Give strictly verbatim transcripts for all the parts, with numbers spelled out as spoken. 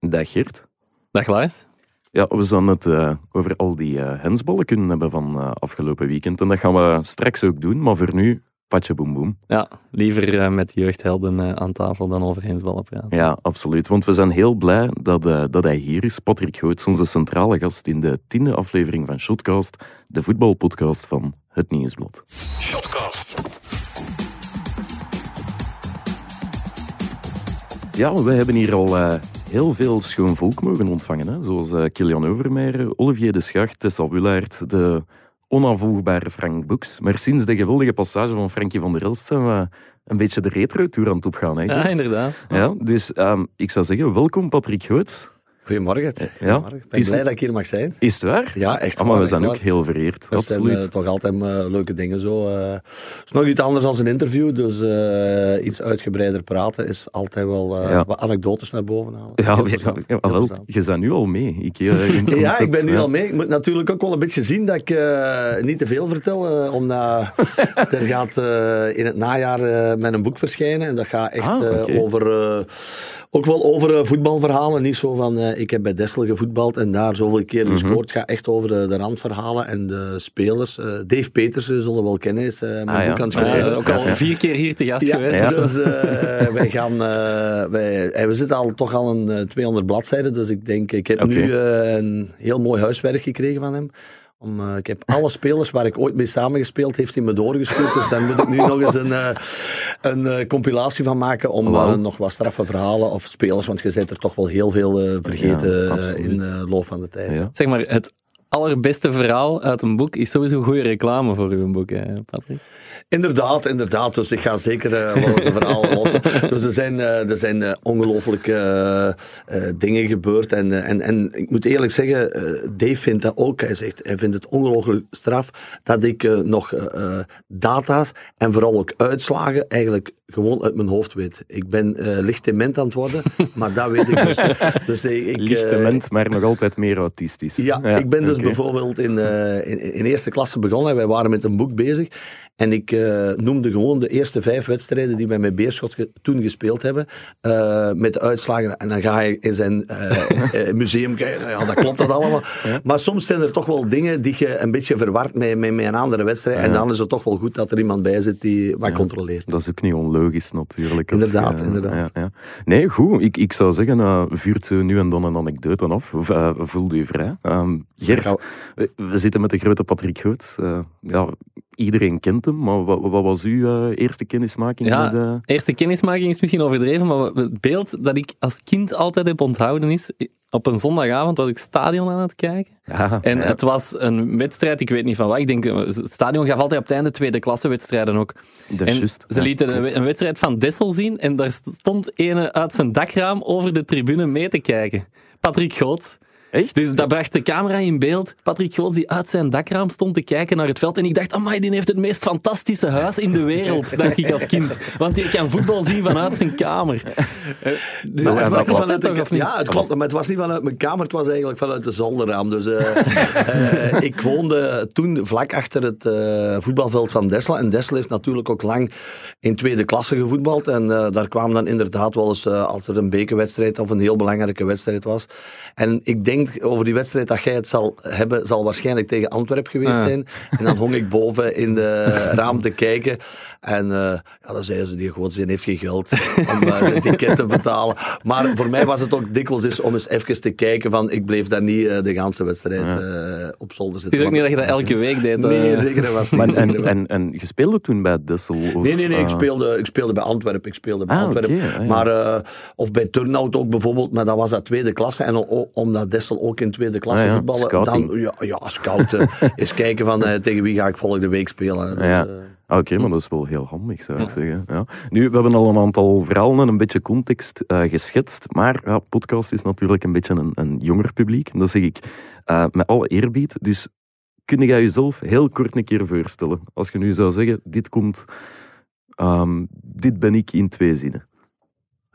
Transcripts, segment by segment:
Dag Geert. Dag Lars. Ja, we zouden het uh, over al die uh, hensballen kunnen hebben van uh, afgelopen weekend. En dat gaan we straks ook doen, maar voor nu, patje boem boem. Ja, liever uh, met jeugdhelden uh, aan tafel dan over hensballen praten. Ja, absoluut. Want we zijn heel blij dat, uh, dat hij hier is. Patrick Goots, onze centrale gast in de tiende aflevering van Shotcast, de voetbalpodcast van Het Nieuwsblad. Shotcast. Ja, we hebben hier al uh, heel veel schoon volk mogen ontvangen. Hè? Zoals uh, Kilian Overmeijer, Olivier de Schacht, Tessa Willaert, de onafvolgbare Frank Boeks. Maar sinds de geweldige passage van Frankie van der Elst zijn we een beetje de retro-tour aan het opgaan. Hè, ja, inderdaad. Ja, dus um, ik zou zeggen, welkom Patrick Goots. Goedemorgen. Ja. Goedemorgen. Ik ben blij dat ik hier mag zijn. Is het waar? Ja, echt waar. Ah, maar we zijn waar. ook heel vereerd. Dat Absoluut. zijn uh, toch altijd uh, leuke dingen zo. Uh, het is nog iets anders dan een interview, dus uh, iets uitgebreider praten is altijd wel uh, ja. wat anekdotes naar boven halen. Ja, ja, ja, ja wel, je bent nu al mee. Ik, uh, in ja, ik ben nu ja. al mee. Ik moet natuurlijk ook wel een beetje zien dat ik uh, niet te veel vertel, uh, omdat er gaat uh, in het najaar uh, met een boek verschijnen en dat gaat echt ah, okay. uh, over... Uh, Ook wel over uh, voetbalverhalen. Niet zo van, uh, ik heb bij Dessel gevoetbald en daar zoveel keer mm-hmm. gescoord. Het gaat echt over de, de randverhalen en de spelers. Uh, Dave Peters, zullen we wel kennen, is uh, mijn ah, boek ja. aan het schrijven. Uh, ook al ja. vier keer hier te gast ja, geweest. Ja. Dus uh, wij gaan... Uh, wij, we zitten al toch al een uh, tweehonderd bladzijden. Dus ik denk, ik heb okay. nu uh, een heel mooi huiswerk gekregen van hem. Om, uh, ik heb alle spelers waar ik ooit mee samengespeeld, heeft hij me doorgespeeld. Dus daar moet ik nu nog eens een, uh, een uh, compilatie van maken om wow. uh, nog wat straffe verhalen of spelers, want je zet er toch wel heel veel uh, vergeten ja, uh, in de uh, loop van de tijd. Ja. Zeg maar, het allerbeste verhaal uit een boek is sowieso goede reclame voor uw boek, hè, Patrick? Inderdaad, inderdaad. Dus ik ga zeker uh, wel eens een verhaal lossen. Dus er zijn, uh, er zijn uh, ongelooflijke uh, uh, dingen gebeurd. En, uh, en, en ik moet eerlijk zeggen, uh, Dave vindt dat ook. Hij zegt, hij vindt het ongelooflijk straf dat ik uh, nog uh, data's en vooral ook uitslagen eigenlijk gewoon uit mijn hoofd weet. Ik ben uh, licht dement aan het worden, maar dat weet ik dus. dus ik, ik, licht dement, uh, maar nog altijd meer autistisch. Ja, ja ik ben dus okay. bijvoorbeeld in, uh, in, in eerste klasse begonnen. Wij waren met een boek bezig. En ik uh, noemde gewoon de eerste vijf wedstrijden die wij met Beerschot ge- toen gespeeld hebben. Uh, met de uitslagen. En dan ga je in zijn uh, uh, museum kijken. Ja, dat klopt dat allemaal. Ja. Maar soms zijn er toch wel dingen die je een beetje verward met, met, met een andere wedstrijd. Ja. En dan is het toch wel goed dat er iemand bij zit die wat ja. controleert. Dat is ook niet onlogisch natuurlijk. Inderdaad, je, inderdaad. Ja, ja. Nee, goed. Ik, ik zou zeggen, uh, vuurt nu en dan een anekdote af. Of, uh, voelt u vrij. Um, Gert, we, we zitten met de grote Patrick Goots. Uh, ja... Iedereen kent hem, maar wat, wat was uw uh, eerste kennismaking? Ja, met, uh... eerste kennismaking is misschien overdreven, maar het beeld dat ik als kind altijd heb onthouden is, op een zondagavond was ik stadion aan het kijken. Ja, en ja. het was een wedstrijd, ik weet niet van wat, ik denk, het stadion gaf altijd op het einde tweede klasse wedstrijden ook. Dat is en just, ze lieten ja. een wedstrijd van Dessel zien en daar stond ene uit zijn dakraam over de tribune mee te kijken. Patrick Goots. Echt? Dus dat bracht de camera in beeld. Patrick Goots die uit zijn dakraam stond te kijken naar het veld. En ik dacht, amai, die heeft het meest fantastische huis in de wereld, dacht ik als kind. Want die kan voetbal zien vanuit zijn kamer. Dus maar het was niet vanuit de, toch, ja, het klopt, maar het was niet vanuit mijn kamer, het was eigenlijk vanuit de zolderraam. Dus uh, uh, ik woonde toen vlak achter het uh, voetbalveld van Dessel. En Dessel heeft natuurlijk ook lang in tweede klasse gevoetbald. En uh, daar kwamen dan inderdaad wel eens, uh, als er een bekerwedstrijd of een heel belangrijke wedstrijd was. En ik denk over die wedstrijd dat jij het zal hebben, zal waarschijnlijk tegen Antwerpen geweest ah. zijn. En dan hong ik boven in de raam te kijken. En uh, ja, dan zeiden ze, die Gootsteen heeft geen geld om uh, zijn ticket te betalen. Maar voor mij was het ook dikwijls eens om eens even te kijken van, ik bleef daar niet uh, de ganse wedstrijd uh, op zolder zitten. Het is ook niet dat je dat elke week deed. Uh... Nee, zeker dat was niet. Maar, en, en, en je speelde toen bij Dessel? Of, nee, nee, nee, uh... ik, speelde, ik speelde bij Antwerpen. Ik speelde bij ah, Antwerpen. Okay, ah, ja. Maar, uh, of bij Turnhout ook bijvoorbeeld, maar dat was dat tweede klasse. En o, omdat Dessel ook in tweede klasse ah, ja. voetballen, Scouting. dan ja, ja scouten. Eens kijken van uh, tegen wie ga ik volgende week spelen. Dus, ja. uh, Oké, okay, maar dat is wel heel handig, zou ik ja. zeggen. Ja. Nu, we hebben al een aantal verhalen en een beetje context uh, geschetst, maar ja, podcast is natuurlijk een beetje een, een jonger publiek. En dat zeg ik uh, met alle eerbied. Dus kun jij jezelf heel kort een keer voorstellen? Als je nu zou zeggen, dit komt... Um, dit ben ik in twee zinnen.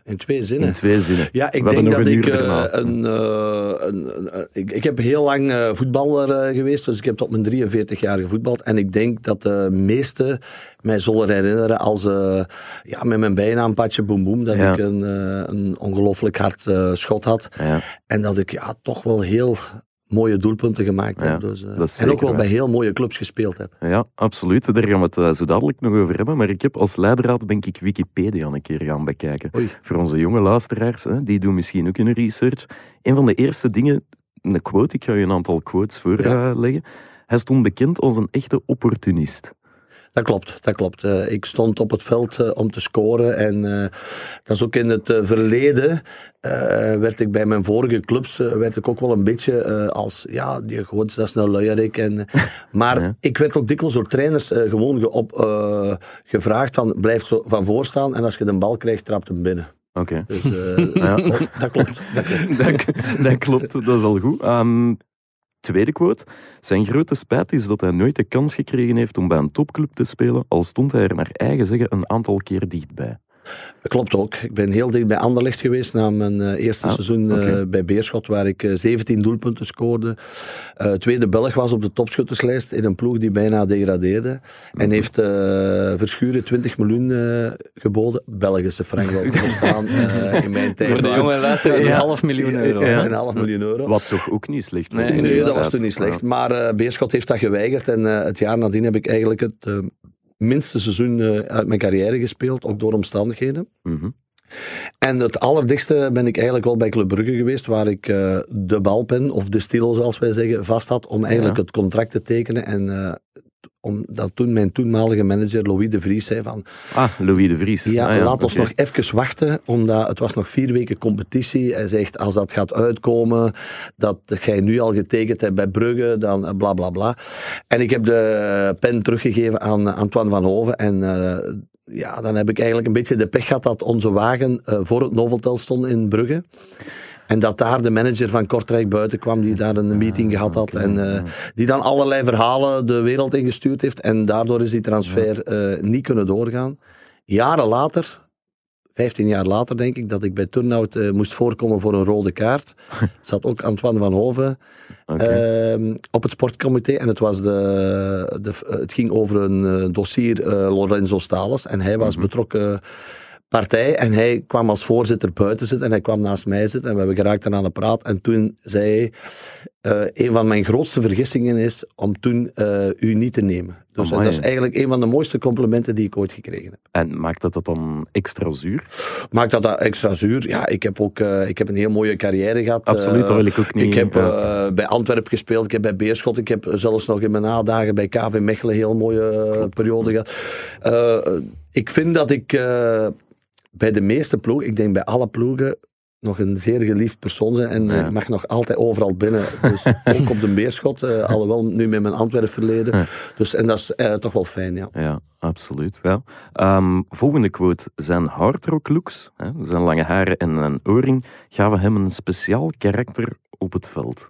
In twee zinnen? In twee zinnen. Ja, ik denk dat ik, uh, een, uh, een, een, een, ik... Ik heb heel lang uh, voetballer uh, geweest, dus ik heb tot mijn drieënveertig jaar gevoetbald. En ik denk dat de meesten mij zullen herinneren als... Uh, ja, met mijn bijnaam Patje Boem Boem, dat ja. ik een, uh, een ongelooflijk hard uh, schot had. Ja. En dat ik ja, toch wel heel... mooie doelpunten gemaakt ja, heb. Dus, uh, en ook wel waar. Bij heel mooie clubs gespeeld heb. Ja, absoluut. Daar gaan we het uh, zo dadelijk nog over hebben. Maar ik heb als leidraad ben ik Wikipedia een keer gaan bekijken. Oei. Voor onze jonge luisteraars, hè, die doen misschien ook een research. Een van de eerste dingen, een quote, ik ga je een aantal quotes voorleggen. Ja. Uh, Hij stond bekend als een echte opportunist. Dat klopt, dat klopt. Uh, ik stond op het veld uh, om te scoren en uh, dat is ook in het uh, verleden uh, werd ik bij mijn vorige clubs uh, werd ik ook wel een beetje uh, als, ja, die gooit, dat is nou luierik. En, uh, maar ja. ik werd ook dikwijls door trainers uh, gewoon ge op, uh, gevraagd van blijf zo van voor staan en als je de bal krijgt, trapt hem binnen. Oké. Okay. Dus uh, ja. oh, dat klopt. Dat klopt. dat, dat klopt, dat is al goed. Um, Tweede quote. Zijn grote spijt is dat hij nooit de kans gekregen heeft om bij een topclub te spelen, al stond hij er naar eigen zeggen een aantal keer dichtbij. Dat klopt ook. Ik ben heel dicht bij Anderlecht geweest na mijn uh, eerste ah, seizoen uh, okay. bij Beerschot, waar ik uh, zeventien doelpunten scoorde. Uh, tweede Belg was op de topschutterslijst in een ploeg die bijna degradeerde. Mm-hmm. En heeft uh, Verschuren twintig miljoen uh, geboden. Belgische frank wel te verstaan uh, in mijn tijd. Voor de jonge luisteraars ja. een half miljoen euro. Ja. Een half miljoen euro. Wat toch ook niet slecht was. Nee, nee dat was toen niet slecht. Ja. Maar uh, Beerschot heeft dat geweigerd. En uh, het jaar nadien heb ik eigenlijk het... Uh, minste seizoen uh, uit mijn carrière gespeeld, ook door omstandigheden. Mm-hmm. En het allerdichtste ben ik eigenlijk wel bij Club Brugge geweest, waar ik uh, de balpen, of de stilo zoals wij zeggen, vast had om eigenlijk ja. het contract te tekenen. En uh, omdat toen mijn toenmalige manager Louis de Vries zei van... Ah, Louis de Vries. Ja, ah, ja laat ons okay. nog even wachten, omdat het was nog vier weken competitie. Hij zegt, als dat gaat uitkomen, dat jij nu al getekend hebt bij Brugge, dan bla bla bla. En ik heb de pen teruggegeven aan Antoine van Hoven en... Uh, ja, dan heb ik eigenlijk een beetje de pech gehad dat onze wagen uh, voor het Novotel stond in Brugge. En dat daar de manager van Kortrijk buiten kwam, die daar een meeting gehad had. Okay, en uh, die dan allerlei verhalen de wereld ingestuurd heeft. En daardoor is die transfer uh, niet kunnen doorgaan. Jaren later, vijftien jaar later denk ik, dat ik bij Turnhout uh, moest voorkomen voor een rode kaart. Zat ook Antoine van Hoven okay. uh, op het sportcomité. En het, was de, de, het ging over een uh, dossier uh, Lorenzo Stales. En hij was mm-hmm. betrokken... partij en hij kwam als voorzitter buiten zitten en hij kwam naast mij zitten en we hebben geraakt aan de praat en toen zei hij uh, een van mijn grootste vergissingen is om toen uh, u niet te nemen. Dus oh, dat is eigenlijk een van de mooiste complimenten die ik ooit gekregen heb. En maakt dat dat dan extra zuur? Maakt dat dat extra zuur? Ja, ik heb ook uh, ik heb een heel mooie carrière gehad. Absoluut, uh, dat wil ik ook niet. Ik heb uh, bij Antwerpen gespeeld, ik heb bij Beerschot, ik heb zelfs nog in mijn nadagen bij K V Mechelen een heel mooie uh, periode gehad. Uh, ik vind dat ik... Uh, bij de meeste ploegen, ik denk bij alle ploegen, nog een zeer geliefd persoon zijn. En ja. ik mag nog altijd overal binnen. Dus ook op de Beerschot, uh, alhoewel nu met mijn Antwerpen verleden. Ja. Dus, en dat is uh, toch wel fijn, ja. Ja, absoluut. Ja. Um, volgende quote. Zijn hardrock looks, hè, zijn lange haren en een oorring, gaven hem een speciaal karakter op het veld.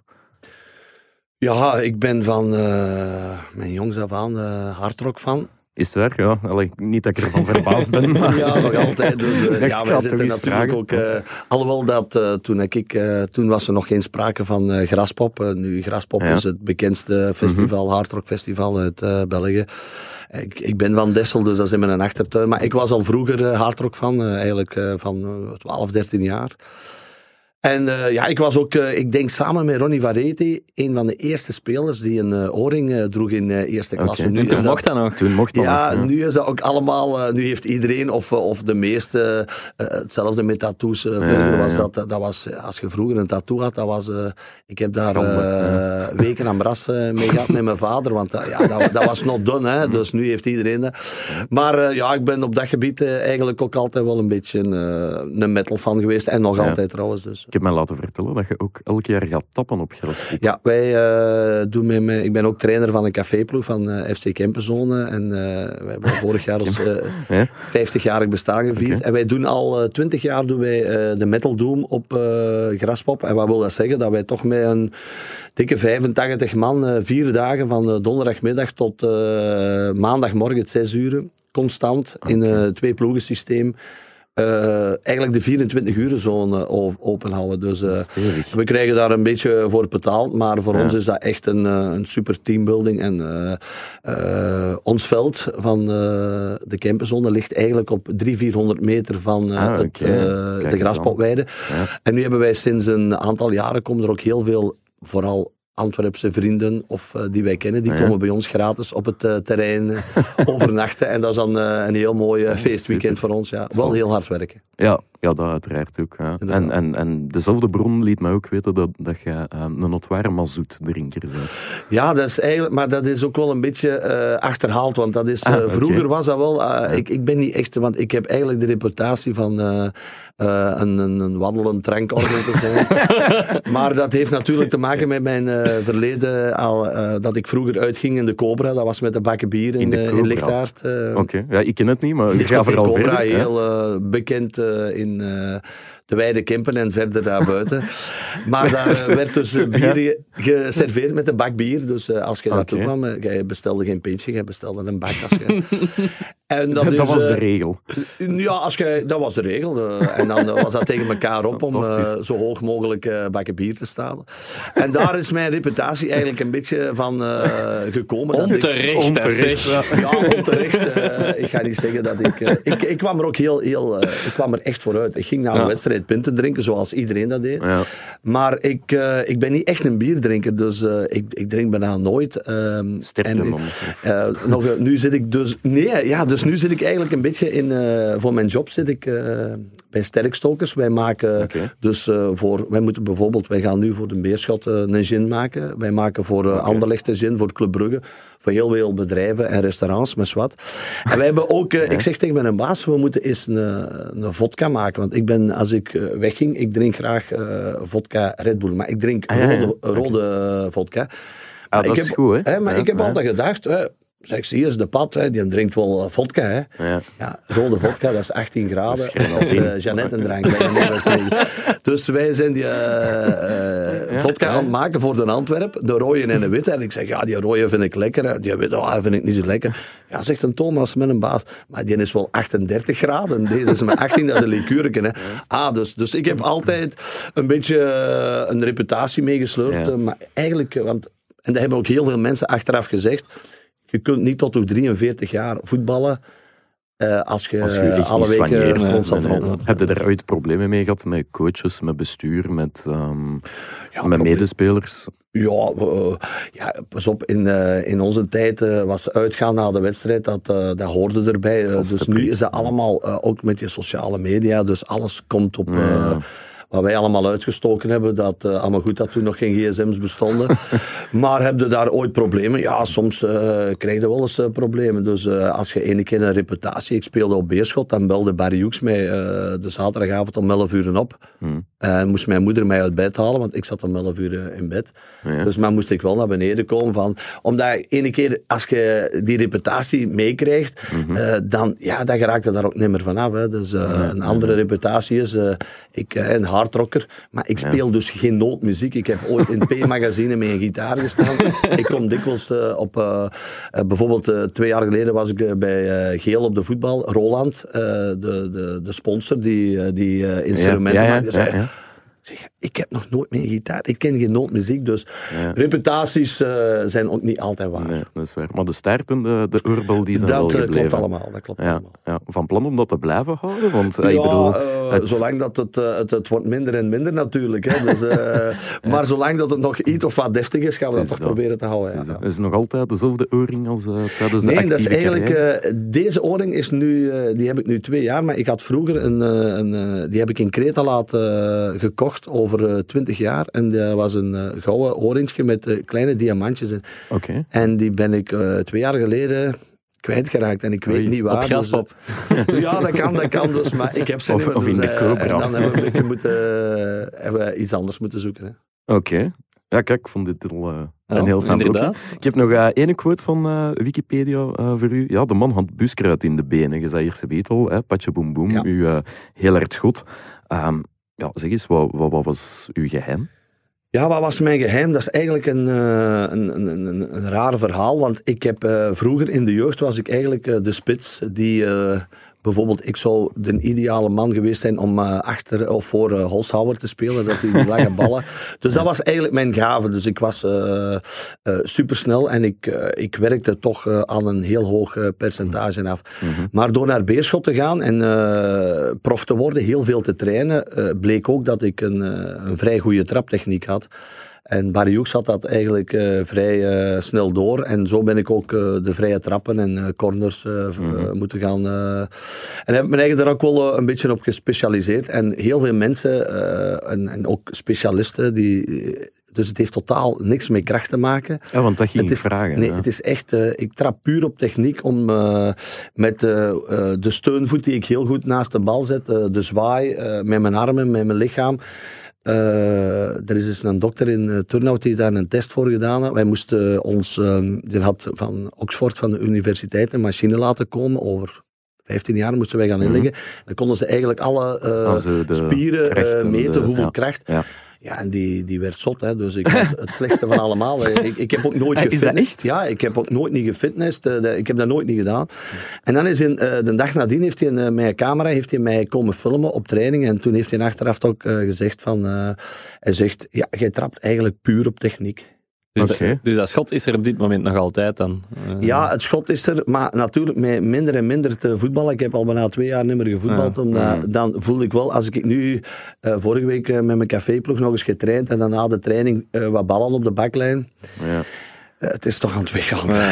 Ja, ik ben van uh, mijn jongs af aan uh, hardrock fan. Is het waar? Ja. Allee, niet dat ik ervan verbaasd ben. Maar... Ja, nog altijd. Dus, uh, ja, wij zitten natuurlijk ook... Uh, alhoewel dat uh, toen ik... Uh, toen was er nog geen sprake van uh, Graspop. Uh, nu, Graspop ja. is het bekendste festival, mm-hmm. hardrockfestival uit uh, België. Ik, ik ben van Dessel, dus dat is in mijn achtertuin. Maar ik was al vroeger uh, hardrock fan. Uh, eigenlijk uh, van uh, twaalf, dertien jaar. En uh, ja, ik was ook, uh, ik denk samen met Ronnie Vareti, een van de eerste spelers die een uh, oorring uh, droeg in uh, eerste klasse. Okay. Nu en toen mocht dat nog. Toen mocht dat ja, nog, ja, nu is dat ook allemaal, uh, nu heeft iedereen, of, of de meeste, uh, hetzelfde met tattoos. Uh, vroeger ja, ja, ja. was dat, dat was, als je vroeger een tattoo had, dat was, uh, ik heb daar uh, ja. weken aan bras uh, mee gehad met mijn vader, want uh, ja, dat, dat was not done, hè, dus nu heeft iedereen dat. Maar uh, ja, ik ben op dat gebied uh, eigenlijk ook altijd wel een beetje uh, een metal fan geweest, en nog ja. altijd trouwens. Dus. Ik heb mij laten vertellen dat je ook elk jaar gaat tappen op Graspop. Ja, wij uh, doen met mij, ik ben ook trainer van een caféploeg van uh, F C Kempenzone. En uh, wij hebben vorig jaar ons uh, ja? vijftigjarig bestaan gevierd. Okay. En wij doen al uh, twintig jaar doen wij uh, de Metal Doom op uh, Graspop. En wat wil dat zeggen? Dat wij toch met een dikke vijfentachtig man, uh, vier dagen van uh, donderdagmiddag tot uh, maandagmorgen, zes uur, constant okay. in een uh, twee ploegensysteem. Uh, eigenlijk de vierentwintig uur zone open houden. Dus uh, we krijgen daar een beetje voor betaald, maar voor ja. ons is dat echt een, een super teambuilding. En uh, uh, ons veld van uh, de camperzone ligt eigenlijk op driehonderd, vierhonderd meter van uh, ah, het, okay. uh, de graspotweide. Ja. En nu hebben wij sinds een aantal jaren komen er ook heel veel, vooral Antwerpse vrienden of uh, die wij kennen, die ah, ja. komen bij ons gratis op het uh, terrein uh, overnachten. En dat is dan uh, een heel mooi uh, feestweekend voor ons. Ja. Wel heel hard werken. Ja, ja dat uiteraard ook. Ja. En, en, en dezelfde bron liet mij ook weten dat, dat je uh, een notoire mazoetdrinker bent. Ja, dat is eigenlijk, maar dat is ook wel een beetje uh, achterhaald. Want dat is, uh, ah, okay. vroeger was dat wel... Uh, ja. ik, ik ben niet echt... Want ik heb eigenlijk de reputatie van uh, uh, een, een, een wandelend drankorgel te zijn. Maar dat heeft natuurlijk te maken met mijn uh, verleden. Al, uh, dat ik vroeger uitging in de Cobra. Dat was met de bakken bier in, in, uh, in Lichtaard. Uh, Oké, okay. Ja, ik ken het niet, maar ik ga vooral Cobra, verder. Heel uh, bekend uh, in... Uh, de Weide Kempen en verder daarbuiten. Maar daar uh, werd dus uh, bier geserveerd met een bak bier. Dus uh, als je okay. naartoe kwam, uh, jij bestelde geen pintje, jij bestelde een bak. Als je... en dat, dat dus, was de regel. Uh, ja, als je, dat was de regel. Uh, en dan uh, was dat tegen elkaar op om uh, zo hoog mogelijk uh, bakken bier te staan. En daar is mijn reputatie eigenlijk een beetje van uh, gekomen. Onterecht, dat ik, onterecht. Ja, onterecht. Uh, ik ga niet zeggen dat ik... Uh, ik, ik kwam er ook heel... heel uh, ik kwam er echt vooruit. Ik ging naar een ja. wedstrijd punten drinken, zoals iedereen dat deed. Ja. Maar ik, uh, ik ben niet echt een bierdrinker, dus uh, ik, ik drink bijna nooit. Uh, en, uh, nog, uh, nu zit ik dus... Nee, ja, dus nu zit ik eigenlijk een beetje in... Uh, voor mijn job zit ik uh, bij Sterkstokers. Wij maken okay. dus uh, voor... Wij moeten bijvoorbeeld... Wij gaan nu voor de Beerschot uh, een gin maken. Wij maken voor uh, okay. Anderlecht een gin, voor Club Brugge. Voor heel veel bedrijven en restaurants, met wat. En wij hebben ook... Uh, ja. Ik zeg tegen mijn baas, we moeten eens een, een vodka maken. Want ik ben, als ik uh, wegging, ik drink graag uh, vodka Red Bull. Maar ik drink ah, ja, ja. rode, rode okay. vodka. Ah, maar dat ik is heb, goed, hè? hè maar ja, ik heb ja. altijd gedacht... Hè, zeg, zie eens de pad, hè, die drinkt wel vodka. Hè. Ja. Ja, rode vodka, dat is achttien graden. Dat is, dat is uh, Jeannette-drank. Dus wij zijn die uh, uh, ja, vodka aan het maken voor de Antwerp. De rode en de witte. En ik zeg, ja, die rode vind ik lekker. Die witte oh, vind ik niet zo lekker. Ja, zegt een Thomas met een baas. Maar die is wel achtendertig graden. Deze is met achttien, dat is een liqueurke. Hè. Ah, dus, dus ik heb altijd een beetje uh, een reputatie meegesleurd. Ja. Uh, maar eigenlijk, want, en dat hebben ook heel veel mensen achteraf gezegd... Je kunt niet tot op drieënveertig jaar voetballen uh, als je, als je uh, alle weken constant rond. Heb je daar ooit problemen mee gehad met coaches, met bestuur, met, um, ja, met medespelers? Ja, uh, ja, pas op, in, uh, in onze tijd uh, was uitgaan na de wedstrijd, dat, uh, dat hoorde erbij. Uh, dus nu is dat allemaal, uh, ook met je sociale media, dus alles komt op... Uh, ja. Wat wij allemaal uitgestoken hebben, dat uh, allemaal goed dat toen nog geen gsm's bestonden. Maar heb je daar ooit problemen? Ja, soms uh, krijg je wel eens uh, problemen. Dus uh, als je ene keer een reputatie... Ik speelde op Beerschot, dan belde Barry Hoeks mij uh, de zaterdagavond om elf uur op. Hmm. En uh, moest mijn moeder mij uit bed halen, want ik zat om elf uur uh, in bed. Ja. Dus dan moest ik wel naar beneden komen. Van, omdat ene keer, als je die reputatie meekrijgt, mm-hmm. uh, dan, ja, dan geraakt je daar ook niet meer vanaf. Hè. Dus uh, ja, een andere ja. reputatie is... Uh, ik, uh, een hardrocker, maar ik speel ja. dus geen noodmuziek. Ik heb ooit in P-magazine met een gitaar gestaan. Ik kom dikwijls uh, op... Uh, uh, bijvoorbeeld uh, twee jaar geleden was ik uh, bij uh, Geel op de voetbal. Roland, uh, de, de, de sponsor, die, uh, die uh, instrumenten ja, ja, maakt. ja, ja, ja. Zeg, ik heb nog nooit meer een gitaar. Ik ken geen noodmuziek, dus ja. reputaties uh, zijn ook niet altijd waar. Nee, dat is waar. Maar de staart en de, de Urbel, die zijn dat, wel gebleven. Dat klopt allemaal. Dat klopt ja, allemaal. Ja. Van plan om dat te blijven houden? Want, ja, ik bedoel, uh, het... zolang dat het, uh, het... Het wordt minder en minder natuurlijk. Hè. Dus, uh, ja. Maar zolang dat het nog iets of wat deftig is, gaan we dat toch dat. proberen te houden. Ja. Is, het is nog altijd dezelfde oorring als uh, tijdens de nee, actieve dat is eigenlijk... Uh, deze oorring is nu... Uh, die heb ik nu twee jaar, maar ik had vroeger een... Uh, een uh, die heb ik in Kreta laten uh, gekocht over uh, twintig jaar. En dat was een uh, gouden oorringje met uh, kleine diamantjes in. Okay. En die ben ik uh, twee jaar geleden kwijtgeraakt. En ik weet Oei, niet waar. Op Graspop. Dus, ja, dat kan, dat kan dus. Maar ik heb ze of, niet of dus, in de Cobra. En dan hebben we een beetje moeten, uh, hebben we iets anders moeten zoeken. Oké. Okay. Ja, kijk, ik vond dit al uh, ja, een heel fijn blokje. Ik heb nog uh, één quote van uh, Wikipedia uh, voor u. Ja, de man had buskruid in de benen. Je zei hier ze weet al, hè, patje boem boem, ja. u uh, heel hard goed. Um, ja, zeg eens, wat, wat, wat was uw geheim? Ja, wat was mijn geheim? Dat is eigenlijk een, een, een, een, een raar verhaal, want ik heb uh, vroeger in de jeugd was ik eigenlijk uh, de spits die uh, bijvoorbeeld, ik zou de ideale man geweest zijn om uh, achter of voor uh, Holshouwer te spelen, dat hij die lange ballen. Dus dat was eigenlijk mijn gave. Dus ik was uh, uh, supersnel en ik, uh, ik werkte toch uh, aan een heel hoog uh, percentage af. Mm-hmm. Maar door naar Beerschot te gaan en uh, prof te worden, heel veel te trainen, uh, bleek ook dat ik een, uh, een vrij goede traptechniek had. En Barry Hoeks had dat eigenlijk uh, vrij uh, snel door. En zo ben ik ook uh, de vrije trappen en uh, corners uh, mm-hmm. uh, moeten gaan. Uh, en heb ik me eigenlijk daar ook wel uh, een beetje op gespecialiseerd. En heel veel mensen, uh, en, en ook specialisten, die... Dus het heeft totaal niks met kracht te maken. Ja, want dat ging het is, ik vragen. Nee, ja. het is echt... Uh, ik trap puur op techniek om uh, met uh, uh, de steunvoet die ik heel goed naast de bal zet, uh, de zwaai, uh, met mijn armen, met mijn lichaam. Uh, er is dus een dokter in uh, Turnhout die daar een test voor gedaan had. Wij moesten uh, ons... Uh, die had van Oxford, van de universiteit, een machine laten komen over... vijftien jaar moesten wij gaan inleggen. Mm-hmm. Dan konden ze eigenlijk alle uh, spieren uh, meten, de, hoeveel ja, kracht... Ja. Ja, en die, die werd zot, hè. Dus ik was het slechtste van allemaal. Ik, ik heb ook nooit gefitnessd. Is dat echt? Ja, ik heb ook nooit niet gefitnessd. Ik heb dat nooit niet gedaan. En dan is in, uh, de dag nadien heeft hij uh, met een camera heeft hij mij komen filmen op training. En toen heeft hij achteraf ook uh, gezegd van... Uh, hij zegt, ja, jij trapt eigenlijk puur op techniek. Dus, okay. dat, dus dat schot is er op dit moment nog altijd dan? Uh... Ja, het schot is er, maar natuurlijk met minder en minder te voetballen. Ik heb al bijna twee jaar niet meer gevoetbald. Uh, omdat, uh. Dan voel ik wel, als ik nu uh, vorige week uh, met mijn caféploeg nog eens getraind en dan na de training uh, wat ballen op de baklijn. Ja. Uh, het is toch aan het weggaan. Ja.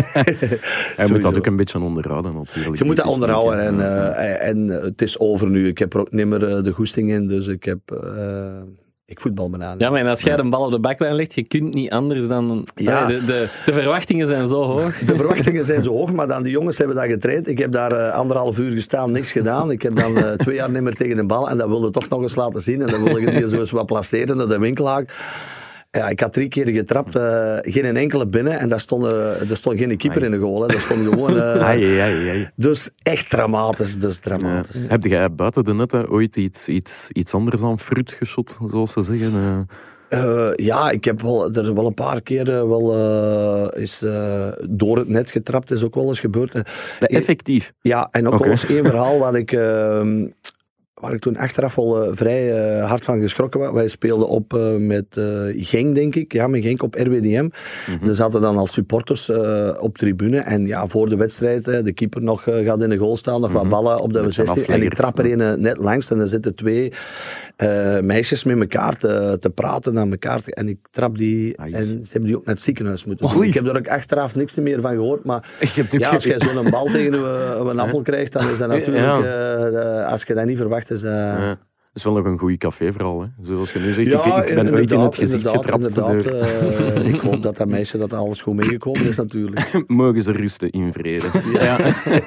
Je moet dat ook een beetje onderhouden natuurlijk. Je moet dat onderhouden en, uh, en het is over nu. Ik heb er ook niet meer uh, de goesting in, dus ik heb... Uh, Ik voetbal benaderen. Ja, maar als jij een bal op de baklijn legt, je kunt niet anders dan... Ja. De, de, de verwachtingen zijn zo hoog. De verwachtingen zijn zo hoog, maar dan die jongens hebben dat getraind. Ik heb daar uh, anderhalf uur gestaan, niks gedaan. Ik heb dan uh, twee jaar niet meer tegen een bal en dat wilde toch nog eens laten zien. En dan wilde ik die zo eens wat placeren naar de winkelhaak. Ja, ik had drie keer getrapt, uh, geen enkele binnen en daar stond, uh, er stond geen keeper ai. in de goal. Hè. Daar stond gewoon... Uh, ai, ai, ai. Dus echt dramatisch, dus dramatisch. Ja. Heb jij buiten de netten ooit iets, iets, iets anders dan fruit geschot, zoals ze zeggen? Uh... Uh, ja, ik heb wel, er wel een paar keer uh, wel, uh, is, uh, door het net getrapt, is ook wel eens gebeurd. Uh, effectief? Ja, en ook okay. wel eens één verhaal waar ik... Uh, waar ik toen achteraf wel uh, vrij uh, hard van geschrokken was. Wij speelden op uh, met uh, Genk, denk ik. Ja, met Genk op R W D M. Mm-hmm. Er zaten dan als supporters uh, op tribune. En ja, voor de wedstrijd, uh, de keeper nog uh, gaat in de goal staan, nog mm-hmm. wat ballen op de zestien. En ik trap er een uh, net langs en er zitten twee uh, meisjes met elkaar te, te praten naar elkaar. En ik trap die Ai. en ze hebben die ook naar het ziekenhuis moeten doen. Ik heb er ook achteraf niks meer van gehoord. Maar ja, als jij zo'n bal tegen een, een appel krijgt, dan is dat natuurlijk... Ja. Uh, als je dat niet verwacht, is... Uh, ja. Dat is wel nog een goede café vooral, hè. Zoals je nu zegt, ja, ik, ik ben ooit in het gezicht getrapt. Inderdaad, uh, ik hoop dat dat meisje dat alles goed meegekomen is natuurlijk. Mogen ze rusten in vrede. Ja.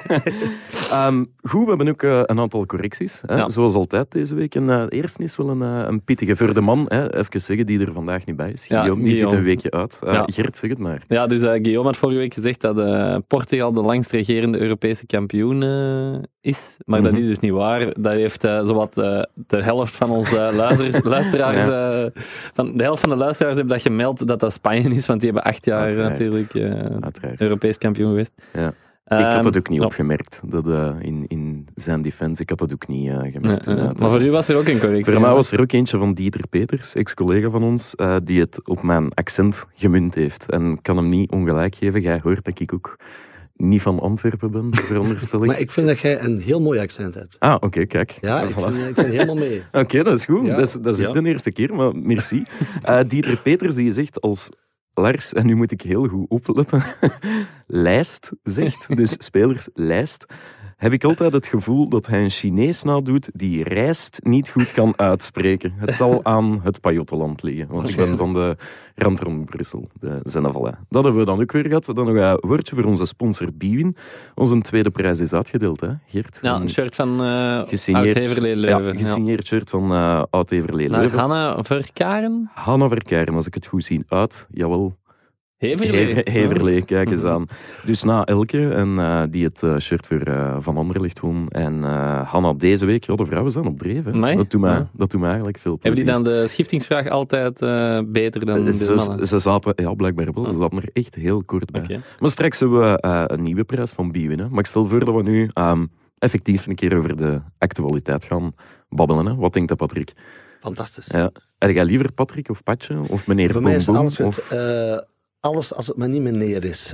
um, goed, we hebben ook uh, een aantal correcties. Hè. Ja. Zoals altijd deze week. En uh, eerst is wel een, uh, een pittige voor de man. Hè. Even zeggen, die er vandaag niet bij is. Ja, Guillaume, die Guillaume. zit een weekje uit. Uh, ja. Gert, zeg het maar. Ja, dus uh, Guillaume had vorige week gezegd dat uh, Portugal de langst regerende Europese kampioen uh, is. Maar mm-hmm. dat is dus niet waar. Dat heeft uh, zowat uh, de helft van onze uh, luisteraars, luisteraars ja. uh, van de helft van de luisteraars hebben dat gemeld dat dat Spanje is, want die hebben acht jaar Uiteraard. natuurlijk uh, Europees kampioen geweest. Ja. Ik had dat ook niet um, opgemerkt, dat, uh, in, in zijn defense. Ik had dat ook niet uh, gemerkt. Ja, ja. Maar voor u was er ook een correctie. Voor mij was er ook eentje van Dieter Peters, ex-collega van ons, uh, die het op mijn accent gemunt heeft. En ik kan hem niet ongelijk geven. Jij hoort dat ik ook niet van Antwerpen ben, veronderstel ik. Maar ik vind dat jij een heel mooi accent hebt. Ah, oké, okay, kijk. Ja, ik, vind, ik ben helemaal mee. Oké, okay, dat is goed. Ja. Dat is, dat is ja. de eerste keer, maar merci. Uh, Dieter Peters, die zegt als Lars, en nu moet ik heel goed opletten, lijst zegt, dus spelerslijst, heb ik altijd het gevoel dat hij een Chinees nadoet die rijst niet goed kan uitspreken. Het zal aan het Pajottenland liggen, want ik ben van de rand rond Brussel, de Zennevalais. Dat hebben we dan ook weer gehad. Dan nog een woordje voor onze sponsor Bwin. Onze tweede prijs is uitgedeeld, hè, Geert? Ja, een shirt van uh, Oud-Heverlee Leuven. Ja, gesigneerd shirt van uh, Oud-Heverlee Leuven. Hanna Verkaren? Hanna Verkaren, als ik het goed zie. Uit, jawel. Heverlee. Hever, Heverlee, kijk eens aan. Dus na Elke, en, uh, die het uh, shirt voor uh, Van Anderlecht won. En uh, Hanna deze week, ja, de vrouwen zijn op dreef. Hè. Dat, doet mij, ja. dat doet mij eigenlijk veel plezier. Hebben die dan de schiftingsvraag altijd uh, beter dan de ze, mannen? Ze zaten, ja, blijkbaar wel. Ze zaten er echt heel kort bij. Okay. Maar straks hebben we uh, een nieuwe prijs van Bwin. Maar ik stel voor dat we nu um, effectief een keer over de actualiteit gaan babbelen. Hè? Wat denkt dat, Patrick? Fantastisch. Ja. Heb jij liever Patrick of Patje? Of meneer Voor Boom mij is Boom? alles, Of... uh, alles als het maar niet meneer is.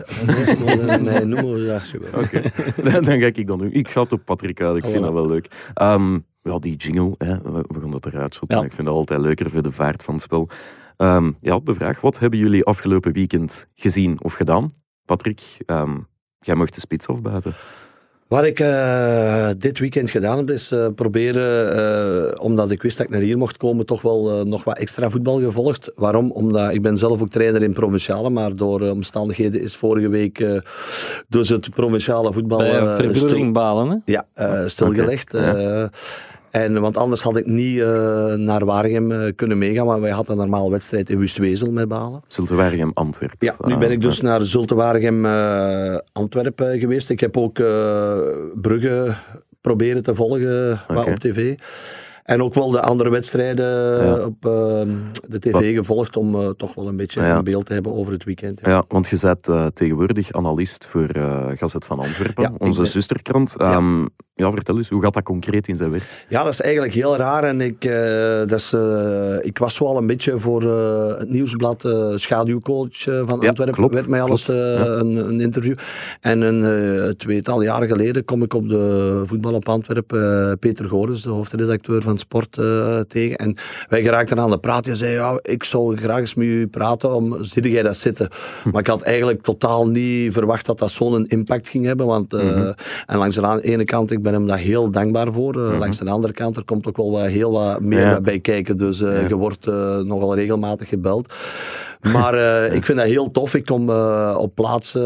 Mij noemen we dat zo. Oké, dan ga ik dan doen. Ik ga het op Patrick uit, ik vind oh, dat wel leuk. Um, ja, die jingle, hè, we gaan dat eruit shotten. Ja. Ik vind dat altijd leuker voor de vaart van het spel. Um, ja, de vraag, wat hebben jullie afgelopen weekend gezien of gedaan? Patrick, um, jij mag de spits afbuiten. Wat ik uh, dit weekend gedaan heb, is uh, proberen, uh, omdat ik wist dat ik naar hier mocht komen, toch wel uh, nog wat extra voetbal gevolgd. Waarom? Omdat ik ben zelf ook trainer in provinciale, maar door uh, omstandigheden is vorige week uh, dus het provinciale voetbal... Bij uh, Verbroedering Balen, hè? Ja, uh, stilgelegd. Okay. Uh, ja. En, want anders had ik niet uh, naar Waregem uh, kunnen meegaan, maar wij hadden een normale wedstrijd in Wustwezel met Balen. Zulte Waregem Antwerpen. Ja, nu ben ik dus ah, naar Zulte Waregem uh, Antwerpen geweest. Ik heb ook uh, Brugge proberen te volgen okay. op tv. En ook wel de andere wedstrijden ja. op uh, de tv Wat? gevolgd om uh, toch wel een beetje ja. een beeld te hebben over het weekend. Ja, ja want je bent uh, tegenwoordig analist voor uh, Gazet van Antwerpen, ja, onze ben... zusterkrant. Um, ja. ja, vertel eens, hoe gaat dat concreet in zijn werk? Ja, dat is eigenlijk heel raar. En ik, uh, dat is, uh, ik was zo al een beetje voor uh, het nieuwsblad uh, schaduwcoach uh, van ja, Antwerpen. Klopt, werd mij alles uh, ja. een, een interview. En een uh, tweetal jaren geleden kom ik op de voetbal op Antwerpen uh, Peter Goris, de hoofdredacteur van Sport uh, tegen. En wij geraakten aan de praat. Je zei, ja, ik zou graag eens met u praten. Om, zie jij dat zitten? Hm. Maar ik had eigenlijk totaal niet verwacht dat dat zo'n impact ging hebben. Want, uh, mm-hmm. En langs de ene kant, ik ben hem daar heel dankbaar voor. Uh, mm-hmm. Langs de andere kant, er komt ook wel wat, heel wat meer ja. bij kijken. Dus uh, ja. je wordt uh, nogal regelmatig gebeld. Maar uh, ik vind dat heel tof. Ik kom uh, op plaats uh,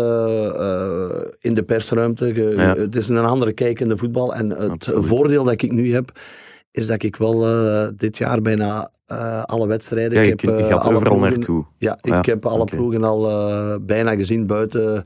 uh, in de persruimte. Ge, ja. Het is een andere kijk in de voetbal. En het Absoluut. voordeel dat ik nu heb, is dat ik wel uh, dit jaar bijna uh, alle wedstrijden... Ja, je, ik heb, uh, je gaat alle overal ploegen, naartoe. Ja, ik ja, heb alle okay. ploegen al uh, bijna gezien buiten...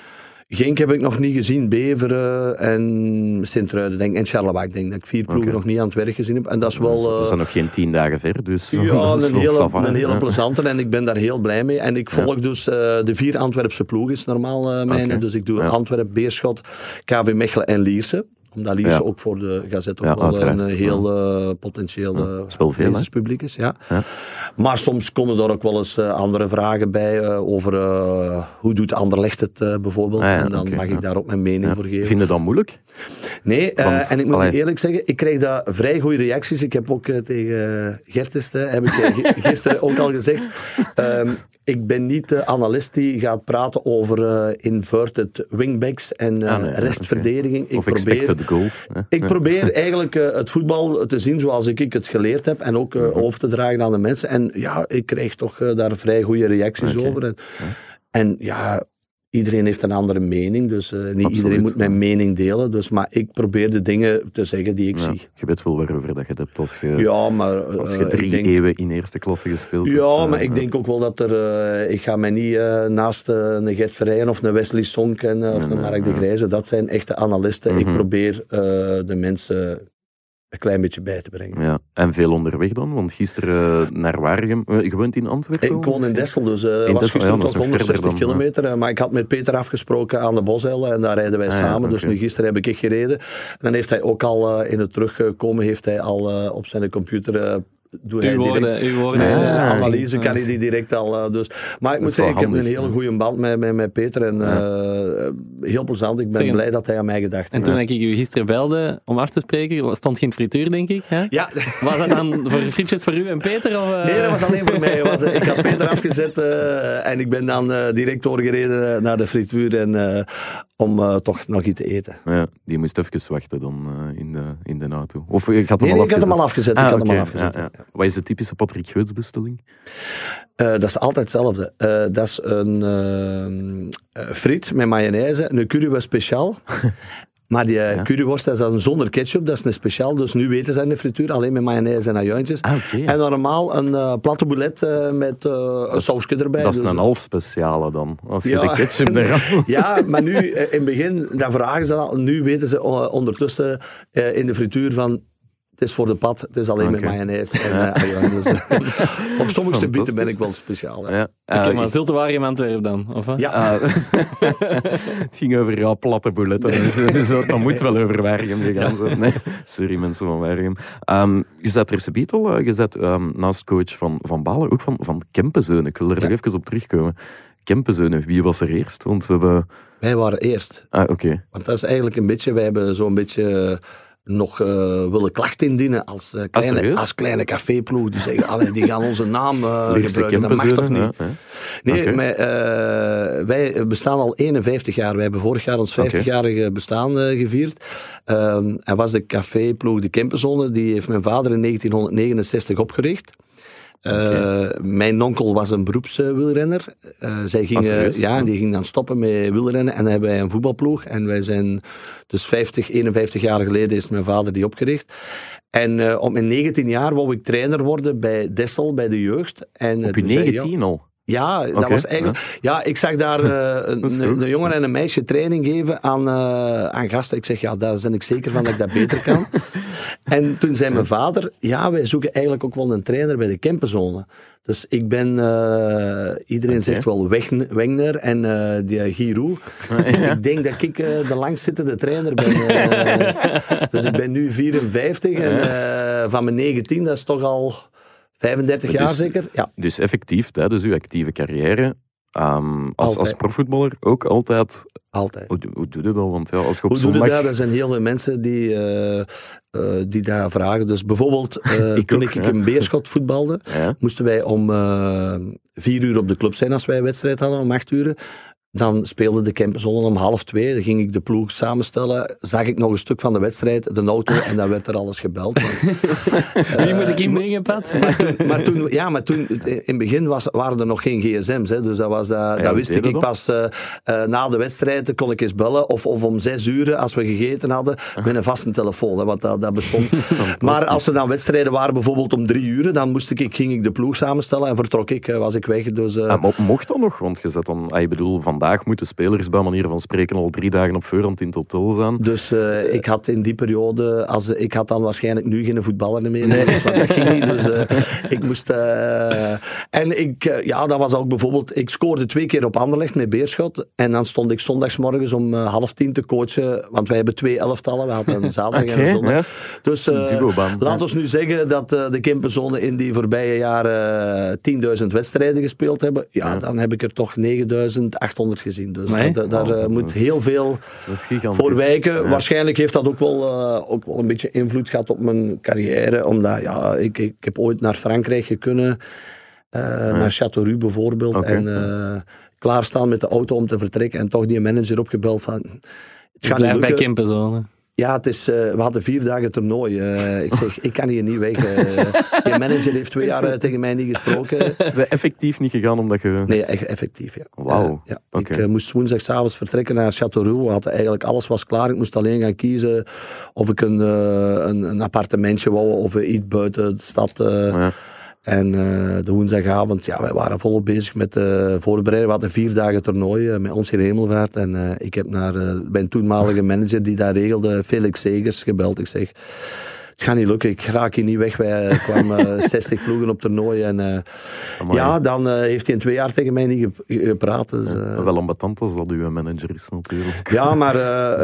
Genk heb ik nog niet gezien, Beveren en Sint-Truiden denk, en Charleroi. Ik denk dat ik vier ploegen okay. nog niet aan het werk gezien heb. En dat is wel... Uh, dat zijn nog geen tien dagen ver, dus... Ja, dat is een hele, sava, een hele ja. plezante en ik ben daar heel blij mee. En ik volg ja. dus uh, de vier Antwerpse ploegen, is normaal uh, mijn. Okay. Dus ik doe ja. Antwerpen, Beerschot, K V Mechelen en Lierse. Omdat Lierse ja. ook voor de Gazet ook ja, wel uiteraard. een heel uh, potentieel uh, lezerspubliek is. Ja. Ja. Maar soms komen er ook wel eens uh, andere vragen bij uh, over uh, hoe doet Anderlecht het uh, bijvoorbeeld. Ah, ja, en dan okay, mag ja. ik daar ook mijn mening ja. voor geven. Vind je dat moeilijk? Nee, uh, Want, en ik moet allee. eerlijk zeggen, ik krijg daar vrij goede reacties. Ik heb ook uh, tegen Gertist, uh, heb ik uh, gisteren ook al gezegd, um, ik ben niet de analist die gaat praten over uh, inverted wingbacks en uh, ah, nee, restverdediging. Okay. Of ik probeer, expected goals. Hè? Ik probeer eigenlijk uh, het voetbal te zien zoals ik het geleerd heb en ook uh, mm-hmm. over te dragen aan de mensen. En ja, ik krijg toch uh, daar vrij goede reacties okay. over. En ja. en ja, iedereen heeft een andere mening, dus uh, niet Absoluut, iedereen moet mijn ja. mening delen. Dus, maar ik probeer de dingen te zeggen die ik ja, zie. Je weet wel waarover dat je het hebt als je, ja, maar, uh, als je drie denk, eeuwen in eerste klasse gespeeld ja, hebt. Ja, uh, maar uh, ik denk ook wel dat er... Uh, ik ga mij niet uh, naast uh, een Gert Verheyen of een Wesley Sonk en, uh, of nee, een Mark nee, de Grijze, dat zijn echte analisten. Mm-hmm. Ik probeer uh, de mensen... een klein beetje bij te brengen. Ja. En veel onderweg dan? Want gisteren uh, naar Waregem... Uh, je woont in Antwerpen? Ik woon in Dessel, dus uh, in was Dessel, gisteren ja, tot honderdzestig dan, kilometer. Ja. Maar ik had met Peter afgesproken aan de Bosuil en daar rijden wij ah, samen. Ja, okay. Dus nu gisteren heb ik gereden. En dan heeft hij ook al uh, in het terugkomen heeft hij al uh, op zijn computer... Uh, Doe hij uw woorden, direct, uw woorden. Mijn ja, analyse kan hij die direct al... Uh, dus. Maar ik moet zeggen, handig, ik heb een hele goede band met, met, met Peter. En ja. uh, heel plezant. Ik ben zeg, blij dat hij aan mij gedacht heeft. En toen ja. ik u gisteren belde om af te spreken, stond geen frituur, denk ik. Hè? Ja. Was dat dan voor frietjes voor u en Peter? Of, uh... Nee, dat was alleen voor mij. Was, uh, ik had Peter afgezet uh, en ik ben dan uh, direct doorgereden naar de frituur en, uh, om uh, toch nog iets te eten. Ja, die moest even wachten dan uh, in, de, in de auto. Of je had hem nee, al nee, ik had hem al afgezet. Ah, ik had okay. hem al afgezet. Ja, ja. Wat is de typische Patrick Geuts bestelling? Uh, dat is altijd hetzelfde. Uh, dat is een uh, friet met mayonaise, een curryworst speciaal. Maar die uh, ja. curryworst is dan zonder ketchup, dat is een speciaal. Dus nu weten ze in de frituur, alleen met mayonaise en ajuintjes. Ah, okay. En normaal een uh, platte boulet uh, met uh, een sausje erbij. Dat is dus een half speciale dan, als je ja. de ketchup eraan... Ja, maar nu, uh, in het begin, dan vragen ze dat al. Nu weten ze uh, ondertussen uh, in de frituur van... Het is voor de pad, het is alleen okay. met mayonaise. En, ja. uh, ja, dus, uh, op sommige gebieden ben ik wel speciaal. Ja. Ja. Uh, Oké, maar Zultewaregem Antwerpen dan? Of wat? Ja. Uh, het ging over ja, platte bouletten. Dus, dus dat moet wel over Waregem gegaan zijn. Nee. Sorry mensen van Waregem. Um, je zet er subiet al, uh, je zet um, naast coach van, van Balen ook van, van Kempenzonen. Ik wil er ja. nog even op terugkomen. Kempenzonen, wie was er eerst? Want we hebben... Wij waren eerst. Ah, oké. Okay. Want dat is eigenlijk een beetje, wij hebben zo'n beetje... nog uh, willen klachten indienen als, uh, kleine, ah, als kleine caféploeg. Die zeggen, allee, die gaan onze naam uh, gebruiken. Dat mag toch niet? Ja, ja. Nee, okay. maar, uh, wij bestaan al eenenvijftig jaar. Wij hebben vorig jaar ons vijftigjarige okay. bestaan uh, gevierd. Uh, en was de caféploeg de Kempenzone. Die heeft mijn vader in negentien negenenzestig opgericht. Uh, okay. Mijn onkel was een beroepswielrenner. Uh, zij gingen, ja, die ging dan stoppen met wielrennen en dan hebben wij een voetbalploeg. En wij zijn dus vijftig, eenenvijftig jaar geleden is mijn vader die opgericht. En uh, op mijn negentien jaar wou ik trainer worden bij Dessel, bij de jeugd. En, op je negentien al? Ja, dat okay, was eigenlijk... Ja. ja, ik zag daar uh, een, een jongen en een meisje training geven aan, uh, aan gasten. Ik zeg, ja, daar ben ik zeker van dat ik dat beter kan. En toen zei mijn vader, ja, wij zoeken eigenlijk ook wel een trainer bij de Kempenzone. Dus ik ben, uh, iedereen okay. zegt wel Wegner en uh, die Giroud. Ja. Ik denk dat ik uh, de langstzittende trainer ben. Uh, dus ik ben nu vierenvijftig en uh, van mijn negentien, dat is toch al... vijfendertig jaar dus, zeker? Ja. Dus effectief, tijdens uw actieve carrière, um, als, als profvoetballer ook altijd... Altijd. Hoe, hoe doe je dat? Want ja, als je op hoe zondag... doe je dat? Er zijn heel veel mensen die, uh, uh, die daar vragen. Dus bijvoorbeeld, uh, ik toen ook, ik ja. in Beerschot voetbalde, ja. moesten wij om uh, vier uur op de club zijn als wij een wedstrijd hadden, om acht uur. Dan speelde de Kempenzone om half twee. Dan ging ik de ploeg samenstellen. Zag ik nog een stuk van de wedstrijd, de auto, en dan werd er alles gebeld. Wie uh, moet ik inbrengen, Pat? Maar toen, maar toen, ja, maar toen, in het begin was, waren er nog geen gsm's. Hè, dus dat, was dat, ja, dat wist ik. Ik pas uh, uh, na de wedstrijd kon ik eens bellen. Of, of om zes uur, als we gegeten hadden, met een vaste telefoon. Hè, want dat, dat bestond. Maar als er dan wedstrijden waren, bijvoorbeeld om drie uur, dan moest ik, ging ik de ploeg samenstellen en vertrok ik, was ik weg. Dus, uh, ah, mocht dat nog? Want je zet dan, ah, je bedoel, vandaag moeten spelers bij manier van spreken al drie dagen op voorhand in het hotel zijn. Dus uh, ik had in die periode, als, ik had dan waarschijnlijk nu geen voetballer meer. Nee. Dus, dat ging niet. Dus uh, ik moest... Uh, en ik, uh, ja, dat was ook bijvoorbeeld... Ik scoorde twee keer op Anderlecht met Beerschot. En dan stond ik zondagsmorgens om uh, half tien te coachen. Want wij hebben twee elftallen. We hadden een zaterdag okay, en een zondag. Ja. Dus uh, laat ons nu zeggen dat uh, de Kempenzone in die voorbije jaren uh, tienduizend wedstrijden gespeeld hebben. Ja, ja, dan heb ik er toch negenduizend achthonderd gezien. Dus nee? da, daar uh, oh, moet heel veel voor wijken. Ja. Waarschijnlijk heeft dat ook wel, uh, ook wel een beetje invloed gehad op mijn carrière. Omdat ja, ik, ik heb ooit naar Frankrijk gekund. Uh, ja. Naar Châteauroux bijvoorbeeld. Okay. En uh, klaarstaan met de auto om te vertrekken. En toch die manager opgebeld van... Het gaat niet bij Kempenzone. Ja, het is, uh, we hadden vier dagen toernooi. Uh, ik zeg, ik kan hier niet weg. Uh, die manager heeft twee jaar uh, tegen mij niet gesproken. Is hij effectief niet gegaan omdat je... Nee, echt effectief, ja. Wauw. Uh, ja. Okay. Ik uh, moest woensdagavond vertrekken naar Châteauroux. We hadden eigenlijk alles was klaar. Ik moest alleen gaan kiezen of ik een, uh, een, een appartementje wou of iets buiten de stad... Uh, ja. En uh, de woensdagavond, ja, wij waren volop bezig met uh, voorbereiden. We hadden vier dagen toernooi uh, met ons in Hemelvaart. En uh, ik heb naar uh, mijn toenmalige manager die dat regelde, Felix Segers, gebeld. Ik zeg, het gaat niet lukken, ik raak hier niet weg. Wij uh, kwamen uh, zestig ploegen op toernooi. En uh, ja, dan uh, heeft hij in twee jaar tegen mij niet ge- gepraat. Dus, uh, ja, wel ambetant als dat uw manager is natuurlijk. Ja, maar...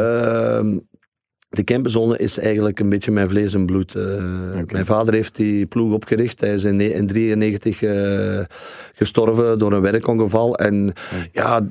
Uh, uh, De Kempenzone is eigenlijk een beetje mijn vlees en bloed. Uh, okay. Mijn vader heeft die ploeg opgericht. Hij is in negentien drieënnegentig uh, gestorven door een werkongeval. En ja,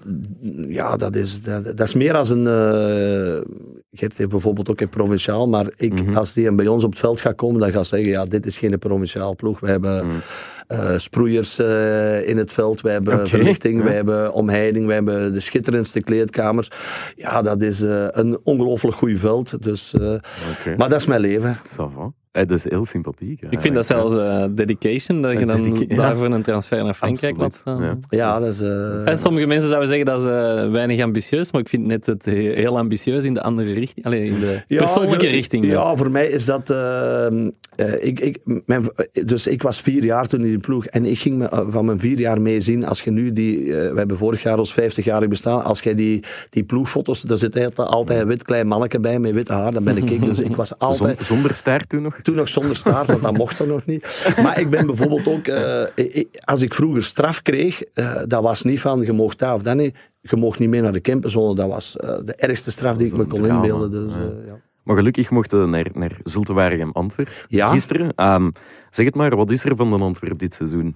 ja dat, is, dat, dat is meer als een... Uh, Gert heeft bijvoorbeeld ook een provinciaal. Maar ik, mm-hmm. als die bij ons op het veld gaat komen, dan ga ik zeggen, ja, dit is geen provinciaal ploeg. We hebben mm. uh, sproeiers uh, in het veld. We hebben okay. verlichting. Ja. We hebben omheining. We hebben de schitterendste kleedkamers. Ja, dat is uh, een ongelooflijk goed veld. Dus, uh, okay. Maar dat is mijn leven. Hey, dat is heel sympathiek. Hè? Ik vind dat zelfs uh, dedication, dat je dan dedica- daarvoor ja. een transfer naar Frankrijk laat. Uh, ja. ja, dat is... Uh, en sommige mensen zouden zeggen dat is uh, weinig ambitieus, maar ik vind net het heel ambitieus in de andere richting, alleen in de ja, persoonlijke ja, richting. Ja, ja, voor mij is dat... Uh, uh, ik, ik, mijn, dus ik was vier jaar toen in die ploeg en ik ging me, uh, van mijn vier jaar mee zien. Als je nu die... Uh, we hebben vorig jaar ons vijftigjarig bestaan. Als je die, die ploegfoto's... Daar zit altijd een wit klein manneke bij met wit haar. Dan ben ik ik. Dus ik was altijd... Zonder staart toen nog? Toen nog zonder staart, want dat mocht er nog niet. Maar ik ben bijvoorbeeld ook... Uh, ik, als ik vroeger straf kreeg, uh, dat was niet van, je mocht dat of dat niet. Je mocht niet mee naar de campenzone. Dat was uh, de ergste straf die ik me kon drama. inbeelden. Dus, uh, ja. Maar gelukkig mochten we naar, naar Zulte Waregem Antwerpen ja. gisteren. Um, zeg het maar, wat is er van de Antwerp dit seizoen?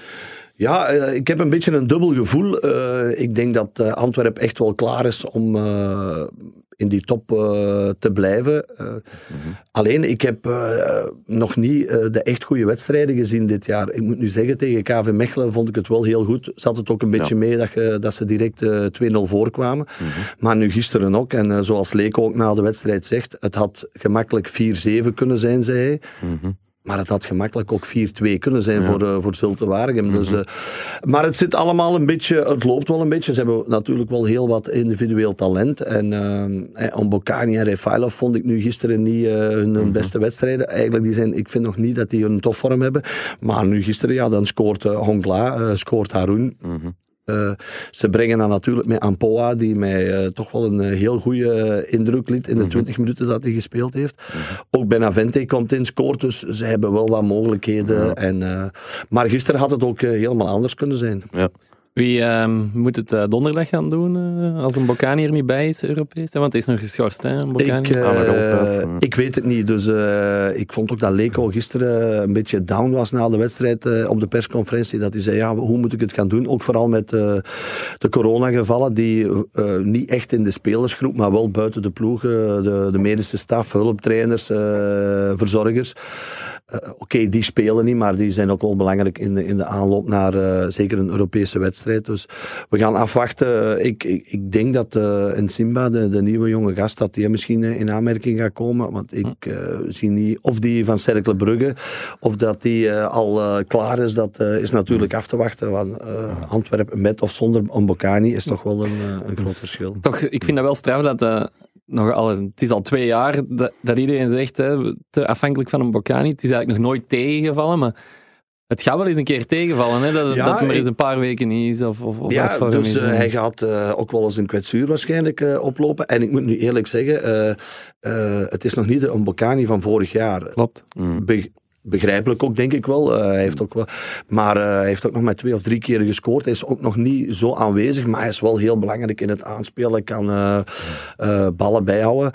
Ja, uh, ik heb een beetje een dubbel gevoel. Uh, ik denk dat uh, Antwerp echt wel klaar is om uh, in die top uh, te blijven. Uh, mm-hmm. Alleen, ik heb uh, nog niet uh, de echt goede wedstrijden gezien dit jaar. Ik moet nu zeggen, tegen K V Mechelen vond ik het wel heel goed. Zat het ook een beetje ja. mee dat, je, dat ze direct uh, twee nul voorkwamen. Mm-hmm. Maar nu gisteren ook. En uh, zoals Leko ook na de wedstrijd zegt, het had gemakkelijk vier zeven kunnen zijn, zei hij. Mm-hmm. Maar het had gemakkelijk ook vier twee kunnen zijn ja. voor, uh, voor Zulte Waregem. Mm-hmm. Dus, uh, maar het zit allemaal een beetje, het loopt wel een beetje. Ze hebben natuurlijk wel heel wat individueel talent. En uh, Mbokani en Refailov vond ik nu gisteren niet uh, hun mm-hmm. beste wedstrijden. Eigenlijk, die zijn, ik vind nog niet dat die een topvorm hebben. Maar nu gisteren, ja, dan scoort uh, Hongla, uh, scoort Haroun. Mm-hmm. Uh, ze brengen dan natuurlijk met Ampoa, die mij uh, toch wel een uh, heel goede uh, indruk liet in de twintig mm-hmm. minuten dat hij gespeeld heeft. Mm-hmm. Ook Benavente komt in, scoort, dus ze hebben wel wat mogelijkheden. Ja. En, uh, maar gisteren had het ook uh, helemaal anders kunnen zijn. Ja. Wie uh, moet het uh, donderdag gaan doen uh, als een Mbokani er niet bij is, Europees? Want hij is nog geschorst, hè, Mbokani? Ik, uh, ik weet het niet. Dus uh, ik vond ook dat Leko gisteren een beetje down was na de wedstrijd uh, op de persconferentie. Dat hij zei, ja, hoe moet ik het gaan doen? Ook vooral met uh, de coronagevallen die uh, niet echt in de spelersgroep, maar wel buiten de ploeg, uh, de, de medische staf, hulptrainers, uh, verzorgers. Uh, Oké, okay, die spelen niet, maar die zijn ook wel belangrijk in de, in de aanloop naar uh, zeker een Europese wedstrijd. Dus we gaan afwachten. Ik, ik, ik denk dat uh, Simba, de, de nieuwe jonge gast, dat die misschien uh, in aanmerking gaat komen. Want ik uh, zie niet of die van Cercle Brugge, of dat die uh, al uh, klaar is. Dat uh, is natuurlijk af te wachten. Want uh, Antwerpen met of zonder Mbokani is toch wel een, uh, een groot verschil. Toch, ik vind dat wel straf dat... Uh... Nog al, het is al twee jaar dat, dat iedereen zegt, hè, te afhankelijk van een Mbokani. Het is eigenlijk nog nooit tegengevallen, maar het gaat wel eens een keer tegenvallen. Hè, dat, ja, dat het maar eens een paar weken niet is. Of, of, of ja, voor dus hem is, uh, hij gaat uh, ook wel eens een kwetsuur waarschijnlijk uh, oplopen. En ik moet nu eerlijk zeggen, uh, uh, het is nog niet de Mbokani van vorig jaar. Klopt. Mm. Be- Begrijpelijk ook, denk ik wel. Uh, hij heeft ook wel maar uh, hij heeft ook nog maar twee of drie keer gescoord. Hij is ook nog niet zo aanwezig, maar hij is wel heel belangrijk in het aanspelen. Hij kan uh, uh, ballen bijhouden.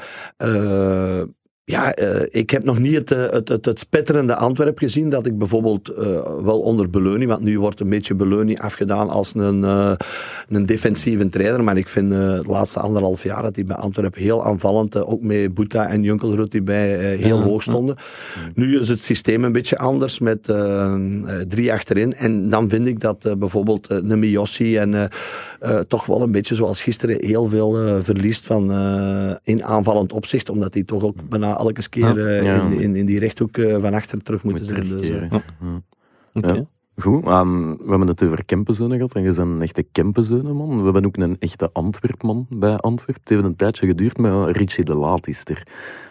Uh, Ja, uh, ik heb nog niet het, het, het, het spetterende Antwerp gezien dat ik bijvoorbeeld uh, wel onder Beleunie, want nu wordt een beetje Beleunie afgedaan als een, uh, een defensieve trainer, maar ik vind uh, het laatste anderhalf jaar dat hij bij Antwerp heel aanvallend, uh, ook met Boeta en Junkelrut die bij uh, heel ja, hoog stonden. Ja. Nu is het systeem een beetje anders met uh, uh, drie achterin en dan vind ik dat uh, bijvoorbeeld uh, Nemiossi en uh, uh, toch wel een beetje zoals gisteren heel veel uh, verliest van uh, in aanvallend opzicht, omdat hij toch ook bijna elke keer uh, ja. in, in, in die rechthoek uh, van achter terug moeten Moet zijn. Dus, uh. ja. Okay. Ja. Goed, um, we hebben het over Kempenzone gehad en je bent een echte Kempenzone man. We hebben ook een echte Antwerpman bij Antwerp. Het heeft een tijdje geduurd, maar Richie de Laat is er.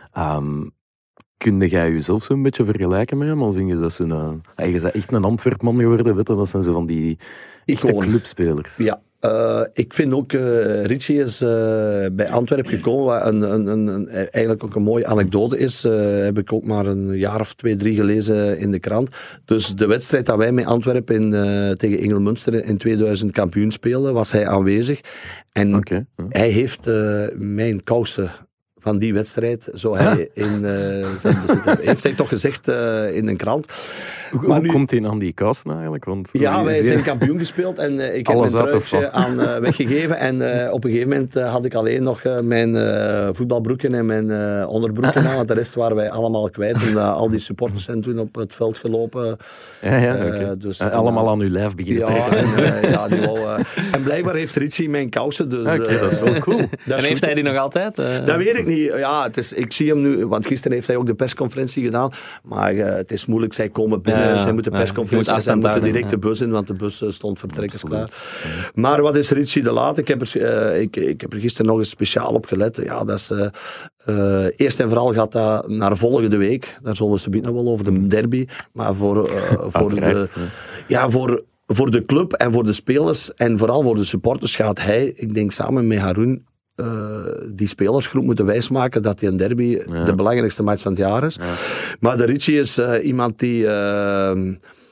Um, kun jij jezelf zo'n beetje vergelijken met hem? Als je dat zo'n, uh, je bent echt een Antwerpman geworden, weet je? Dat zijn zo van die echte Icoon. Clubspelers. Ja. Uh, ik vind ook, uh, Richie is uh, bij Antwerpen gekomen, wat een, een, een, een, eigenlijk ook een mooie anekdote is. Uh, heb ik ook maar een jaar of twee, drie gelezen in de krant. Dus de wedstrijd dat wij met Antwerpen in, uh, tegen Engelmunster in tweeduizend kampioen speelden, was hij aanwezig. En okay, ja. hij heeft uh, mijn kousen van die wedstrijd, zo hij in uh, zijn bezit heeft hij toch gezegd uh, in een krant. Hoe, hoe nu, komt hij aan die kousen eigenlijk? Want, ja, wij zijn kampioen gespeeld en uh, ik heb mijn truitje aan uh, weggegeven en uh, op een gegeven moment uh, had ik alleen nog uh, mijn uh, voetbalbroeken en mijn uh, onderbroeken aan, want de rest waren wij allemaal kwijt en uh, al die supporters zijn toen op het veld gelopen. Ja, ja, uh, okay. dus, uh, allemaal aan uw lijf beginnen ja, en, uh, ja, die wou, uh, en blijkbaar heeft Richie mijn kousen, dus... Oké, okay, uh, dat is wel cool. En heeft hij die nog altijd? Uh, dat weet ik niet. Ja, het is, ik zie hem nu, want gisteren heeft hij ook de persconferentie gedaan, maar uh, het is moeilijk, zij komen binnen, ja, ja, zij moeten persconferentie, ja, zij moeten direct de bus in, want de bus uh, stond vertrekkers klaar. Ja. Maar wat is Richie de Laat? Ik heb er, uh, ik, ik heb er gisteren nog eens speciaal op gelet. Ja, dat is, uh, uh, eerst en vooral gaat dat naar volgende week, daar zullen we het nog wel over de derby, maar voor, uh, voor de... Ja, voor... Voor de club en voor de spelers en vooral voor de supporters gaat hij, ik denk samen met Haroun, uh, die spelersgroep moeten wijsmaken dat die een derby ja. de belangrijkste match van het jaar is. Ja. Maar de Ritchie is uh, iemand die uh,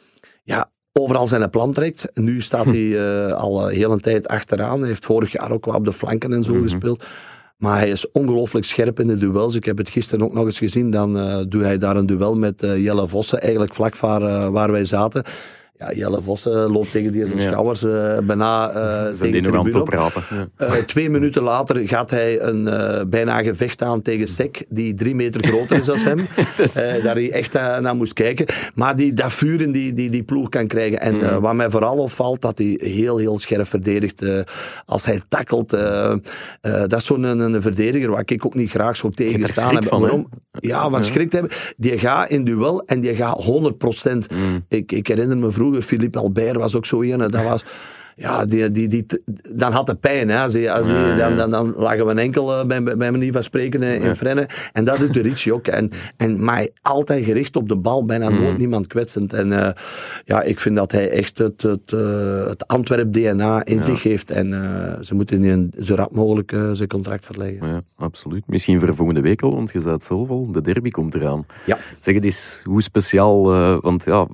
ja, overal zijn plan trekt. Nu staat hij uh, al een hele tijd achteraan. Hij heeft vorig jaar ook wel op de flanken en zo mm-hmm. gespeeld. Maar hij is ongelooflijk scherp in de duels. Ik heb het gisteren ook nog eens gezien. Dan uh, doet hij daar een duel met uh, Jelle Vossen, eigenlijk vlak waar, uh, waar wij zaten. Ja, Jelle Vossen loopt tegen die zijn ja. schouders uh, bijna uh, tegen de tribune op. Ja. Uh, twee minuten later gaat hij een uh, bijna gevecht aan tegen Sek, die drie meter groter is dan hem. dus... uh, daar hij echt uh, naar moest kijken. Maar die, dat vuur in die, die, die ploeg kan krijgen. En uh, wat mij vooral opvalt, dat hij heel, heel scherp verdedigt. Uh, als hij tackelt, uh, uh, dat is zo'n een, een verdediger waar ik ook niet graag zo tegen gestaan heb. Van, Waarom? Ja, wat schrik hebben. Die gaat in duel en die gaat honderd procent. Mm. Ik, ik herinner me vroeger, Philippe Albert was ook zo een. Dat was... Ja, die, die, die, dan had hij pijn. Hè. Als die, als die, ja, ja. Dan, dan, dan lagen we een enkel, uh, bij, bij manier van spreken, uh, in ja. Frenne. En dat doet de Ritchie ook. En, en, maar altijd gericht op de bal, bijna mm. nooit niemand kwetsend. En uh, ja, ik vind dat hij echt het, het, uh, het Antwerp D N A in ja. zich heeft. En uh, ze moeten in zo rap mogelijk uh, zijn contract verleggen. Ja, absoluut. Misschien voor volgende week al, want je zei het zelf al, de derby komt eraan. Ja. Zeg het eens, hoe speciaal, uh, want ja...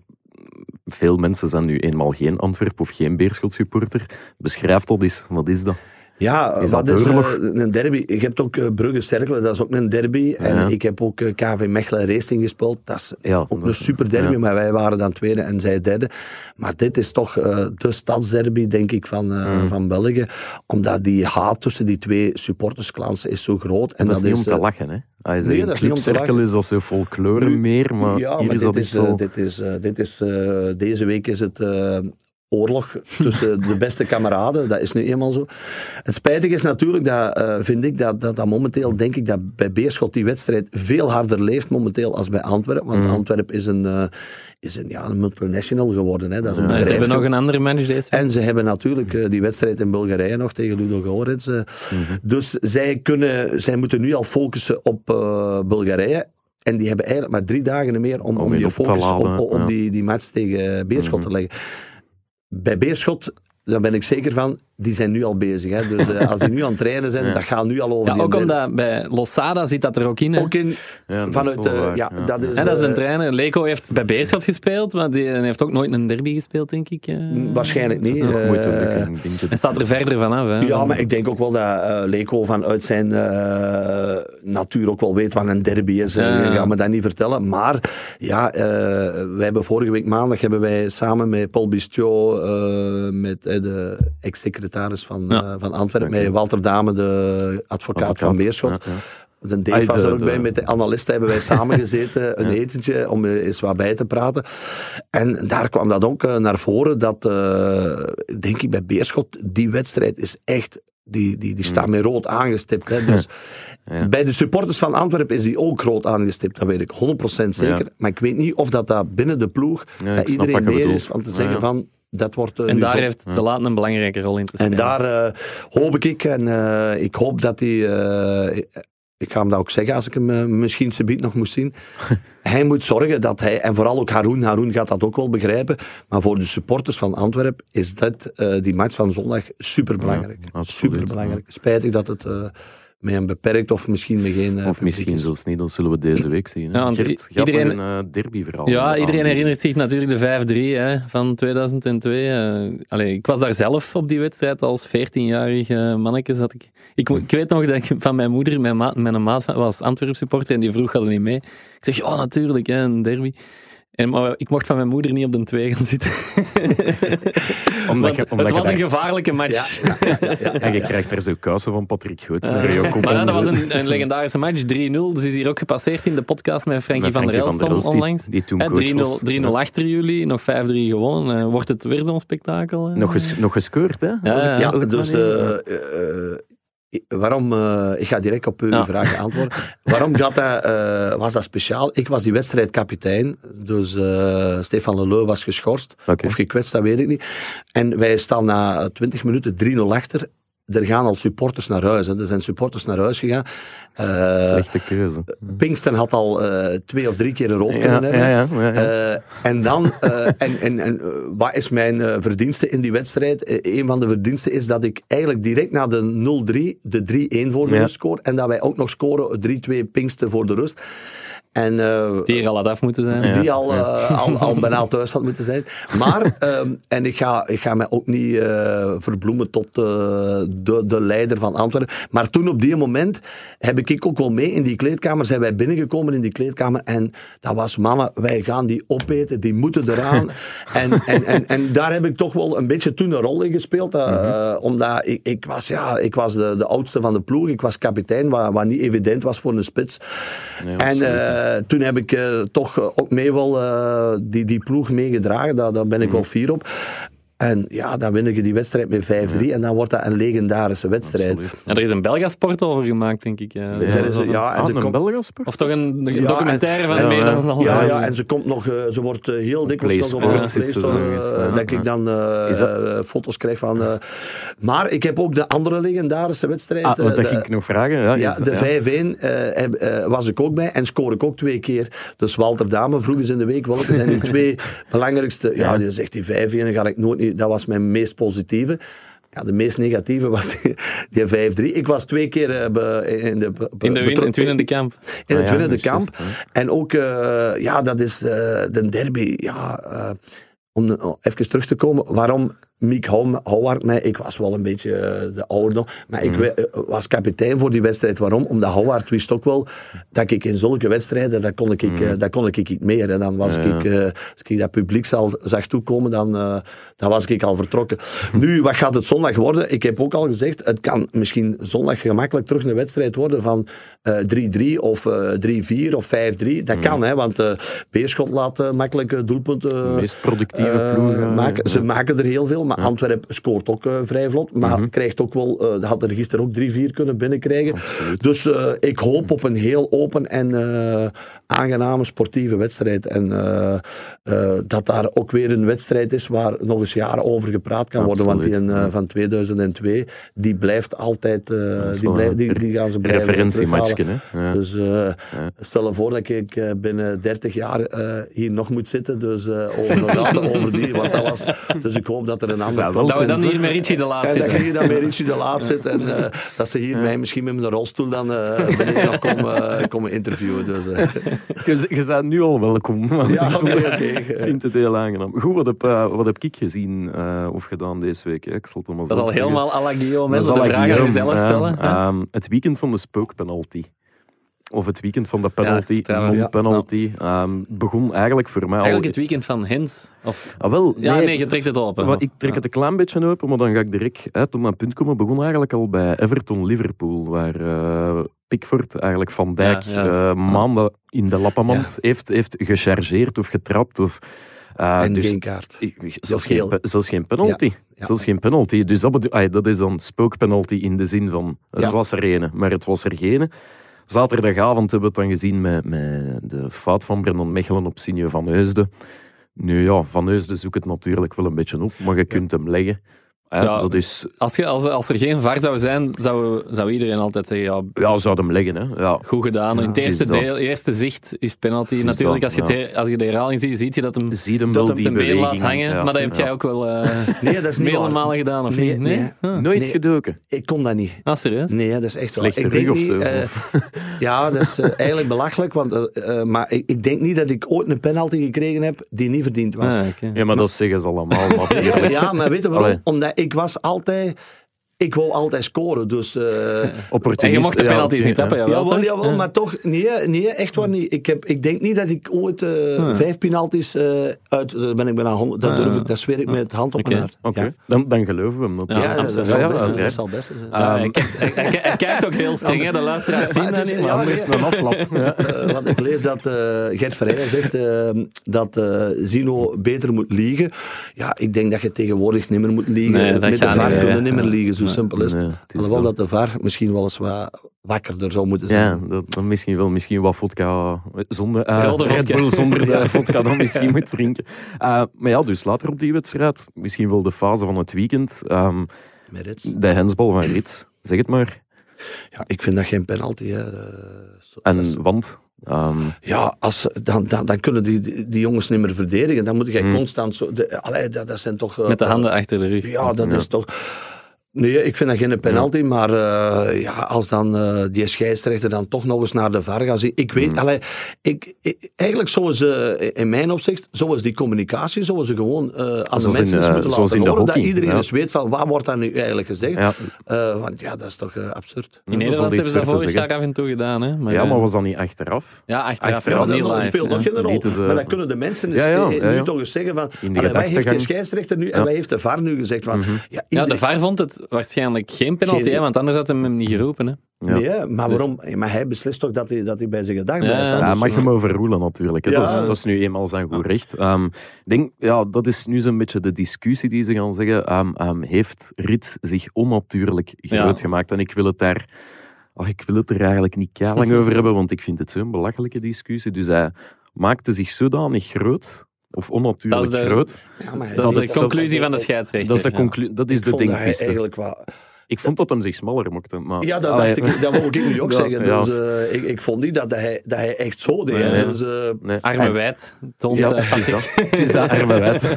Veel mensen zijn nu eenmaal geen Antwerp of geen Beerschot supporter. Beschrijf dat eens. Wat is dat? Ja, is dat dat is uh, een derby. Je hebt ook uh, Brugge-Cercle, dat is ook een derby. Ja. En ik heb ook uh, K V Mechelen Racing gespeeld. Dat is ja, ook dat een super derby, ja. maar wij waren dan tweede en zij derde. Maar dit is toch uh, de stadsderby, denk ik, van, uh, mm. van België. Omdat die haat tussen die twee supportersklans is zo groot. En, en dat, dat is niet is, om te lachen, hè? Als nee, dat is niet om te lachen. Is dat zo folklore meer, maar ja, hier maar is dit dat is, zo... uh, dit is, uh, dit is uh, deze week is het... Uh, oorlog tussen de beste kameraden, dat is nu eenmaal zo. Het spijtige is natuurlijk, dat uh, vind ik, dat, dat, dat momenteel denk ik dat bij Beerschot die wedstrijd veel harder leeft momenteel als bij Antwerpen, want mm. Antwerpen is een, uh, is een, ja, een multinational geworden. Hè. Dat is een ja, ze hebben nog een andere match deze week. En ze hebben natuurlijk uh, die wedstrijd in Bulgarije nog tegen Ludo Goretz. Uh. Mm-hmm. Dus zij, kunnen, zij moeten nu al focussen op uh, Bulgarije. En die hebben eigenlijk maar drie dagen meer om, om, om die focus laden, op, op, op ja. die, die match tegen Beerschot mm-hmm. te leggen. Bij Beerschot, daar ben ik zeker van, die zijn nu al bezig. Hè. Dus uh, als die nu aan het trainen zijn, ja. dat gaat nu al over. Ja, die ook omdat bij Losada zit dat er ook in. Hè? Ook in, ja, vanuit, dat is, uh, ja, ja, ja. dat is, ja, dat is een uh, trainer. Leko heeft bij Beerschot gespeeld, maar die heeft ook nooit een derby gespeeld, denk ik. Uh, waarschijnlijk niet. Uh, uh, Hij staat er verder vanaf. Hè, ja, maar ik denk ook wel dat uh, Leko vanuit zijn uh, natuur ook wel weet wat een derby is. Ja. Ik ga me dat niet vertellen. Maar ja, uh, wij hebben vorige week maandag hebben wij samen met Paul Bistiot, uh, met uh, de ex-secretaris van, ja. uh, van Antwerpen, okay. met Walter Dame, de advocaat, advocaat. van Beerschot. Ja, ja. De Dave was er ook de, bij, met de analisten hebben wij samengezeten, een ja. etentje, om eens wat bij te praten. En daar kwam dat ook uh, naar voren, dat, uh, denk ik, bij Beerschot, die wedstrijd is echt, die, die, die staat met rood aangestipt. Hè. Dus ja. bij de supporters van Antwerpen is die ook rood aangestipt, dat weet ik honderd procent zeker. Ja. Maar ik weet niet of dat, dat binnen de ploeg, ja, dat iedereen meer is om te zeggen ja. van... Dat wordt, uh, en daar zo. heeft De Laat een belangrijke rol in te spelen. En daar uh, hoop ik, en uh, ik hoop dat hij, uh, ik ga hem dat ook zeggen als ik hem uh, misschien subiet nog moest zien, hij moet zorgen dat hij, en vooral ook Haroun, Haroun gaat dat ook wel begrijpen, maar voor de supporters van Antwerpen is dat, uh, die match van zondag superbelangrijk. Ja, superbelangrijk. Ja. Spijtig dat het... Uh, met een beperkt of misschien met geen... Uh, of misschien zelfs niet, dat zullen we deze week zien. Ja, Gert, iedereen, een uh, derby-verhaal. Ja, iedereen herinnert zich natuurlijk de vijf drie hè, van tweeduizend twee. Uh, allee, ik was daar zelf op die wedstrijd als veertienjarig uh, manneke. Zat ik, ik, ik weet nog dat ik van mijn moeder, mijn, ma, mijn maat was Antwerp-supporter en die vroeg al niet mee. Ik zeg, ja natuurlijk, hè, een derby. En, maar ik mocht van mijn moeder niet op de twee gaan zitten. omdat je, omdat het was een gevaarlijke match. Ja, ja, ja, ja, ja, en je krijgt er zo kousen van Patrick Goots. Uh, maar ja, dat was een, een legendarische match. drie nul. Dus is hier ook gepasseerd in de podcast met Frankie van der Elst onlangs. Die, die toen coach drie nul achter jullie, nog vijf drie gewonnen. Uh, wordt het weer zo'n spektakel? Uh? Nog, ges, nog gescoord, hè? Ja, ja, ja, dus... Uh, uh, Waarom, uh, ik ga direct op uw ja. vraag antwoorden. Waarom dat, uh, was dat speciaal? Ik was die wedstrijdkapitein, dus uh, Stefan Leleu was geschorst, okay. of gekwetst, dat weet ik niet. En wij staan na twintig minuten drie nul achter. er gaan al supporters naar huis. Hè. Er zijn supporters naar huis gegaan. Uh, Slechte keuze. Pinksteren had al uh, twee of drie keer een rood ja, kunnen hebben. Ja, ja, ja, ja. Uh, en dan, uh, en, en, en uh, wat is mijn uh, verdienste in die wedstrijd? Uh, een van de verdiensten is dat ik eigenlijk direct na de nul drie de drie-een voor de ja. rust scoor. En dat wij ook nog scoren drie-twee Pinkster voor de rust. En, uh, die er al had af moeten zijn. Die ja. al, uh, al, al bijna thuis had moeten zijn. Maar, um, en ik ga, ik ga mij ook niet uh, verbloemen tot uh, de, de leider van Antwerpen. Maar toen op die moment heb ik ook wel mee in die kleedkamer. Zijn wij binnengekomen in die kleedkamer. En dat was, mannen, wij gaan die opeten. Die moeten eraan. en, en, en, en daar heb ik toch wel een beetje toen een rol in gespeeld. Uh, mm-hmm. Omdat ik, ik was, ja, ik was de, de oudste van de ploeg. Ik was kapitein, wat, wat niet evident was voor een spits. Nee, en uh, Uh, toen heb ik uh, toch ook mee wel uh, die, die ploeg meegedragen. Daar, daar ben ik mm. wel fier op. En ja, dan win je die wedstrijd met vijf drie ja. en dan wordt dat een legendarische wedstrijd. En er is een Belgasport over gemaakt, denk ik. Ja, ja, is, ja en ah, ze een komt, Belgasport? Of toch een, een ja, documentaire en, van meer dan een half Ja, ja, en ze komt nog, uh, ze wordt uh, heel dikwijls nog op de Play Store, uh, ja, dat ja. ik dan uh, uh, foto's krijg van. Uh, maar ik heb ook de andere legendarische wedstrijd. Ah, uh, dat ging ik nog vragen. Ja, ja, de ja. vijf-een uh, heb, uh, was ik ook bij en scoor ik ook twee keer. Dus Walter Dame vroeg eens in de week, welke zijn die twee belangrijkste? Ja, die zegt die vijf-een, ga ik nooit niet. Dat was mijn meest positieve. Ja, de meest negatieve was die, die vijf drie. Ik was twee keer uh, be, in de... Be, in de win, in het winnende kamp. In het ah, ja, winnende kamp. Just, en ook, uh, ja, dat is uh, de derby. Ja, uh, om uh, even terug te komen. Waarom Mick Howard mij... Ik was wel een beetje uh, de ouder nog. Maar ik mm. uh, was kapitein voor die wedstrijd. Waarom? Omdat Howard wist ook wel dat ik in zulke wedstrijden... Dat kon ik, mm. uh, dat kon ik niet meer. En dan was ja. ik... Uh, als ik dat publiek zal, zag toekomen, dan, uh, dan was ik al vertrokken. Nu, wat gaat het zondag worden? Ik heb ook al gezegd, het kan misschien zondag gemakkelijk terug een wedstrijd worden van uh, drie drie of uh, drie vier of vijf drie. Dat mm. kan, hè. Want uh, Beerschot laat uh, makkelijke doelpunten... Uh, de meest productieve uh, ploeg. Uh, maken. Ja. Ze maken er heel veel. Maar ja. Antwerpen scoort ook uh, vrij vlot. Maar mm-hmm. krijgt ook wel... Uh, had er gisteren ook drie vier kunnen binnenkrijgen. Absoluut. Dus uh, ik hoop op een heel open en uh, aangename sportieve wedstrijd. En uh, uh, dat daar ook weer een wedstrijd is waar nog eens jaren over gepraat kan worden. Absoluut. Want die uh, van tweeduizend twee, die blijft altijd... Uh, die, blijf, die, die gaan ze blijven referentiematchje, hè? Ja. Dus uh, ja. stel je voor dat ik uh, binnen dertig jaar uh, hier nog moet zitten. Dus uh, over, over die... Want dat was, dus ik hoop dat er een ander... Dat we dan hier met Richie de Laat zitten. En dat je dan met Richie de Laat zit. En uh, dat ze hier ja. mij misschien met mijn rolstoel dan uh, beneden nog komen, uh, komen interviewen. Dus, uh. je, je bent nu al welkom. Ja, oké. Okay, okay. Ik vind het heel aangenaam. Goed, wat heb, uh, wat heb ik gezien uh, of gedaan deze week? Hè? Ik zal het maar dat is al zeggen. helemaal à la Guillaume. Mensen de vragen aan jezelf stellen. Ja, um, het weekend van de spookpenalty. Of het weekend van de penalty, ja, non-penalty, ja. um, begon eigenlijk voor mij eigenlijk al... het weekend van Hens? Of... Ah, wel, nee, ja, nee, je trekt het open. Wel, ik trek ja. het een klein beetje open, maar dan ga ik direct uit op mijn punt komen. begon eigenlijk al bij Everton-Liverpool, waar uh, Pickford eigenlijk Van Dijk ja, uh, maanden in de lappenmand ja. heeft, heeft gechargeerd of getrapt. Of, uh, en dus, geen kaart. Zelfs geen, zelfs geen penalty. Ja. Ja. Zelfs geen penalty. Dus dat, bedoel, ay, dat is dan spookpenalty in de zin van, het ja. was er ene, maar het was er gene. Zaterdagavond hebben we het dan gezien met, met de fout van Brendan Mechelen op Sinjo van Heusden. Nu ja, Van Heusden zoekt het natuurlijk wel een beetje op, maar je kunt hem leggen. Ja, ja, dat is... als, je, als, als er geen V A R zou zijn, zou, zou iedereen altijd zeggen... Ja, ja zou hem leggen. Hè. Ja. Goed gedaan. Ja, in het eerste, deel, eerste zicht is het penalty. Het Natuurlijk, dat, als, je ja. te, als je de herhaling ziet, ziet je dat hem, Ziet hem, dat wel hem zijn been laat hangen. Ja. Maar dat heb ja. jij ook wel uh, nee, dat is meerdere malen gedaan, of nee, niet? Nee? nee. Huh. Nooit nee. gedoken? Ik kon dat niet. Ah, serieus? Nee, dat is echt zo. Slechte rug of zo? Uh, ja, dat is uh, eigenlijk belachelijk. Want, uh, uh, maar ik, ik denk niet dat ik ooit een penalty gekregen heb die niet verdiend was. Ah, okay. Ja, maar dat zeggen ze allemaal natuurlijk. Ja, maar weet je wel, omdat ik was altijd... Ik wou altijd scoren, dus... Uh, en je mocht de penalties ja, niet hebben, ja, jawel, jawel, jawel, maar toch, nee, nee, echt waar niet. Ik, heb, ik denk niet dat ik ooit uh, hmm. vijf penalties uh, uit... Uh, ben ik bijna honderd, dat, durf ik, dat zweer ik met het hand op okay. mijn hart. Okay. Ja. Dan, dan geloven we hem natuurlijk. Ja, ja, dat, ja, ja, ja, dat zal best zijn. Ja, um, hij kijkt ook heel streng, hè, de luisteraars zien dat niet, maar anders een aflap. Want ik lees dat uh, Gert Verheyen zegt uh, dat uh, Zino beter moet liegen. Ja, ik denk dat je tegenwoordig niet meer moet liegen. Nee, met de V A R kun je niet meer liegen, zo simpel is het. Alhoewel dat de V A R misschien wel eens wat wakkerder zou moeten zijn. Ja, dat, dat misschien wel misschien wat vodka zonder, uh, Red vodka. Bull zonder de vodka dan misschien ja. moet drinken. Uh, maar ja, dus later op die wedstrijd, misschien wel de fase van het weekend, um, Met Rits. De hensbal van Rits, zeg het maar. Ja, ik vind dat geen penalty. Hè. En is... want? Um... Ja, als, dan, dan, dan kunnen die, die, die jongens niet meer verdedigen. Dan moet jij hmm. constant zo... De, allee, dat, dat zijn toch... Uh, Met de handen uh, achter de rug. Ja, dat ja. is toch... Nee, ik vind dat geen penalty, ja. maar uh, ja, als dan uh, die scheidsrechter dan toch nog eens naar de V A R gaat zien. Ik weet, mm. allee, ik, ik, eigenlijk zoals uh, in mijn opzicht, zoals die communicatie, zoals ze gewoon uh, aan zoals de mensen in, uh, moeten laten horen, hockey, dat iedereen ja. eens weet van, wat wordt daar nu eigenlijk gezegd. Ja. Uh, want ja, dat is toch uh, absurd. In Nederland hebben ze dat vorig jaar af en toe gedaan. Hè? Maar, ja, maar was dat niet achteraf? Ja, achteraf. achteraf ja, dat speelt nog geen rol. Dus, uh, maar dan kunnen de mensen eens, ja, ja, ja, ja. nu toch eens zeggen van, allee, wij heeft de scheidsrechter nu en wij heeft de V A R nu gezegd. Van, mm-hmm. ja, ja, de V A R vond het waarschijnlijk geen penalty, geen... hè, want anders had hij hem niet geroepen. Hè. Ja. Nee, maar dus... waarom? Maar hij beslist toch dat hij, dat hij bij zijn gedacht blijft. Ja, ja, mag je hem overroelen natuurlijk. Hè. Ja. Dat, is, dat is nu eenmaal zijn goed recht. Um, ik denk, ja, dat is nu zo'n beetje de discussie die ze gaan zeggen. Um, um, heeft Rits zich onnatuurlijk groot ja. gemaakt? En ik wil het daar... Oh, ik wil het er eigenlijk niet keilang over hebben, want ik vind het zo'n belachelijke discussie. Dus hij maakte zich zodanig groot... Of onnatuurlijk dat is de, groot. Ja, dat, dat is de conclusie zelfs, van de scheidsrechter. Dat is de, conclu- ja. dat is de denkpiste. Eigenlijk wel... Ik vond dat hem zich smaller mocht. Maar... Ja, dat, dacht ik, dat wou ik nu ook ja, zeggen. Dus, ja. uh, ik, ik vond niet dat hij, dat hij echt zo deed. Nee, dus, uh, nee. Arme wijd. Ja, het is dat. Het is dat, arme wijd.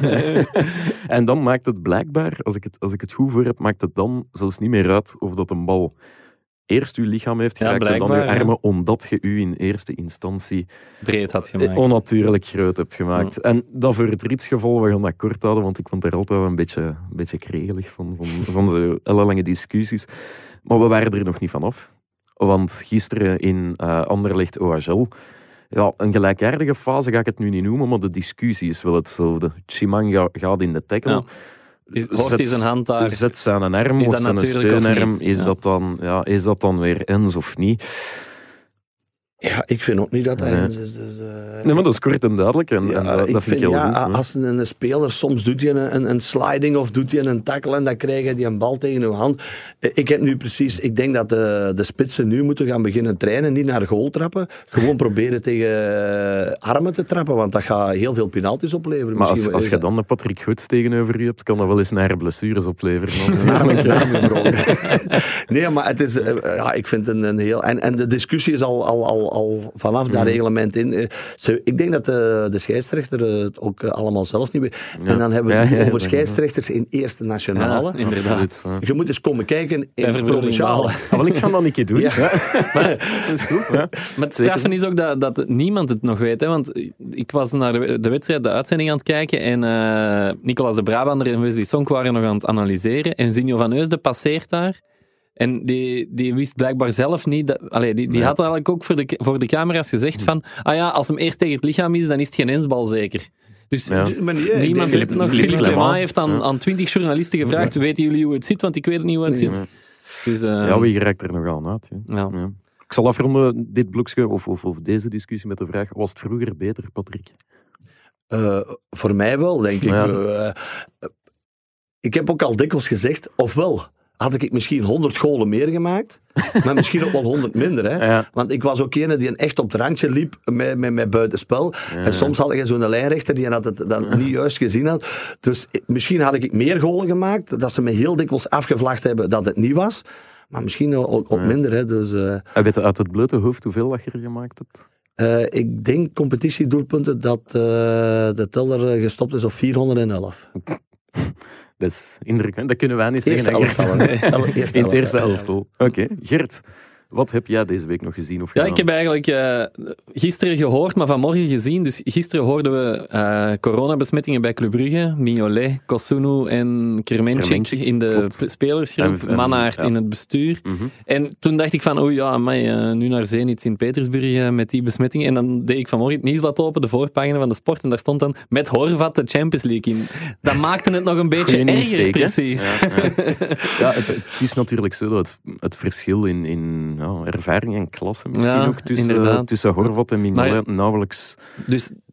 En dan maakt het blijkbaar, als ik het, als ik het goed voor heb, maakt het dan zelfs niet meer uit of dat een bal eerst uw lichaam heeft geraakt ja, en dan uw armen, ja. omdat je u in eerste instantie breed had gemaakt. Onnatuurlijk groot hebt gemaakt. Ja. En dat voor het Ritsgeval, we gaan dat kort houden, want ik vond er altijd wel een beetje, een beetje kregelig van, van, van zo'n ellenlange discussies. Maar we waren er nog niet vanaf. Want gisteren in uh, Anderlecht O H L, ja, een gelijkaardige fase ga ik het nu niet noemen, maar de discussie is wel hetzelfde. Chimanga gaat in de tackle. Ja. Is, hoort hij zijn hand daar? Zet zijn arm of zijn steunarm. Is, ja. dat dan, ja, is dat dan weer eens of niet? Ja, ik vind ook niet dat hij nee. eens is. Dus, uh, nee, maar dat is kort en duidelijk. En, ja, en dat, ik dat vind, vind ik heel ja, goed. Als een, een speler, soms doet hij een, een, een sliding of doet hij een tackle en dan krijg je die een bal tegen je hand. Ik heb nu precies, ik denk dat de, de spitsen nu moeten gaan beginnen trainen, niet naar goal trappen. Gewoon proberen tegen armen te trappen, want dat gaat heel veel penalties opleveren. Maar als, als je dan de Patrick Goots tegenover je hebt, kan dat wel eens naar blessures opleveren. Nee, maar het is, uh, ja, ik vind een, een heel... En, en de discussie is al, al, al, al vanaf dat reglement in. Uh, so, ik denk dat de, de scheidsrechter het ook uh, allemaal zelf niet weet. Ja. En dan hebben we het ja, ja, over scheidsrechters in eerste nationale. Ja, inderdaad. Ja. Je moet eens komen kijken in de provinciale. Ah, wel, ik ga dat een keer doen. Ja. Ja. Maar, dat is goed. Ja. Maar het straffen is ook dat, dat niemand het nog weet. Hè? Want ik was naar de, de wedstrijd, de uitzending aan het kijken en uh, Nicolas de Brabander en Wesley Sonk waren nog aan het analyseren en Zinho van Heusden passeert daar. En die, die wist blijkbaar zelf niet... Dat, allee, die die ja. had eigenlijk ook voor de, voor de camera's gezegd van... Ah ja, als hem eerst tegen het lichaam is, dan is het geen hensbal zeker. Dus ja. maar nee, niemand weet het nog. Philippe Clement heeft aan, ja. aan twintig journalisten gevraagd... Ja. Weten jullie hoe het zit? Want ik weet niet hoe het nee, zit. Ja, dus, uh, ja wie raakt er nog aan uit? Ja. Ja. Ja. Ik zal afronden, dit blokje, of, of, of deze discussie met de vraag... Was het vroeger beter, Patrick? Uh, voor mij wel, denk ja. ik. Uh, uh, ik heb ook al dikwijls gezegd, ofwel... had ik misschien honderd golen meer gemaakt, maar misschien ook wel honderd minder. Hè? Ja. Want ik was ook een die een echt op het randje liep met, met, met buitenspel. Ja. En soms had ik zo'n lijnrechter die had het dan niet juist gezien had. Dus misschien had ik meer golen gemaakt, dat ze me heel dikwijls afgevlacht hebben dat het niet was. Maar misschien ook, ook minder. Hè? Dus, uh, en weet je uit het blote hoofd hoeveel dat je er gemaakt hebt? Uh, ik denk competitiedoelpunten dat uh, de teller gestopt is op vierhonderdelf. Dat is indrukwekkend. Dat kunnen wij niet eerste zeggen. Elftal, nee. Eerste in het eerste elftal. Oké, okay. Gert. Wat heb jij deze week nog gezien? Of ja, ik heb eigenlijk uh, gisteren gehoord, maar vanmorgen gezien. Dus gisteren hoorden we uh, coronabesmettingen bij Club Brugge. Mignolet, Kosunu en Kermenčík in de Klopt. spelersgroep. Mannaert ja. in het bestuur. Mm-hmm. En toen dacht ik van, oei ja, amai, uh, nu naar Zenit Sint-Petersburg uh, met die besmettingen. En dan deed ik vanmorgen het nieuwsblad open, de voorpagina van de sport. En daar stond dan met Horvat de Champions League in. Dat maakte het nog een beetje erger, insteek, precies. Ja, ja. ja het, het is natuurlijk zo dat het, het verschil in... in ja, ervaring en klasse misschien ja, ook tussen, tussen Horvat en Mignolet nauwelijks... Dus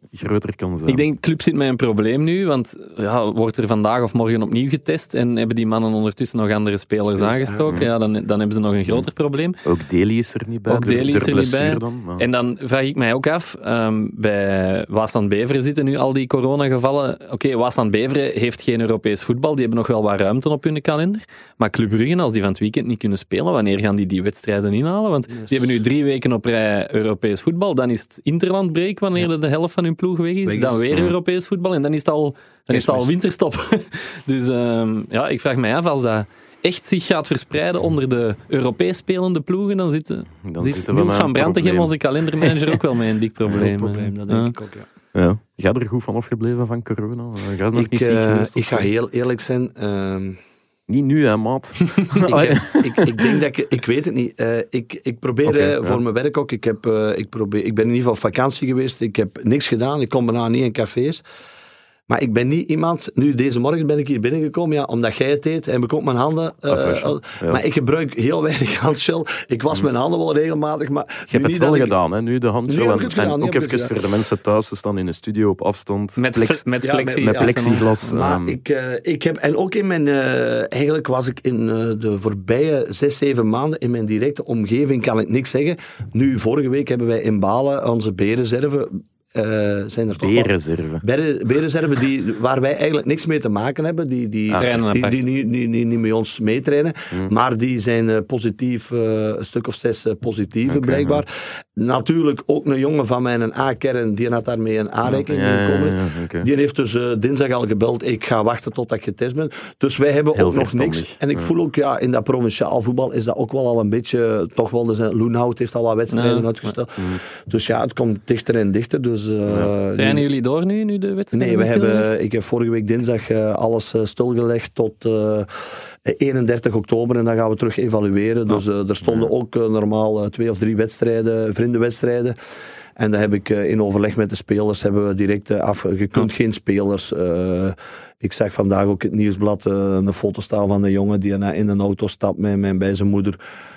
groter kan zijn. Ik denk, de club zit met een probleem nu, want ja, wordt er vandaag of morgen opnieuw getest en hebben die mannen ondertussen nog andere spelers aangestoken, ja, dan, dan hebben ze nog een groter probleem. Ook Dely is er niet bij. Ook Dely is er niet bij. Dan, maar... En dan vraag ik mij ook af, um, bij Waasland Beveren zitten nu al die coronagevallen. Oké, okay, Waasland Beveren heeft geen Europees voetbal, die hebben nog wel wat ruimte op hun kalender. Maar Club Brugge, als die van het weekend niet kunnen spelen, wanneer gaan die die wedstrijden inhalen? Want yes. die hebben nu drie weken op rij Europees voetbal, dan is het interlandbreak wanneer ja. de helft van hun ploeg weg is, weg is. Dan weer ja. Europees voetbal en dan is het al, dan is het al winterstop. Dus um, ja, ik vraag mij af, als dat echt zich gaat verspreiden onder de Europees spelende ploegen, dan zit, dan zit Niels van Brantegem, onze kalendermanager, ook wel met een dik probleem. Een probleem, dat denk ja. ik ook, ja. ja. Ga er goed van afgebleven van corona? Ga je nog ik, niet ziek uh, geweest? Ik ga heel eerlijk zijn... Uh, Niet nu, hè, maat. ik, heb, ik, ik denk dat ik... Ik weet het niet. Uh, ik, ik probeer okay, uh, voor ja. mijn werk ook... Ik, heb, uh, ik, probeer, ik ben in ieder geval op vakantie geweest. Ik heb niks gedaan. Ik kom bijna niet in cafés. Maar ik ben niet iemand... Nu, deze morgen ben ik hier binnengekomen, ja, omdat jij het deed. En ik ook mijn handen... Uh, ah, ja. Maar ik gebruik heel weinig handgel. Ik was mijn handen wel regelmatig, maar... Je hebt het wel gedaan, hè? Nu de handgel. En, en, en ook even voor de mensen thuis. We staan in een studio op afstand. Met, plex, met, ja, plexi, met, met plexiglas. Ja, maar um, ik, uh, ik heb... En ook in mijn... Uh, eigenlijk was ik in uh, de voorbije zes, zeven maanden in mijn directe omgeving, kan ik niks zeggen. Nu, vorige week hebben wij in Balen onze B-reserve... Uh, zijn er toch B-reserve. B-reserve die, waar wij eigenlijk niks mee te maken hebben, die, die, ah, die, die, die, die, die niet met ons meetrainen, hmm. maar die zijn uh, positief, uh, een stuk of zes uh, positieve okay, blijkbaar. Ja. Natuurlijk ook een jongen van mijn A-kern, die had daarmee een aanrekening ja, gekomen. Ja, ja, ja, okay. Die heeft dus uh, dinsdag al gebeld, ik ga wachten tot ik getest ben. Dus wij hebben Heel ook nog niks. En ik ja. voel ook, ja, in dat provinciaal voetbal is dat ook wel al een beetje, toch wel, dus, Loenhout heeft al wat wedstrijden ja. uitgesteld. Ja. Dus ja, het komt dichter en dichter. Dus, uh, ja. Trainen nu, jullie door nu, nu de wedstrijd? Nee, we hebben, ik heb vorige week dinsdag uh, alles uh, stilgelegd tot uh, eenendertig oktober en dan gaan we terug evalueren. Ja. Dus uh, er stonden ja. ook uh, normaal uh, twee of drie wedstrijden, vriendenwedstrijden. En dan heb ik uh, in overleg met de spelers hebben we direct uh, af. Je kunt ja. geen spelers. Uh, ik zag vandaag ook het nieuwsblad uh, een foto staan van een jongen die in een auto stapt met, met bij zijn moeder.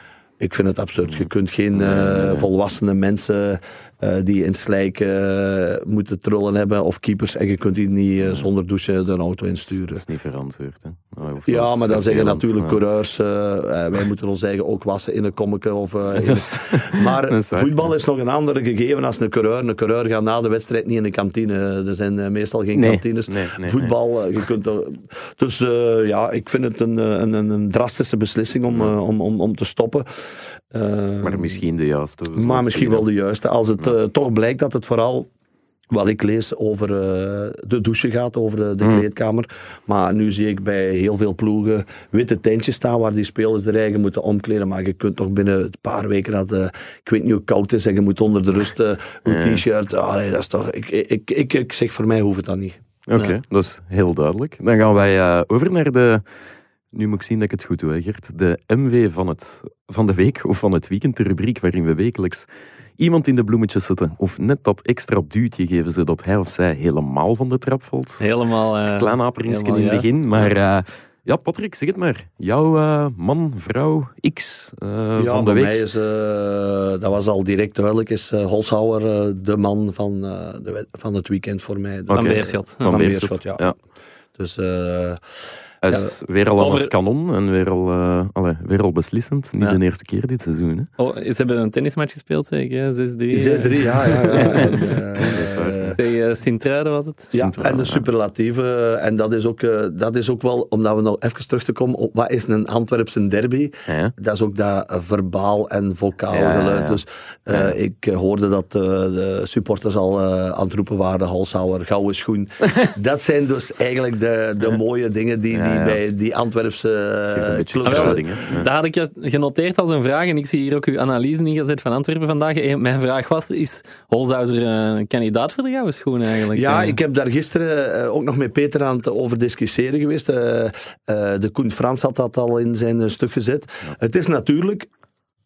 Ik vind het absurd. Je kunt geen uh, volwassene mensen uh, die in Slijk uh, moeten trullen hebben of keepers en je kunt die niet uh, zonder douchen de auto insturen. Dat is niet verantwoord, hè? Of ja, maar dan zeggen natuurlijk coureurs, uh, uh, wij moeten ons eigen ook wassen in een kommetje. Of, uh, in een... Maar is voetbal is nog een andere gegeven als een coureur. Een coureur gaat na de wedstrijd niet in de kantine. Er zijn uh, meestal geen nee, kantines. Nee, nee, voetbal, uh, je kunt er... Dus uh, ja, ik vind het een, een, een drastische beslissing om, uh, om, om, om te stoppen. Uh, maar misschien de juiste. Maar misschien wel de juiste. Als het uh, toch blijkt dat het vooral, wat ik lees, over uh, de douche gaat, over de, de mm. kleedkamer. Maar nu zie ik bij heel veel ploegen witte tentjes staan waar die spelers er eigen moeten omkleden. Maar je kunt toch binnen een paar weken, dat, uh, ik weet niet hoe koud het is, en je moet onder de rust uh, een ja. t-shirt. Ah, nee, dat is toch, ik, ik, ik, ik zeg, voor mij hoeft het dan niet. Oké, okay, ja. dat is heel duidelijk. Dan gaan wij uh, over naar de... Nu moet ik zien dat ik het goed doe, Gert. De M V van, het, van de week of van het weekend, de rubriek waarin we wekelijks iemand in de bloemetjes zetten of net dat extra duwtje geven zodat hij of zij helemaal van de trap valt. Helemaal. Uh, Klein aperingsje in het begin, maar uh, ja, Patrick, zeg het maar. Jouw uh, man, vrouw, X uh, ja, van de week. Ja, bij mij is, uh, dat was al direct duidelijk, is uh, Holshouwer uh, de man van, uh, de, van het weekend voor mij. Okay. Van Beerschot. Van, van Beerschot, ja. ja. Dus... Uh, Hij is ja, weer al aan over... het kanon en weer al, uh, allee, weer al beslissend. Niet ja. de eerste keer dit seizoen. Hè. Oh, ze hebben een tennismatch gespeeld, zeker? zes drie. zes drie, ja. ja, ja. en, uh, dat is waar. Ja. Tegen Sint-Truiden was het? Ja, en de superlatieve. En dat is, ook, uh, dat is ook wel, omdat we nog even terug te komen op wat is een Antwerpse derby. Ja. Dat is ook dat uh, verbaal en vocaal ja, geluid. ja. Dus uh, ja. ik uh, hoorde dat uh, de supporters al uh, aan het roepen waren, Holshouwer, gouden schoen. Dat zijn dus eigenlijk de, de ja. mooie dingen die, die ja, ja. bij die Antwerpse uh, clubs... Ah, dingen. Ja. Dat had ik genoteerd als een vraag en ik zie hier ook uw analyse ingezet van Antwerpen vandaag. Mijn vraag was, is Holshouwer een kandidaat voor de gouden schoen eigenlijk? Ja, ik heb daar gisteren uh, ook nog met Peter aan het over discussiëren geweest. Uh, uh, de Koen Frans had dat al in zijn uh, stuk gezet. Ja. Het is natuurlijk...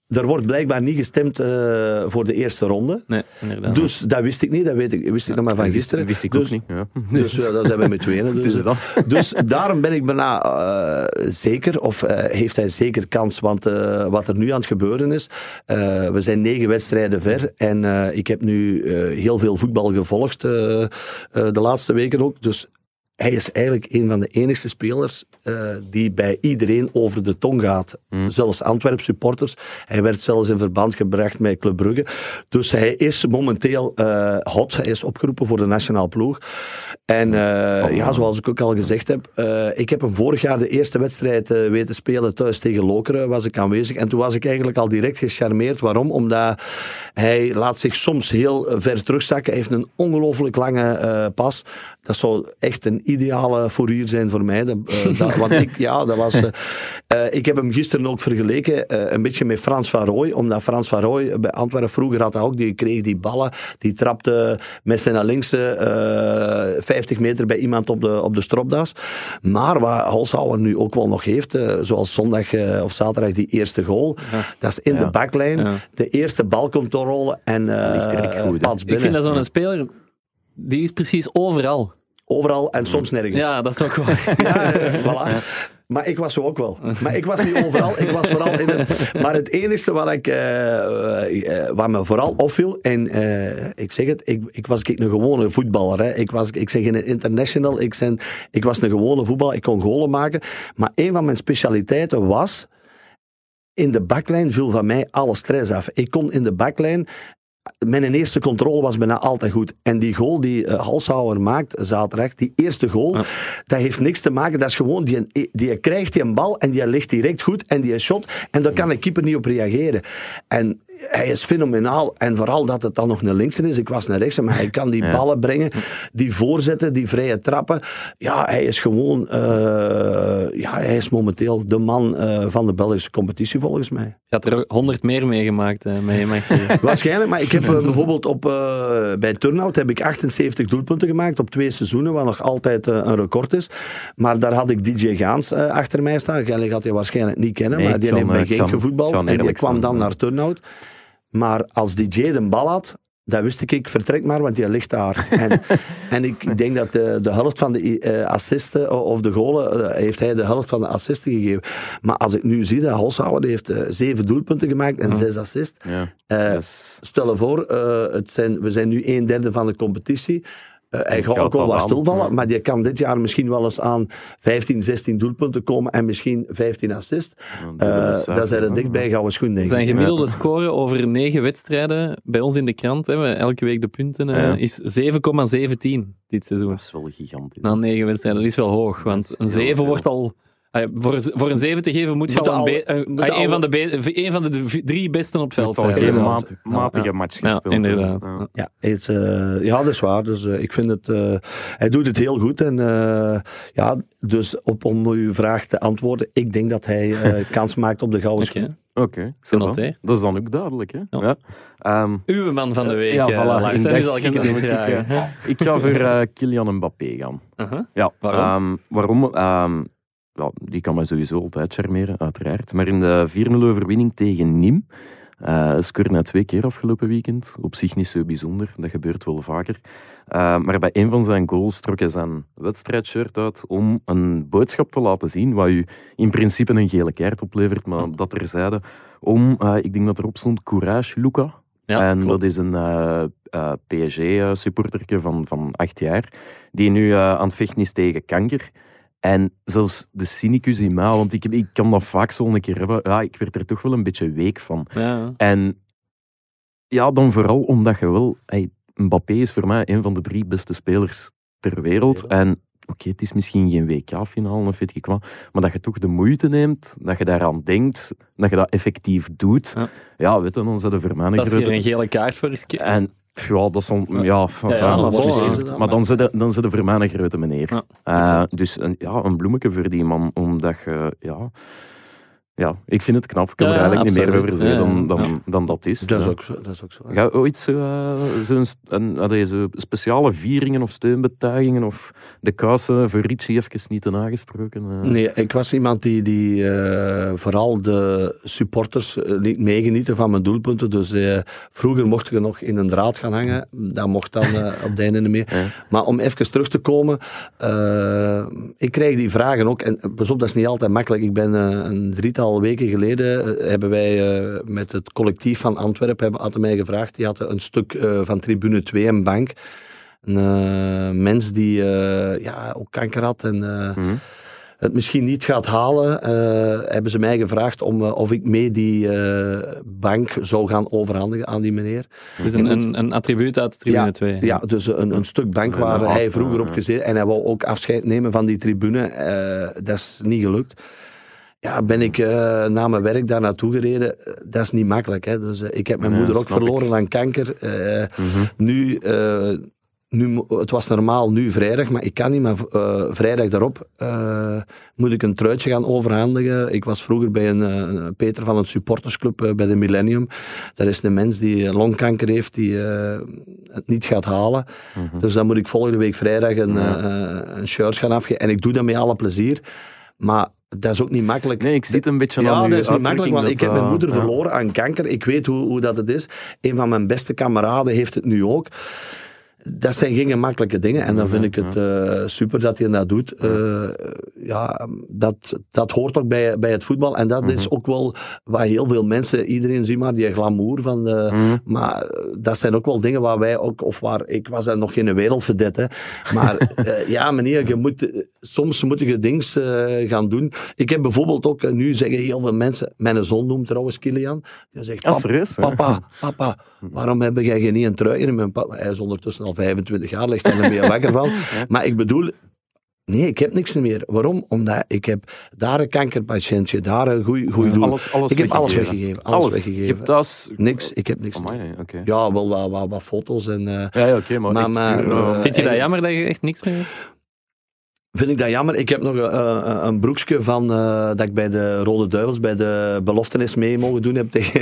er wordt blijkbaar niet gestemd uh, voor de eerste ronde. Nee, inderdaad. Dus dat wist ik niet, dat weet ik, wist ik nog maar van gisteren. Dat wist ik dus, ook niet. Ja. Dus uh, dat zijn we met tweeën. Dus, dus, dus daarom ben ik bijna uh, zeker, of uh, heeft hij zeker kans, want uh, wat er nu aan het gebeuren is, uh, we zijn negen wedstrijden ver en uh, ik heb nu uh, heel veel voetbal gevolgd, uh, uh, de laatste weken ook, dus hij is eigenlijk een van de enigste spelers uh, die bij iedereen over de tong gaat. Mm. Zelfs Antwerp supporters. Hij werd zelfs in verband gebracht met Club Brugge. Dus hij is momenteel uh, hot. Hij is opgeroepen voor de nationale ploeg. En uh, ja, zoals ik ook al gezegd heb, uh, ik heb hem vorig jaar de eerste wedstrijd uh, weten spelen thuis tegen Lokeren, was ik aanwezig. En toen was ik eigenlijk al direct gecharmeerd. Waarom? Omdat hij laat zich soms heel ver terugzakken. Hij heeft een ongelooflijk lange uh, pas. Dat zou echt een ideale fourier zijn voor mij. Dat, uh, dat, want ik, ja, dat was... Uh, uh, ik heb hem gisteren ook vergeleken, uh, een beetje met Frans van Rooij, omdat Frans van Rooij bij Antwerpen vroeger had hij ook, die kreeg die ballen, die trapte met zijn linksste uh, vijftig meter bij iemand op de, op de stropdas. Maar wat Holshouwer nu ook wel nog heeft, uh, zoals zondag uh, of zaterdag die eerste goal, ja. Dat is in ja. de baklijn, ja. De eerste bal komt te rollen en uh, ligt direct goed, pats binnen. Ik vind dat zo'n speler, die is precies overal. Overal en soms nergens. Ja, dat is ook waar. Ja, voilà. Ja. Maar ik was zo ook wel. Maar ik was niet overal, ik was vooral in het... Maar het enige wat, ik, uh, uh, wat me vooral opviel, en uh, ik zeg het, ik, ik was ik een gewone voetballer. Hè. Ik, was, ik zeg in een international, ik, zijn, ik was een gewone voetballer, ik kon golen maken. Maar een van mijn specialiteiten was, in de baklijn viel van mij alle stress af. Ik kon in de baklijn... Mijn eerste controle was bijna altijd goed. En die goal die uh, Holshouwer maakt zaterdag, die eerste goal, ja. Dat heeft niks te maken. Dat is gewoon, die, die krijgt die een bal en die ligt direct goed en die shot. En daar kan een keeper niet op reageren. En hij is fenomenaal. En vooral dat het dan nog een linkse is. Ik was een rechtse, maar hij kan die ja. ballen brengen. Die voorzetten, die vrije trappen. Ja, hij is gewoon... Uh, ja, hij is momenteel de man uh, van de Belgische competitie, volgens mij. Je had er honderd meer meegemaakt. Uh, mee Waarschijnlijk, maar ik heb uh, bijvoorbeeld op... Uh, bij Turnhout heb ik achtenzeventig doelpunten gemaakt op twee seizoenen, wat nog altijd uh, een record is. Maar daar had ik D J Gaans uh, achter mij staan. Jij gaat hij waarschijnlijk niet kennen, nee, maar die heeft bij Genk gevoetbald. En die kwam dan naar Turnhout. Maar als D J de bal had, dat wist ik, ik vertrek maar, want die ligt daar. En, en ik denk dat de, de helft van de uh, assisten, of de goalen, uh, heeft hij de helft van de assisten gegeven. Maar als ik nu zie dat Holshouwer heeft uh, zeven doelpunten gemaakt en ja. zes assists. Ja. Uh, yes. Stel je voor, uh, het zijn, we zijn nu een derde van de competitie. Uh, hij gaat ook wel wat stilvallen, ja. Maar die kan dit jaar misschien wel eens aan vijftien, zestien doelpunten komen en misschien vijftien assists. Uh, dat zijn er dichtbij gouden schoen, denk ik. Zijn gemiddelde ja. score over negen wedstrijden bij ons in de krant, hè, elke week de punten, uh, ja. is zeven komma zeventien dit seizoen. Dat is wel gigantisch. Na negen wedstrijden, dat is wel hoog, want een zeven wordt al... Voor, voor een zeven te geven moet je moet al, al, een, be- een, een, van de be- een van de drie besten op het veld zijn. Geen maat, matige ja. match gespeeld. Ja, inderdaad. Ja, ja, het, uh, ja, dat is waar. Dus, uh, ik vind het, uh, hij doet het heel goed. En, uh, ja, dus op, om uw vraag te antwoorden, ik denk dat hij uh, kans maakt op de gouden schoen. Okay. Oké, okay, dat is dan ook duidelijk. Hè? Ja. Ja. Um, Uw man van de week. Ja, voilà. Uh, ik, dacht, ik, ik, ik, uh, ik ga voor uh, Kylian Mbappé gaan. Uh-huh. Ja, waarom? Um, waarom? Um, Ja, die kan mij sowieso altijd charmeren, uiteraard. Maar in de vier nul overwinning tegen Nîmes, uh, scoorde hij twee keer afgelopen weekend. Op zich niet zo bijzonder, dat gebeurt wel vaker. Uh, maar bij een van zijn goals trok hij zijn wedstrijdshirt uit om een boodschap te laten zien, wat u in principe een gele kaart oplevert, maar dat terzijde, om, uh, ik denk dat erop stond, Courage, Luca. Ja, en klopt. Dat is een uh, uh, P S G-supporterke van, van acht jaar, die nu uh, aan het vechten is tegen kanker. En zelfs de cynicus in mij, want ik, ik kan dat vaak zo een keer hebben, ja, ik werd er toch wel een beetje week van. Ja. En ja, dan vooral omdat je wel... Hey, Mbappé is voor mij een van de drie beste spelers ter wereld. Ja. En oké, okay, het is misschien geen W K-finale of weet ik wat, maar dat je toch de moeite neemt, dat je daaraan denkt, dat je dat effectief doet. Ja, ja weet je, dan zet je voor mij een grote... Dat is hier een gele kaart voor riskeert. En ja, dat is dan... Ja, ja, ja, ja, ja, ja, maar dan zit je, dan zit je voor mij een grote meneer. Ja, uh, dus een, ja, een bloemetje voor die man, omdat je... Ja, Ja, ik vind het knap. Ik kan ja, er eigenlijk absoluut. niet meer over zeggen dan, dan, ja. dan dat is. Dat is, ook, dat is ook zo. Ga je ooit zo, uh, zo'n een, uh, zo speciale vieringen of steunbetuigingen of de kousen voor Richie even niet te nagesproken? Uh. Nee, ik was iemand die, die uh, vooral de supporters uh, niet meegenieten van mijn doelpunten. Dus uh, vroeger mocht je nog in een draad gaan hangen. Dat mocht dan uh, op de einde niet meer. Ja. Maar om even terug te komen. Uh, ik krijg die vragen ook. En pas op, dat is niet altijd makkelijk. Ik ben uh, een drietal Al weken geleden uh, hebben wij uh, met het collectief van Antwerpen hebben, hadden mij gevraagd, die hadden een stuk uh, van tribune twee, een bank. Een uh, mens die uh, ja, ook kanker had en uh, mm-hmm. het misschien niet gaat halen, uh, hebben ze mij gevraagd om, uh, of ik mee die uh, bank zou gaan overhandigen aan die meneer. Dus een, een, een attribuut uit tribune ja, twee. Ja, dus een, een stuk bank waar ja, hij vroeger op gezeten en hij wou ook afscheid nemen van die tribune. Uh, dat is niet gelukt. Ja, ben ik uh, na mijn werk daar naartoe gereden. Dat is niet makkelijk. Hè? Dus, uh, ik heb mijn ja, moeder ook verloren ik. aan kanker. Uh, mm-hmm. Nu, uh, nu, het was normaal nu vrijdag, maar ik kan niet. Maar uh, vrijdag daarop uh, moet ik een truitje gaan overhandigen. Ik was vroeger bij een uh, Peter van het supportersclub uh, bij de Millennium. Dat is een mens die longkanker heeft, die uh, het niet gaat halen. Mm-hmm. Dus dan moet ik volgende week vrijdag een, ja. uh, een shirt gaan afgeven. En ik doe dat met alle plezier. Maar dat is ook niet makkelijk. Nee, ik zit een beetje ja, aan Ja, dat is niet makkelijk, want dat, ik heb mijn moeder uh, verloren ja. aan kanker. Ik weet hoe, hoe dat het is. Een van mijn beste kameraden heeft het nu ook. Dat zijn geen gemakkelijke dingen. En dan vind ik het uh, super dat hij dat doet. Uh, ja, dat, dat hoort ook bij, bij het voetbal. En dat mm-hmm. is ook wel waar heel veel mensen, iedereen ziet maar die glamour van. De, mm-hmm. Maar dat zijn ook wel dingen waar wij ook, of waar, ik was er nog geen wereldverdette. Maar uh, ja, meneer, je moet, soms moet je dingen uh, gaan doen. Ik heb bijvoorbeeld ook, uh, nu zeggen heel veel mensen, mijn zoon noemt trouwens Kilian. Die zegt, pap, serieus, papa, papa, waarom heb jij niet een trui in mijn papa? Hij is ondertussen al vijfentwintig jaar, ligt er meer wakker van. Maar ik bedoel, nee, ik heb niks meer. Waarom? Omdat ik heb daar een kankerpatiëntje, daar een goeie, goeie doel. Alles, alles ik heb weggegeven. alles weggegeven. Alles, alles. weggegeven. Je hebt thuis... Niks, ik heb niks. Amai, okay. Ja, wel wat, wat, wat foto's en... Uh, ja, ja oké, okay, maar... maar, maar uh, Vind je dat jammer dat je echt niks meer hebt? Vind ik dat jammer. Ik heb nog uh, een broekje van uh, dat ik bij de Rode Duivels, bij de beloftenis mee mogen doen heb tegen,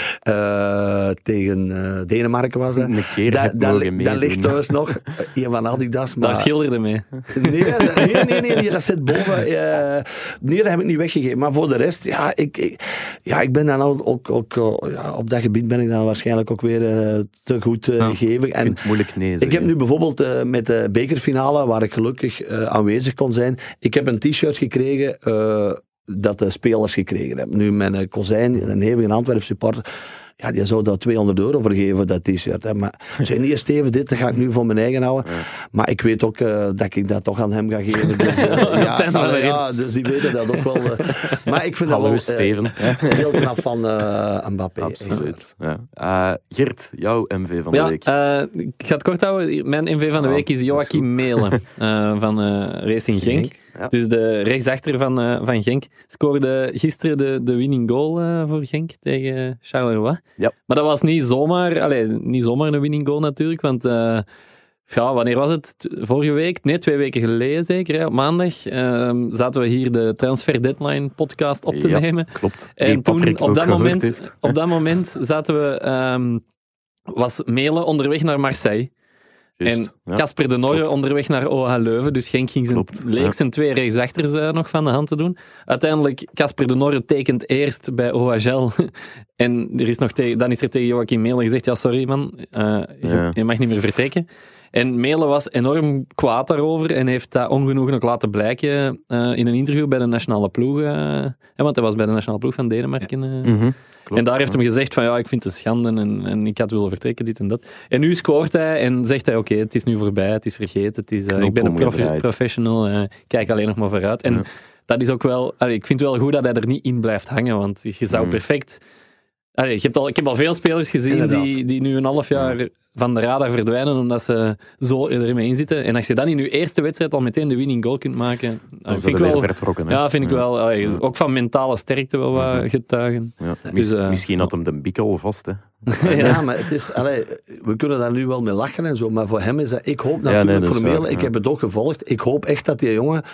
uh, tegen uh, Denemarken was dat. Een keer da, da, da, dat ligt thuis nog. Een van Adidas. Maar... Daar schilderde mee. Nee, nee, nee, nee, nee, dat zit boven. Uh, nee, dat heb ik niet weggegeven. Maar voor de rest, ja, ik, ik, ja, ik ben dan ook, ook, ook ja, op dat gebied ben ik dan waarschijnlijk ook weer uh, te goed uh, ja, gevig. En het moeilijk nee zeggen. Ik heb nu bijvoorbeeld uh, met de bekerfinale, waar ik gelukkig uh, aanwezig kon zijn. Ik heb een t-shirt gekregen uh, dat de spelers gekregen hebben. Nu mijn uh, kozijn, een hevige Antwerp supporter, ja, die zou daar tweehonderd euro voor geven, dat t-shirt. Hè. Maar ik zei, nee Steven, dit ga ik nu voor mijn eigen houden. Ja. Maar ik weet ook uh, dat ik dat toch aan hem ga geven. Dus, uh, ja, ja, ja, dus die weten dat ook wel. Uh, maar ik vind Hallo, dat wel Steven. Uh, heel knap van uh, Mbappé. Absoluut. Ja. Uh, Gert, jouw M V van de ja, week. Uh, ik ga het kort houden. Mijn M V van de week is Joachim Melen uh, van uh, Racing Genk. Genk. Ja. Dus de rechtsachter van, uh, van Genk scoorde gisteren de, de winning goal uh, voor Genk tegen Charleroi. Ja. Maar dat was niet zomaar, allez, niet zomaar een winning goal natuurlijk, want uh, ja, wanneer was het? Vorige week? Nee, twee weken geleden zeker. Hè? Op maandag uh, zaten we hier de Transfer Deadline podcast op te ja, nemen. Klopt. En Die toen, op dat, moment, op dat moment zaten we, um, was Melen onderweg naar Marseille. Just, en Casper ja, de Norre klopt. onderweg naar O H Leuven. Dus Genk ging zijn, leek ja. zijn twee rechtsachters uh, nog van de hand te doen. Uiteindelijk, Casper de Norre tekent eerst bij O H L. en er is nog tegen, dan is er tegen Joachim Melen gezegd, ja sorry man, uh, ja. je, je mag niet meer vertrekken. En Melen was enorm kwaad daarover en heeft dat ongenoegen ook laten blijken uh, in een interview bij de nationale ploeg. Uh, ja, want hij was bij de nationale ploeg van Denemarken. Uh, ja. mm-hmm. Klopt, en daar heeft ja. hem gezegd van ja, ik vind het schande en, en ik had willen vertrekken, dit en dat. En nu scoort hij en zegt hij oké, okay, het is nu voorbij, het is vergeten, het is, uh, ik ben een prof- professional, uh, kijk alleen nog maar vooruit. En ja. dat is ook wel, allee, ik vind het wel goed dat hij er niet in blijft hangen, want je zou mm. perfect... Allee, je hebt al, ik heb al veel spelers gezien die, die nu een half jaar ja. van de radar verdwijnen omdat ze zo ermee in zitten. En als je dan in je eerste wedstrijd al meteen de winning goal kunt maken, dan vind ik wel vertrokken. Hè? Ja, vind ik ja. wel. Allee, ja. Ook van mentale sterkte wel wat ja. getuigen. Ja. Dus, uh, Misschien had hem de bikkel vast. Hè. ja. ja, maar het is, allee, we kunnen daar nu wel mee lachen en zo, maar voor hem is dat, ik hoop natuurlijk ja, nee, voor Melen, ik heb het ook gevolgd, ik hoop echt dat die jongen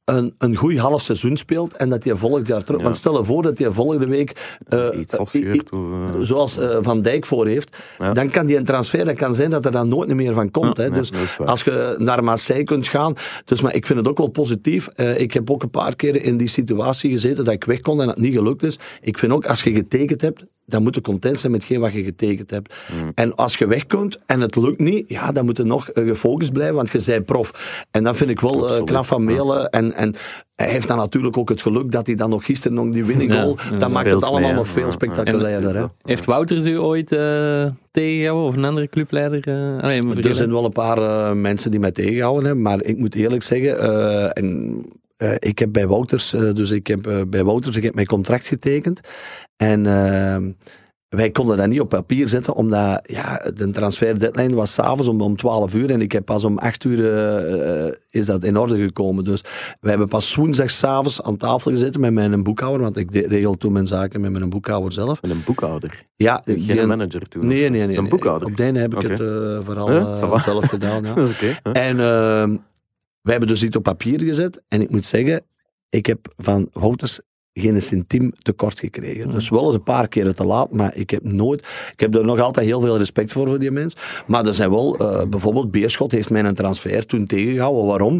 een, een goed half seizoen speelt en dat hij volgend jaar terug... Ja. Want stel je voor dat hij volgende week... Uh, Iets afscheurt. Uh, zoals uh, Van Dijk voor heeft. Ja. Dan kan die een transfer, dat kan zijn dat er dan nooit meer van komt. Ja, hè. Nee, dus als je naar Marseille kunt gaan... Dus, maar ik vind het ook wel positief. Uh, ik heb ook een paar keer in die situatie gezeten dat ik weg kon en dat het niet gelukt is. Ik vind ook, als je getekend hebt, dan moet je content zijn met hetgeen wat je getekend hebt. Mm. En als je weg kunt en het lukt niet, ja, dan moet je nog uh, gefocust blijven, want je bent prof. En dat vind ik wel uh, knap van Melen. Ja. En, en hij heeft dan natuurlijk ook het geluk dat hij dan nog gisteren nog die winning goal, ja, ja, dat maakt het allemaal nog veel spectaculairder. Ja. Heeft Wouters u ooit uh, tegengehouden, of een andere clubleider? Uh, allee, er zijn wel een paar uh, mensen die mij tegengehouden hebben, maar ik moet eerlijk zeggen, uh, en, uh, ik heb bij Wouters, uh, dus ik heb uh, bij Wouters, ik heb mijn contract getekend en uh, wij konden dat niet op papier zetten, omdat ja, de transfer deadline was 's avonds om, om twaalf uur en ik heb pas om acht uur uh, is dat in orde gekomen. Dus wij hebben pas woensdag 's avonds aan tafel gezeten met mijn boekhouder, want ik regel toen mijn zaken met mijn boekhouder zelf. Met een boekhouder? Ja. Geen geen manager toen? Nee, nee, nee. Een boekhouder? Op de ene heb ik okay. het uh, vooral uh, zelf gedaan. Ja. Okay, huh? En uh, wij hebben dus iets op papier gezet en ik moet zeggen, ik heb van Wouters geen centiem tekort gekregen. Mm. Dus wel eens een paar keren te laat, maar ik heb nooit... Ik heb er nog altijd heel veel respect voor, voor die mens. Maar er zijn wel... Uh, bijvoorbeeld Beerschot heeft mij een transfer toen tegengehouden. Waarom?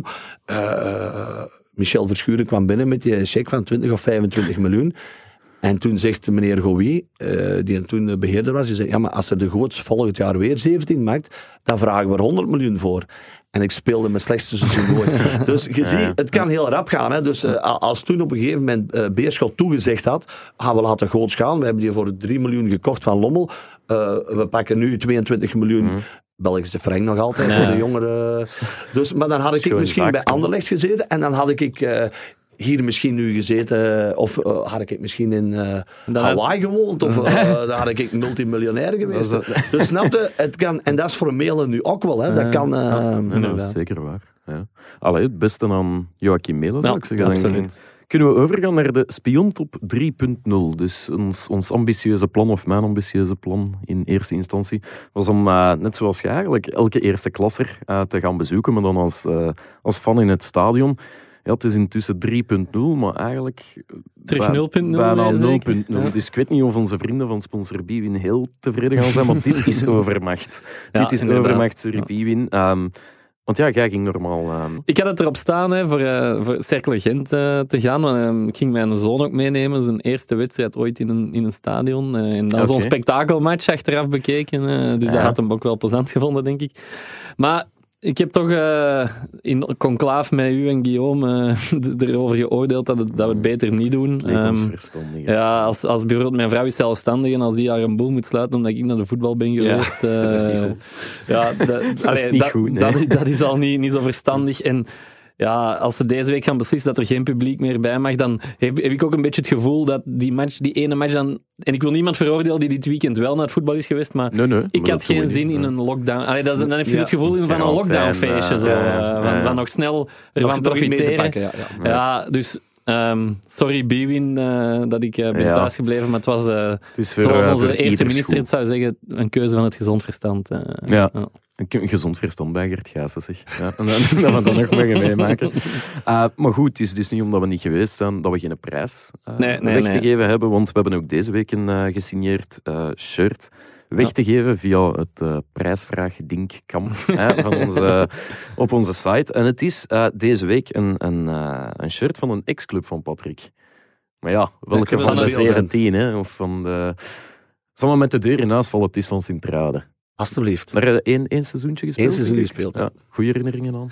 Uh, Michel Verschuren kwam binnen met die cheque van twintig of vijfentwintig miljoen. En toen zegt meneer Gouy, uh, die toen beheerder was, die zei, ja, maar als er de Goots volgend jaar weer zeventien maakt, dan vragen we er honderd miljoen voor. En ik speelde mijn slechtste seizoen nooit. Dus je ja. ziet, het kan heel rap gaan. Hè. Dus uh, als toen op een gegeven moment uh, Beerschot toegezegd had, gaan we laten Goots gaan. We hebben die voor drie miljoen gekocht van Lommel. Uh, we pakken nu tweeëntwintig miljoen... Mm. Belgische frank nog altijd ja. voor de jongeren. Dus, maar dan had ik, ik misschien bij Anderlecht gezeten en dan had ik... Uh, hier misschien nu gezeten, of uh, had ik misschien in uh, Hawaii gewoond, of uh, dan had ik multimiljonair geweest. Dat... Dus snapte, het kan, en dat is voor Melen nu ook wel, hè. Dat kan... Uh, ja, ja, dat is zeker waar. Ja. Allee, het beste aan Joachim Melen, zou ja, ik zeggen. Absoluut. Kunnen we overgaan naar de Spiontop drie punt nul. Dus ons, ons ambitieuze plan, of mijn ambitieuze plan in eerste instantie, was om, uh, net zoals je eigenlijk, elke eerste klasser uh, te gaan bezoeken, maar dan als, uh, als fan in het stadion. Ja, het is intussen drie punt nul, maar eigenlijk... Terug nul punt nul. Bijna nul punt nul. Ja. Dus ik weet niet of onze vrienden van sponsor Bwin heel tevreden gaan zijn, maar dit is overmacht. Ja, dit is inderdaad. Overmacht, sorry, Bwin. Um, want ja, jij ging normaal... Um... Ik had het erop staan hè, voor, uh, voor Cercle Gent uh, te gaan. Want, uh, ik ging mijn zoon ook meenemen. Zijn eerste wedstrijd ooit in een, in een stadion. Uh, en dan okay. zo'n spektakelmatch achteraf bekeken. Uh, dus ja. dat had hem ook wel plezant gevonden, denk ik. Maar... Ik heb toch uh, in conclave met u en Guillaume uh, erover geoordeeld dat, het, dat we het beter niet doen. Um, verstandig. Ja, als, als bijvoorbeeld mijn vrouw is zelfstandig en als die haar een boel moet sluiten omdat ik naar de voetbal ben geweest. Ja, uh, dat is niet goed. Ja, dat, dat, allee, is niet dat, goed, nee. dat, dat is al niet, niet zo verstandig. En ja, als ze deze week gaan beslissen dat er geen publiek meer bij mag, dan heb, heb ik ook een beetje het gevoel dat die match, die ene match dan... En ik wil niemand veroordelen die dit weekend wel naar het voetbal is geweest, maar nee, nee, ik maar had geen zin in een lockdown. Allee, dat, dan heb je ja. het gevoel van een lockdownfeestje, uh, zo, uh, ja, van, ja. van nog snel ervan nog, profiteren. Nog pakken, ja, ja. ja, dus... Um, sorry, Bwin, uh, dat ik uh, ben ja. thuisgebleven, maar het was, uh, het voor, zoals onze uh, eerste minister het zou zeggen, een keuze van het gezond verstand. Uh, ja. ja. Een gezond verstand bij Gert Gijssen, zeg. Ja, en dan, dat we dat nog mogen meemaken. Uh, maar goed, het is dus niet omdat we niet geweest zijn dat we geen prijs uh, nee, nee, weg te nee. geven hebben, want we hebben ook deze week een uh, gesigneerd uh, shirt weg ja. te geven via het uh, prijsvraag-dinkkamp van onze, op onze site. En het is uh, deze week een, een, uh, een shirt van een ex-club van Patrick. Maar ja, welke ja, van de zeventien, hè? Of van de... Zal maar met de deur in huis vallen, het is van Sint-Truiden. Alsjeblieft. Daar heb je één, één seizoentje gespeeld? Eén seizoen gespeeld, ja. ja. Goeie herinneringen aan?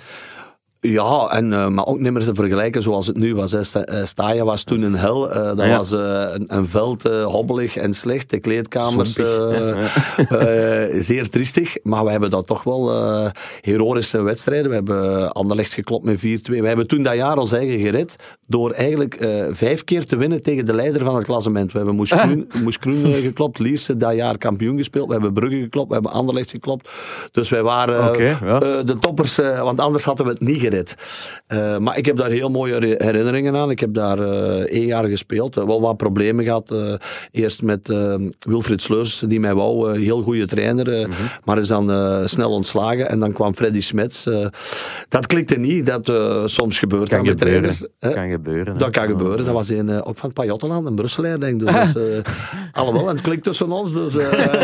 Ja, en, uh, maar ook niet meer te vergelijken zoals het nu was. Hè. Staaien was toen een hel. Uh, dat ja. was uh, een, een veld, uh, hobbelig en slecht. De kleedkamers uh, ja. uh, zeer triestig. Maar we hebben dat toch wel uh, heroïsche wedstrijden. We hebben Anderlecht geklopt met vier twee. We hebben toen dat jaar ons eigen gered door eigenlijk uh, vijf keer te winnen tegen de leider van het klassement. We hebben Moes Kroen, Moes Kroen geklopt, Lierse dat jaar kampioen gespeeld. We hebben Brugge geklopt, we hebben Anderlecht geklopt. Dus wij waren uh, okay, ja. uh, de toppers, uh, want anders hadden we het niet gered. gered. Uh, maar ik heb daar heel mooie herinneringen aan. Ik heb daar uh, één jaar gespeeld. Uh, wel wat problemen gehad. Uh, eerst met uh, Wilfried Sleurs, die mij wou. Uh, heel goede trainer. Uh, mm-hmm. Maar is dan uh, snel ontslagen. En dan kwam Freddy Smets. Uh, dat klikte niet. Dat uh, soms gebeurt kan met trainers. Dat kan gebeuren. Dat kan gebeuren. Dat was een, uh, ook van het Pajottenland, een Brusselaar, denk ik. Dus, uh, allemaal. En het klikt tussen ons. Dus, uh,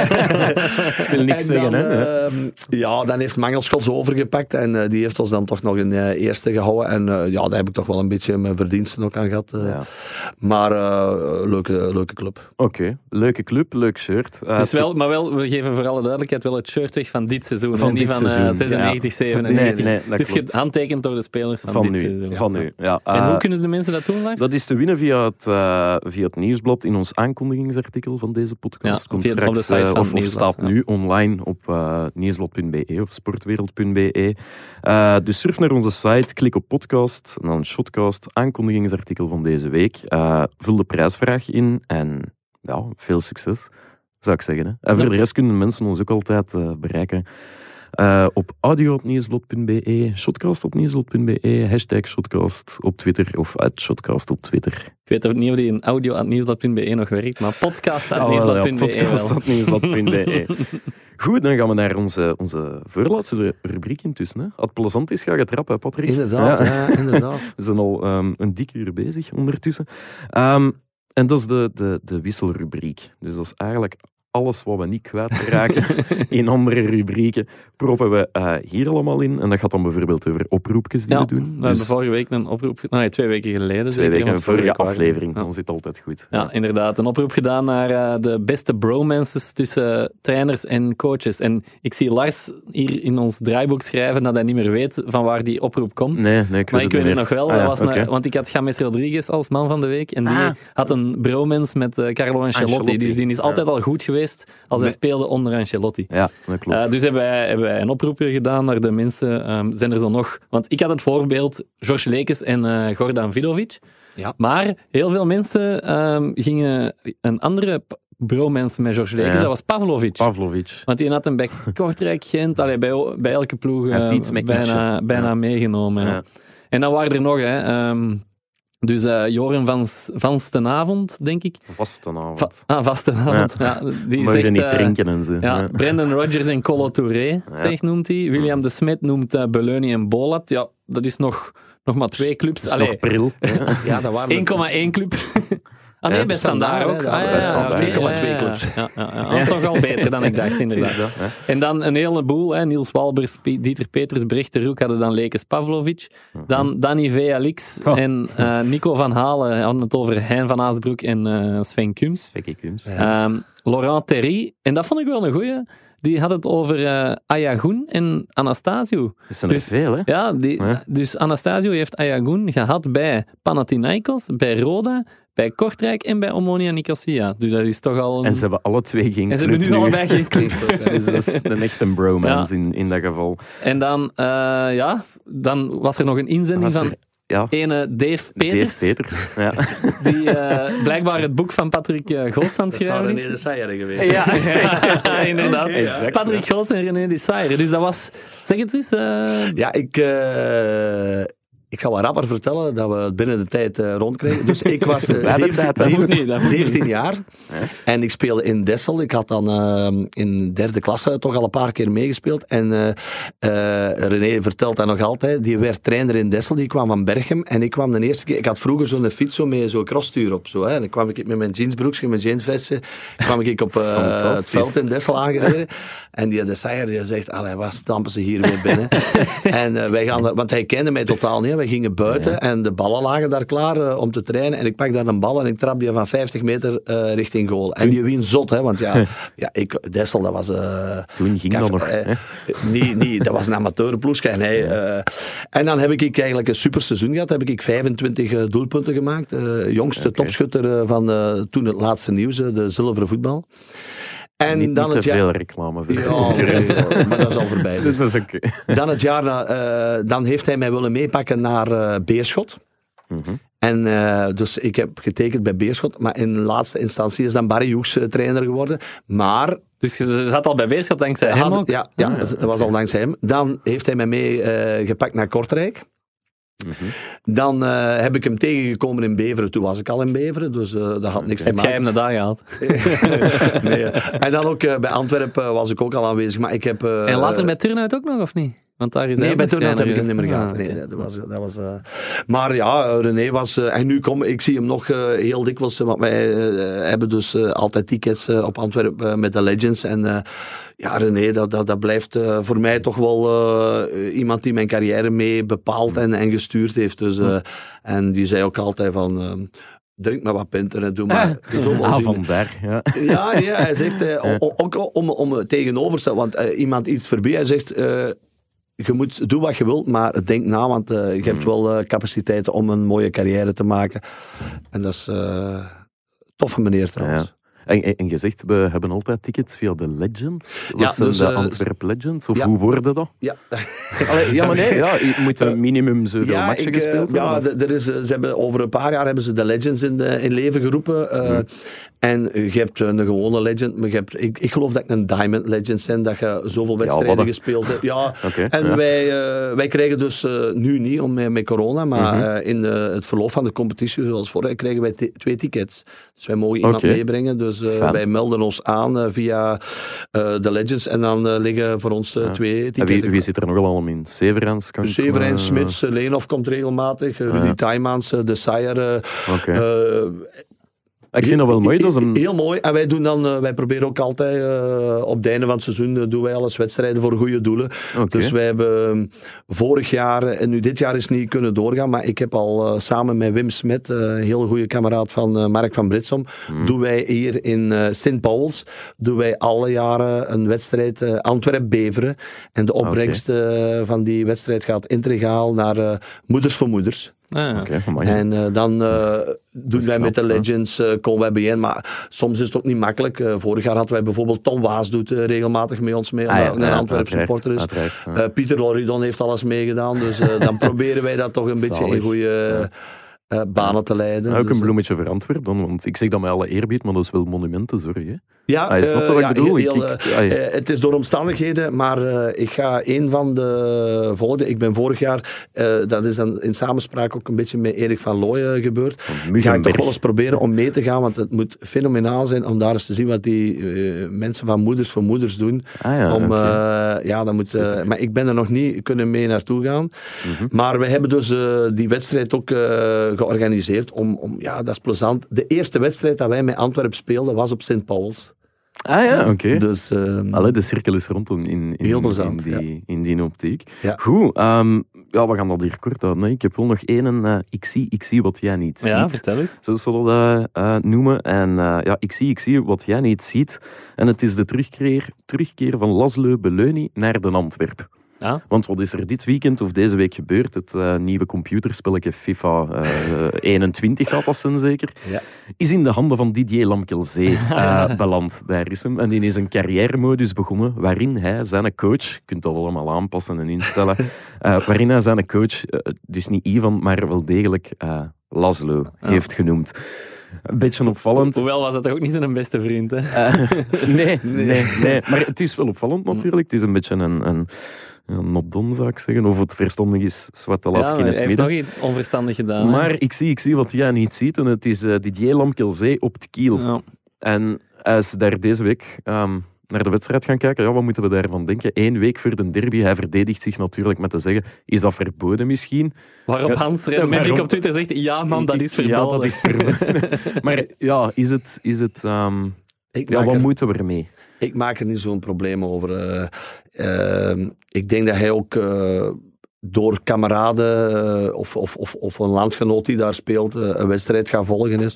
ik wil niks zeggen, dan, hè? Uh, ja, dan heeft Mangelschots overgepakt. En uh, die heeft ons dan toch nog in uh, eerste gehouden. En uh, ja, daar heb ik toch wel een beetje mijn verdiensten ook aan gehad. Uh. Ja. Maar uh, leuke, leuke club. Oké, okay. Leuke club, leuk shirt. Uh, dus wel, maar wel, we geven voor alle duidelijkheid wel het shirt weg van dit seizoen. Van dit niet van uh, zesennegentig, zevenennegentig. Nee, nee, het is gehandtekend door de spelers van, van dit nu, seizoen. Ja. Van nu, ja. Uh, en hoe kunnen de mensen dat doen, Lars? Dat is te winnen via het, uh, via het nieuwsblad in ons aankondigingsartikel van deze podcast. Ja, Komt via, straks, op de site van uh, of, of staat ja. nu online op uh, nieuwsblad punt be of sportwereld punt be. Uh, dus surf naar onze site, klik op podcast, en dan shotcast, aankondigingsartikel van deze week. Uh, vul de prijsvraag in en ja, veel succes, zou ik zeggen. Hè. En voor de rest kunnen mensen ons ook altijd uh, bereiken. Uh, op audio op nieuwsblad punt be, shotcast op nieuwsblad punt be, hashtag shotcast op Twitter of at shotcast op Twitter. Ik weet niet of die in audio aan nieuwsblad punt be nog werkt, maar podcast aan nieuwsblad punt be. Podcast aan nieuwsblad punt be. Goed, dan gaan we naar onze, onze voorlaatste rubriek intussen. Hè. Het plezant is, ga je trappen, Patrick. Inderdaad, ja. Ja, inderdaad. We zijn al um, een dik uur bezig ondertussen. Um, en dat is de, de, de wisselrubriek. Dus dat is eigenlijk alles wat we niet kwijtraken in andere rubrieken, proppen we uh, hier allemaal in. En dat gaat dan bijvoorbeeld over oproepjes die ja, we doen. We dus hebben vorige week een oproep... Nee, twee weken geleden. Twee zeker, weken, een vorige aflevering. Ja. Dan zit altijd goed. Ja, ja, inderdaad. Een oproep gedaan naar uh, de beste bromances tussen trainers en coaches. En ik zie Lars hier in ons draaiboek schrijven dat hij niet meer weet van waar die oproep komt. Nee, nee, ik maar weet ik weet het meer. nog wel. Ah, ja, was okay. naar, want ik had James Rodriguez als man van de week. En die ah. had een bromance met uh, Carlo Ancelotti. Ancelotti. Dus die is altijd ja. al goed geweest als hij speelde onder Ancelotti. Ja, dat klopt. Uh, dus hebben wij, hebben wij een oproepje gedaan naar de mensen. Um, zijn er zo nog... Want ik had het voorbeeld George Lekes en uh, Gordan Vidovic. Ja. Maar heel veel mensen um, gingen een andere bromance met George Lekes. Ja. Dat was Pavlovic. Pavlovic. Want die had hem bij Kortrijk, Gent, allee, bij, bij elke ploeg uh, bijna, bijna ja. meegenomen. Ja. Ja. En dan waren er nog... Hè, um, Dus uh, Joren van, van Stenavond, denk ik. Vastenavond. Va- ah, Vastenavond. Ja. Ja, die Mogen zegt, niet uh, drinken en zo. Ja, Ja. Brendan Rodgers en Colo Touré, Ja. zegt, noemt hij. William de Smet noemt uh, Beleuni en Bolat. Ja, dat is nog, nog maar twee clubs. Dat is nog pril. Ja. Ja, dat waren één komma één club. Ah nee, ja, bij Standaard ook. Ah, ja, ja, Standaard, ja, twee komma twee clubs. Ja, ja, ja. ja. Toch al beter dan ik dacht, inderdaad. Dat, hè? En dan een heleboel. Hè. Niels Walbers, Dieter Peters, Brecht de Roek hadden dan Lekes Pavlovic. Dan Danny V L X oh. en uh, Nico van Halen hadden het over Hein van Aasbroek en uh, Sven Kums. Sven Kums. Ja. Um, Laurent Terry. En dat vond ik wel een goeie. Die had het over uh, Ayagun en Anastasio. Dat zijn er dus, veel, hè? Ja, die, ja, dus Anastasio heeft Ayagun gehad bij Panathinaikos, bij Roda, bij Kortrijk en bij Omonia Nicosia. Dus dat is toch al een... En ze hebben alle twee geen en club ze hebben nu allebei geen club. Dus dat is een echte bromance ja. in, in dat geval. En dan, uh, ja, dan was er nog een inzending van... Ja. Ene Dave Peters. Dave Peters, ja. Die uh, blijkbaar het boek van Patrick uh, Golds aan het schrijven is. Dat zou René de Sayer geweest ja, ja, ja, inderdaad. Okay, ja. Patrick Golds en René de Sayer. Dus dat was... Zeg het eens. Uh... Ja, ik... Uh... Ik zal wel rapper vertellen dat we het binnen de tijd uh, rondkregen. Dus ik was uh, zeventien jaar en ik speelde in Dessel. Ik had dan uh, in derde klasse toch al een paar keer meegespeeld. En uh, uh, René vertelt dat nog altijd. Die werd trainer in Dessel. Die kwam van Berchem. En ik kwam de eerste keer... Ik had vroeger zo'n fiets zo met zo'n crossstuur op. Zo, hè. En dan kwam ik met mijn jeansbroekje, mijn jeansvestje. kwam ik op uh, het veld in Dessel aangereden. En die de Sayer die zegt, allee, wat stampen ze hier weer binnen? en uh, wij gaan er, want hij kende mij totaal niet. Wij gingen buiten ja. en de ballen lagen daar klaar uh, om te trainen. En ik pak daar een bal en ik trap die van vijftig meter uh, richting goal. En die wien zot, hè, want ja, ja ik, Dessel, dat was... Uh, Toen ging dat nog. Uh, nee, nee, dat was een amateurploeg. En, hij, uh, en dan heb ik eigenlijk een super seizoen gehad. Heb ik vijfentwintig uh, doelpunten gemaakt. Uh, jongste okay. topschutter uh, van uh, toen het laatste nieuws, uh, de zilveren voetbal. En niet, dan niet het te jaar... veel reclame voor ja, nee, maar dat is al voorbij. Dat is oké. Okay. Dan het jaar, uh, dan heeft hij mij willen meepakken naar uh, Beerschot. Mm-hmm. En uh, dus ik heb getekend bij Beerschot, maar in laatste instantie is dan Barry Hoeks uh, trainer geworden. Maar... Dus je zat al bij Beerschot dankzij hem had, ook? Ja, ja, dat was al dankzij hem. Dan heeft hij mij mee uh, gepakt naar Kortrijk. Mm-hmm. Dan uh, heb ik hem tegengekomen in Beveren. Toen was ik al in Beveren, dus uh, dat had niks heb te maken. Heb jij hem daar gehad? Nee. En dan ook uh, bij Antwerpen was ik ook al aanwezig. Maar ik heb, uh, en later bij Turnhout ook nog, of niet? Want daar is nee, bij Turnhout heb ik hem niet meer gehad. Ah, nee, okay. dat was, dat was, uh... Maar ja, René was... Uh, en nu kom ik zie hem nog uh, heel dikwijls. Want wij uh, hebben dus uh, altijd tickets uh, op Antwerpen uh, met de Legends. En uh, ja, René, dat, dat, dat blijft uh, voor mij toch wel uh, iemand die mijn carrière mee bepaald en, en gestuurd heeft. Dus, uh, en die zei ook altijd van... Uh, drink maar wat pinten en doe maar. Ah, ah vandaar, ja. Ja, nee, hij zegt, uh, ook om, om, om tegenover te stellen, want uh, iemand iets voorbij, hij zegt, uh, je moet doen wat je wilt, maar denk na, want uh, je hebt wel uh, capaciteiten om een mooie carrière te maken. En dat is uh, toffe meneer trouwens. Ja, ja. En, en je zegt, we hebben altijd tickets via de Legends. Wat ja, dus, de uh, Antwerp Legends? Of ja. hoe worden dat? Ja. Allee, ja, maar nee, ja, je moet een minimum zoveel ja, matchen ik, gespeeld uh, hebben. Ja, er is, ze hebben, over een paar jaar hebben ze de Legends in, de, in leven geroepen. Uh, hmm. En je hebt een gewone Legend, maar je hebt, ik, ik geloof dat ik een Diamond Legend ben, dat je zoveel wedstrijden ja, gespeeld hebt. Ja. Okay, en ja. wij, uh, wij krijgen dus uh, nu niet, om, met, met corona, maar mm-hmm. uh, in uh, het verloop van de competitie, zoals vorig, krijgen wij t- twee tickets. Dus wij mogen iemand okay. meebrengen. Dus uh, wij melden ons aan uh, via uh, de Legends en dan uh, liggen voor ons uh, ja. twee tickets. Wie, wie zit er nog wel allemaal in? Severens? Severens, uh, Smits, uh, Leenhoff komt regelmatig, uh, Rudy uh, Tijmans, uh, De Sire. Uh, okay. uh, Ik vind dat wel mooi. Dat is een... Heel mooi. En wij doen dan, uh, wij proberen ook altijd uh, op het einde van het seizoen uh, doen wij alles wedstrijden voor goede doelen. Okay. Dus wij hebben uh, vorig jaar, en nu dit jaar is niet kunnen doorgaan, maar ik heb al uh, samen met Wim Smet, uh, een heel goede kameraad van uh, Mark van Britsom, mm. doen wij hier in uh, Sint Pauls, doen wij alle jaren een wedstrijd uh, Antwerp-Beveren. En de opbrengst okay. uh, van die wedstrijd gaat integraal naar uh, Moeders voor Moeders. Ah, okay, en uh, dan uh, doen wij knap, met de Legends, uh, komen wij bijeen, maar soms is het ook niet makkelijk. Uh, vorig jaar hadden wij bijvoorbeeld Tom Waas doet uh, regelmatig met ons mee, omdat ah, ja, een ja, Antwerp supporter is. Uiteraard, ja. uh, Pieter Loridon heeft alles meegedaan, dus uh, dan proberen wij dat toch een beetje in goede... Uh, Uh, banen te leiden. Ja, ook dus, een bloemetje voor Antwerpen, want ik zeg dat met alle eerbied, maar dat is wel monumentenzorg. Hè? Ja, ah, je snapt wat uh, ik bedoel. Heel, heel, ik, ik, uh, het is door omstandigheden, maar uh, ik ga een van de volgende. Ik ben vorig jaar, uh, dat is dan in samenspraak ook een beetje met Erik van Looijen gebeurd. Ga ik toch wel eens proberen om mee te gaan, want het moet fenomenaal zijn om daar eens te zien wat die uh, mensen van Moeders voor Moeders doen. Ah, ja, om, okay. uh, ja, dat moet, uh, maar ik ben er nog niet kunnen mee naartoe gaan. Mm-hmm. Maar we hebben dus uh, die wedstrijd ook uh, georganiseerd. Om, om, ja, dat is plezant. De eerste wedstrijd dat wij met Antwerpen speelden was op Sint Pauls. Ah ja, oké. Okay. Dus, um, Allee, de cirkel is rond in, in, heel plezant, in, die, ja. in die optiek. Ja. Goed, um, ja, we gaan dat hier kort houden. Ik heb wel nog één, uh, ik zie, ik zie wat jij niet ziet. Ja, vertel eens. Zo zullen we dat uh, noemen. En uh, ja, ik zie, ik zie wat jij niet ziet. En het is de terugkeer, terugkeer van Laszlo Beleuni naar de Antwerp. Ja. Want wat is er dit weekend of deze week gebeurd? Het uh, nieuwe computerspelletje FIFA uh, eenentwintig gaat dat zijn zeker. Ja. Is in de handen van Didier Lamkelzee uh, beland. Daar is hem. En die is een carrière-modus begonnen waarin hij zijn coach, je kunt dat allemaal aanpassen en instellen, uh, waarin hij zijn coach, uh, dus niet Ivan, maar wel degelijk uh, Laszlo ja. heeft genoemd. Een beetje opvallend. Hoewel was dat toch ook niet zijn beste vriend, hè? Uh, nee, nee, nee. Maar het is wel opvallend natuurlijk. Het is een beetje een... een Ja, not done, zou ik zeggen. Of het verstandig is, zwart te laat ja, ik in het hij midden. heeft nog iets onverstandig gedaan. Maar hè? ik zie, ik zie wat jij niet ziet. En het is uh, Didier Lamkelzee op de kiel. Ja. En hij is daar deze week um, naar de wedstrijd gaan kijken. Ja, wat moeten we daarvan denken? Eén week voor de derby. Hij verdedigt zich natuurlijk met te zeggen, is dat verboden misschien? Waarop ja, Hans Red Magic waarom... op Twitter zegt, ja man, dat is verboden. Ja, dat is verboden. Maar ja, is het... Is het um, ja, wat er... moeten we ermee? Ik maak er niet zo'n probleem over. Uh, uh, ik denk dat hij ook uh, door kameraden uh, of, of, of, of een landgenoot die daar speelt, uh, een wedstrijd gaat volgen is.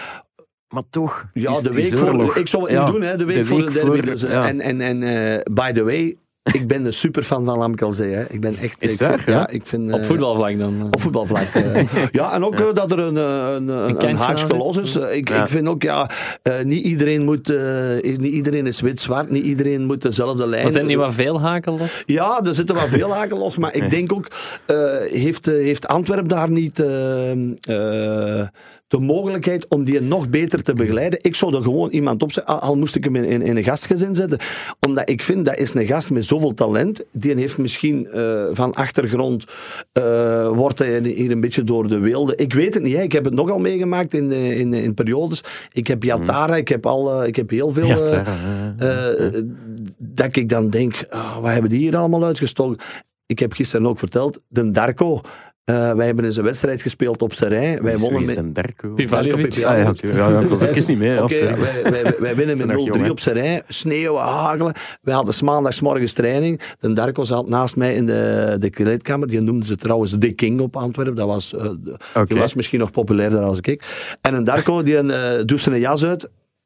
Maar toch, ja, is de week voor, ik zou het ja, niet doen, hè, de week, de week voor de derby. Voor, dus, uh, ja. En, en, en uh, by the way, ik ben een superfan van Lamkelzee. Hè. Ik ben echt... Is ik waar, vind, ja, ik vind, uh, op voetbalvlak dan? Op voetbalvlak. Uh, ja, en ook ja. Uh, dat er een, een, een, een haakje los is. Uh, ik, ja. ik vind ook, ja, uh, niet iedereen moet... Uh, niet iedereen is wit-zwart, niet iedereen moet dezelfde lijn... Maar zijn er niet wat veel haken los? Ja, er zitten wat veel haken los, maar ik denk ook... Uh, heeft, uh, heeft Antwerpen daar niet... Uh, uh, de mogelijkheid om die nog beter te begeleiden. Ik zou er gewoon iemand op zetten, al moest ik hem in, in, in een gastgezin zetten. Omdat ik vind, dat is een gast met zoveel talent. Die heeft misschien uh, van achtergrond, uh, wordt hij hier een beetje door de wilde. Ik weet het niet, hè. Ik heb het nogal meegemaakt in, in, in periodes. Ik heb Yatara, ik heb, al, uh, ik heb heel veel... Uh, uh, dat ik dan denk, oh, wat hebben die hier allemaal uitgestoken? Ik heb gisteren ook verteld, de Darko... Uh, wij hebben eens een wedstrijd gespeeld op Serijn. Wij wonnen met... een Darko? Pivaljevic. Ah, ja, ja, ja, ik was even niet mee. Okay, ja, wij, wij, wij winnen met nul drie op Serijn. Sneeuw, hagelen. Wij hadden maandagsmorgens training. De Darko zat naast mij in de, de kleedkamer. Die noemden ze trouwens de King op Antwerpen. Dat was, uh, okay. Die was misschien nog populairder als ik. En een Darko die uh, doet zijn jas uit.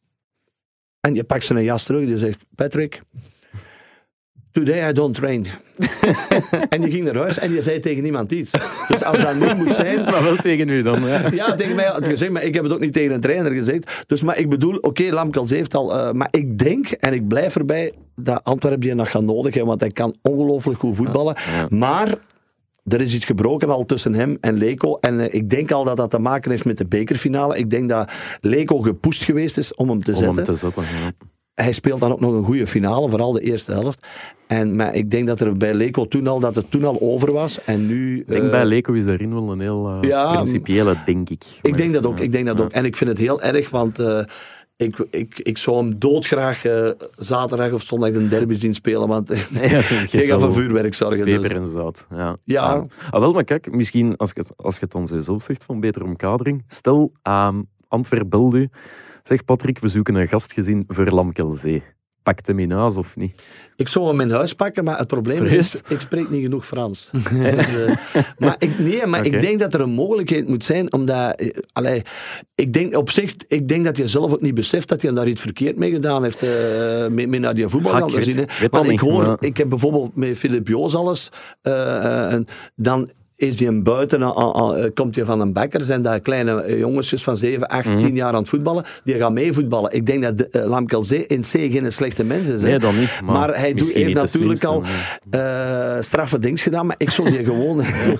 En je pakt zijn jas terug. Die zegt, Patrick... Today I don't train. En die ging naar huis en die zei tegen niemand iets. Dus als dat nu moest zijn... Maar wel tegen u dan. Ja, ja tegen mij had het gezegd, maar ik heb het ook niet tegen een trainer gezegd. Dus maar ik bedoel, oké, okay, Lamkels heeft al... Uh, maar ik denk, en ik blijf erbij, dat Antwerpen die nog gaat nodig hebben, want hij kan ongelooflijk goed voetballen. Ja, ja. Maar... Er is iets gebroken al tussen hem en Leko. En uh, ik denk al dat dat te maken heeft met de bekerfinale. Ik denk dat Leko gepusht geweest is om hem te om zetten. Hem te zetten ja. Hij speelt dan ook nog een goede finale, vooral de eerste helft. En, maar ik denk dat er bij Leko toen al, dat het toen al over was. En nu... Ik denk uh, bij Leko is daarin wel een heel uh, ja, principiële, denk ik. Ik maar, denk dat ook, ja, ik denk dat ja. ook. En ik vind het heel erg, want... Uh, Ik, ik, ik zou hem doodgraag uh, zaterdag of zondag de derby zien spelen, want nee, ja, ik ga voor vuurwerk zorgen. Peper dus. en zout, ja. Ja. Ah. Ah, wel, maar kijk, misschien als je, als je het dan zo zelf zegt van betere omkadering. Stel, um, Antwerp belt u. Zeg Patrick, we zoeken een gastgezin voor Lamkelzee. Pakt hem in huis of niet? Ik zou hem in huis pakken, maar het probleem Serieus? is, ik spreek niet genoeg Frans. dus, uh, maar ik, nee, maar okay. ik denk dat er een mogelijkheid moet zijn, omdat, uh, allee, ik denk op zich, ik denk dat je zelf ook niet beseft dat je daar iets verkeerd mee gedaan heeft, uh, mee, mee naar die voetbal gaan ah, zien. Want ik hoor, maar... ik heb bijvoorbeeld met Philippe Joos alles, uh, uh, en dan... is die een buiten, uh, uh, uh, komt hij van een bakker, zijn dat kleine jongetjes van zeven, acht, tien jaar aan het voetballen, die gaan meevoetballen. Ik denk dat uh, Lamkelzee in C geen slechte mens is. Nee, dan niet. Maar, maar hij doet, heeft natuurlijk al uh, straffe dings gedaan, maar ik zou die gewoon,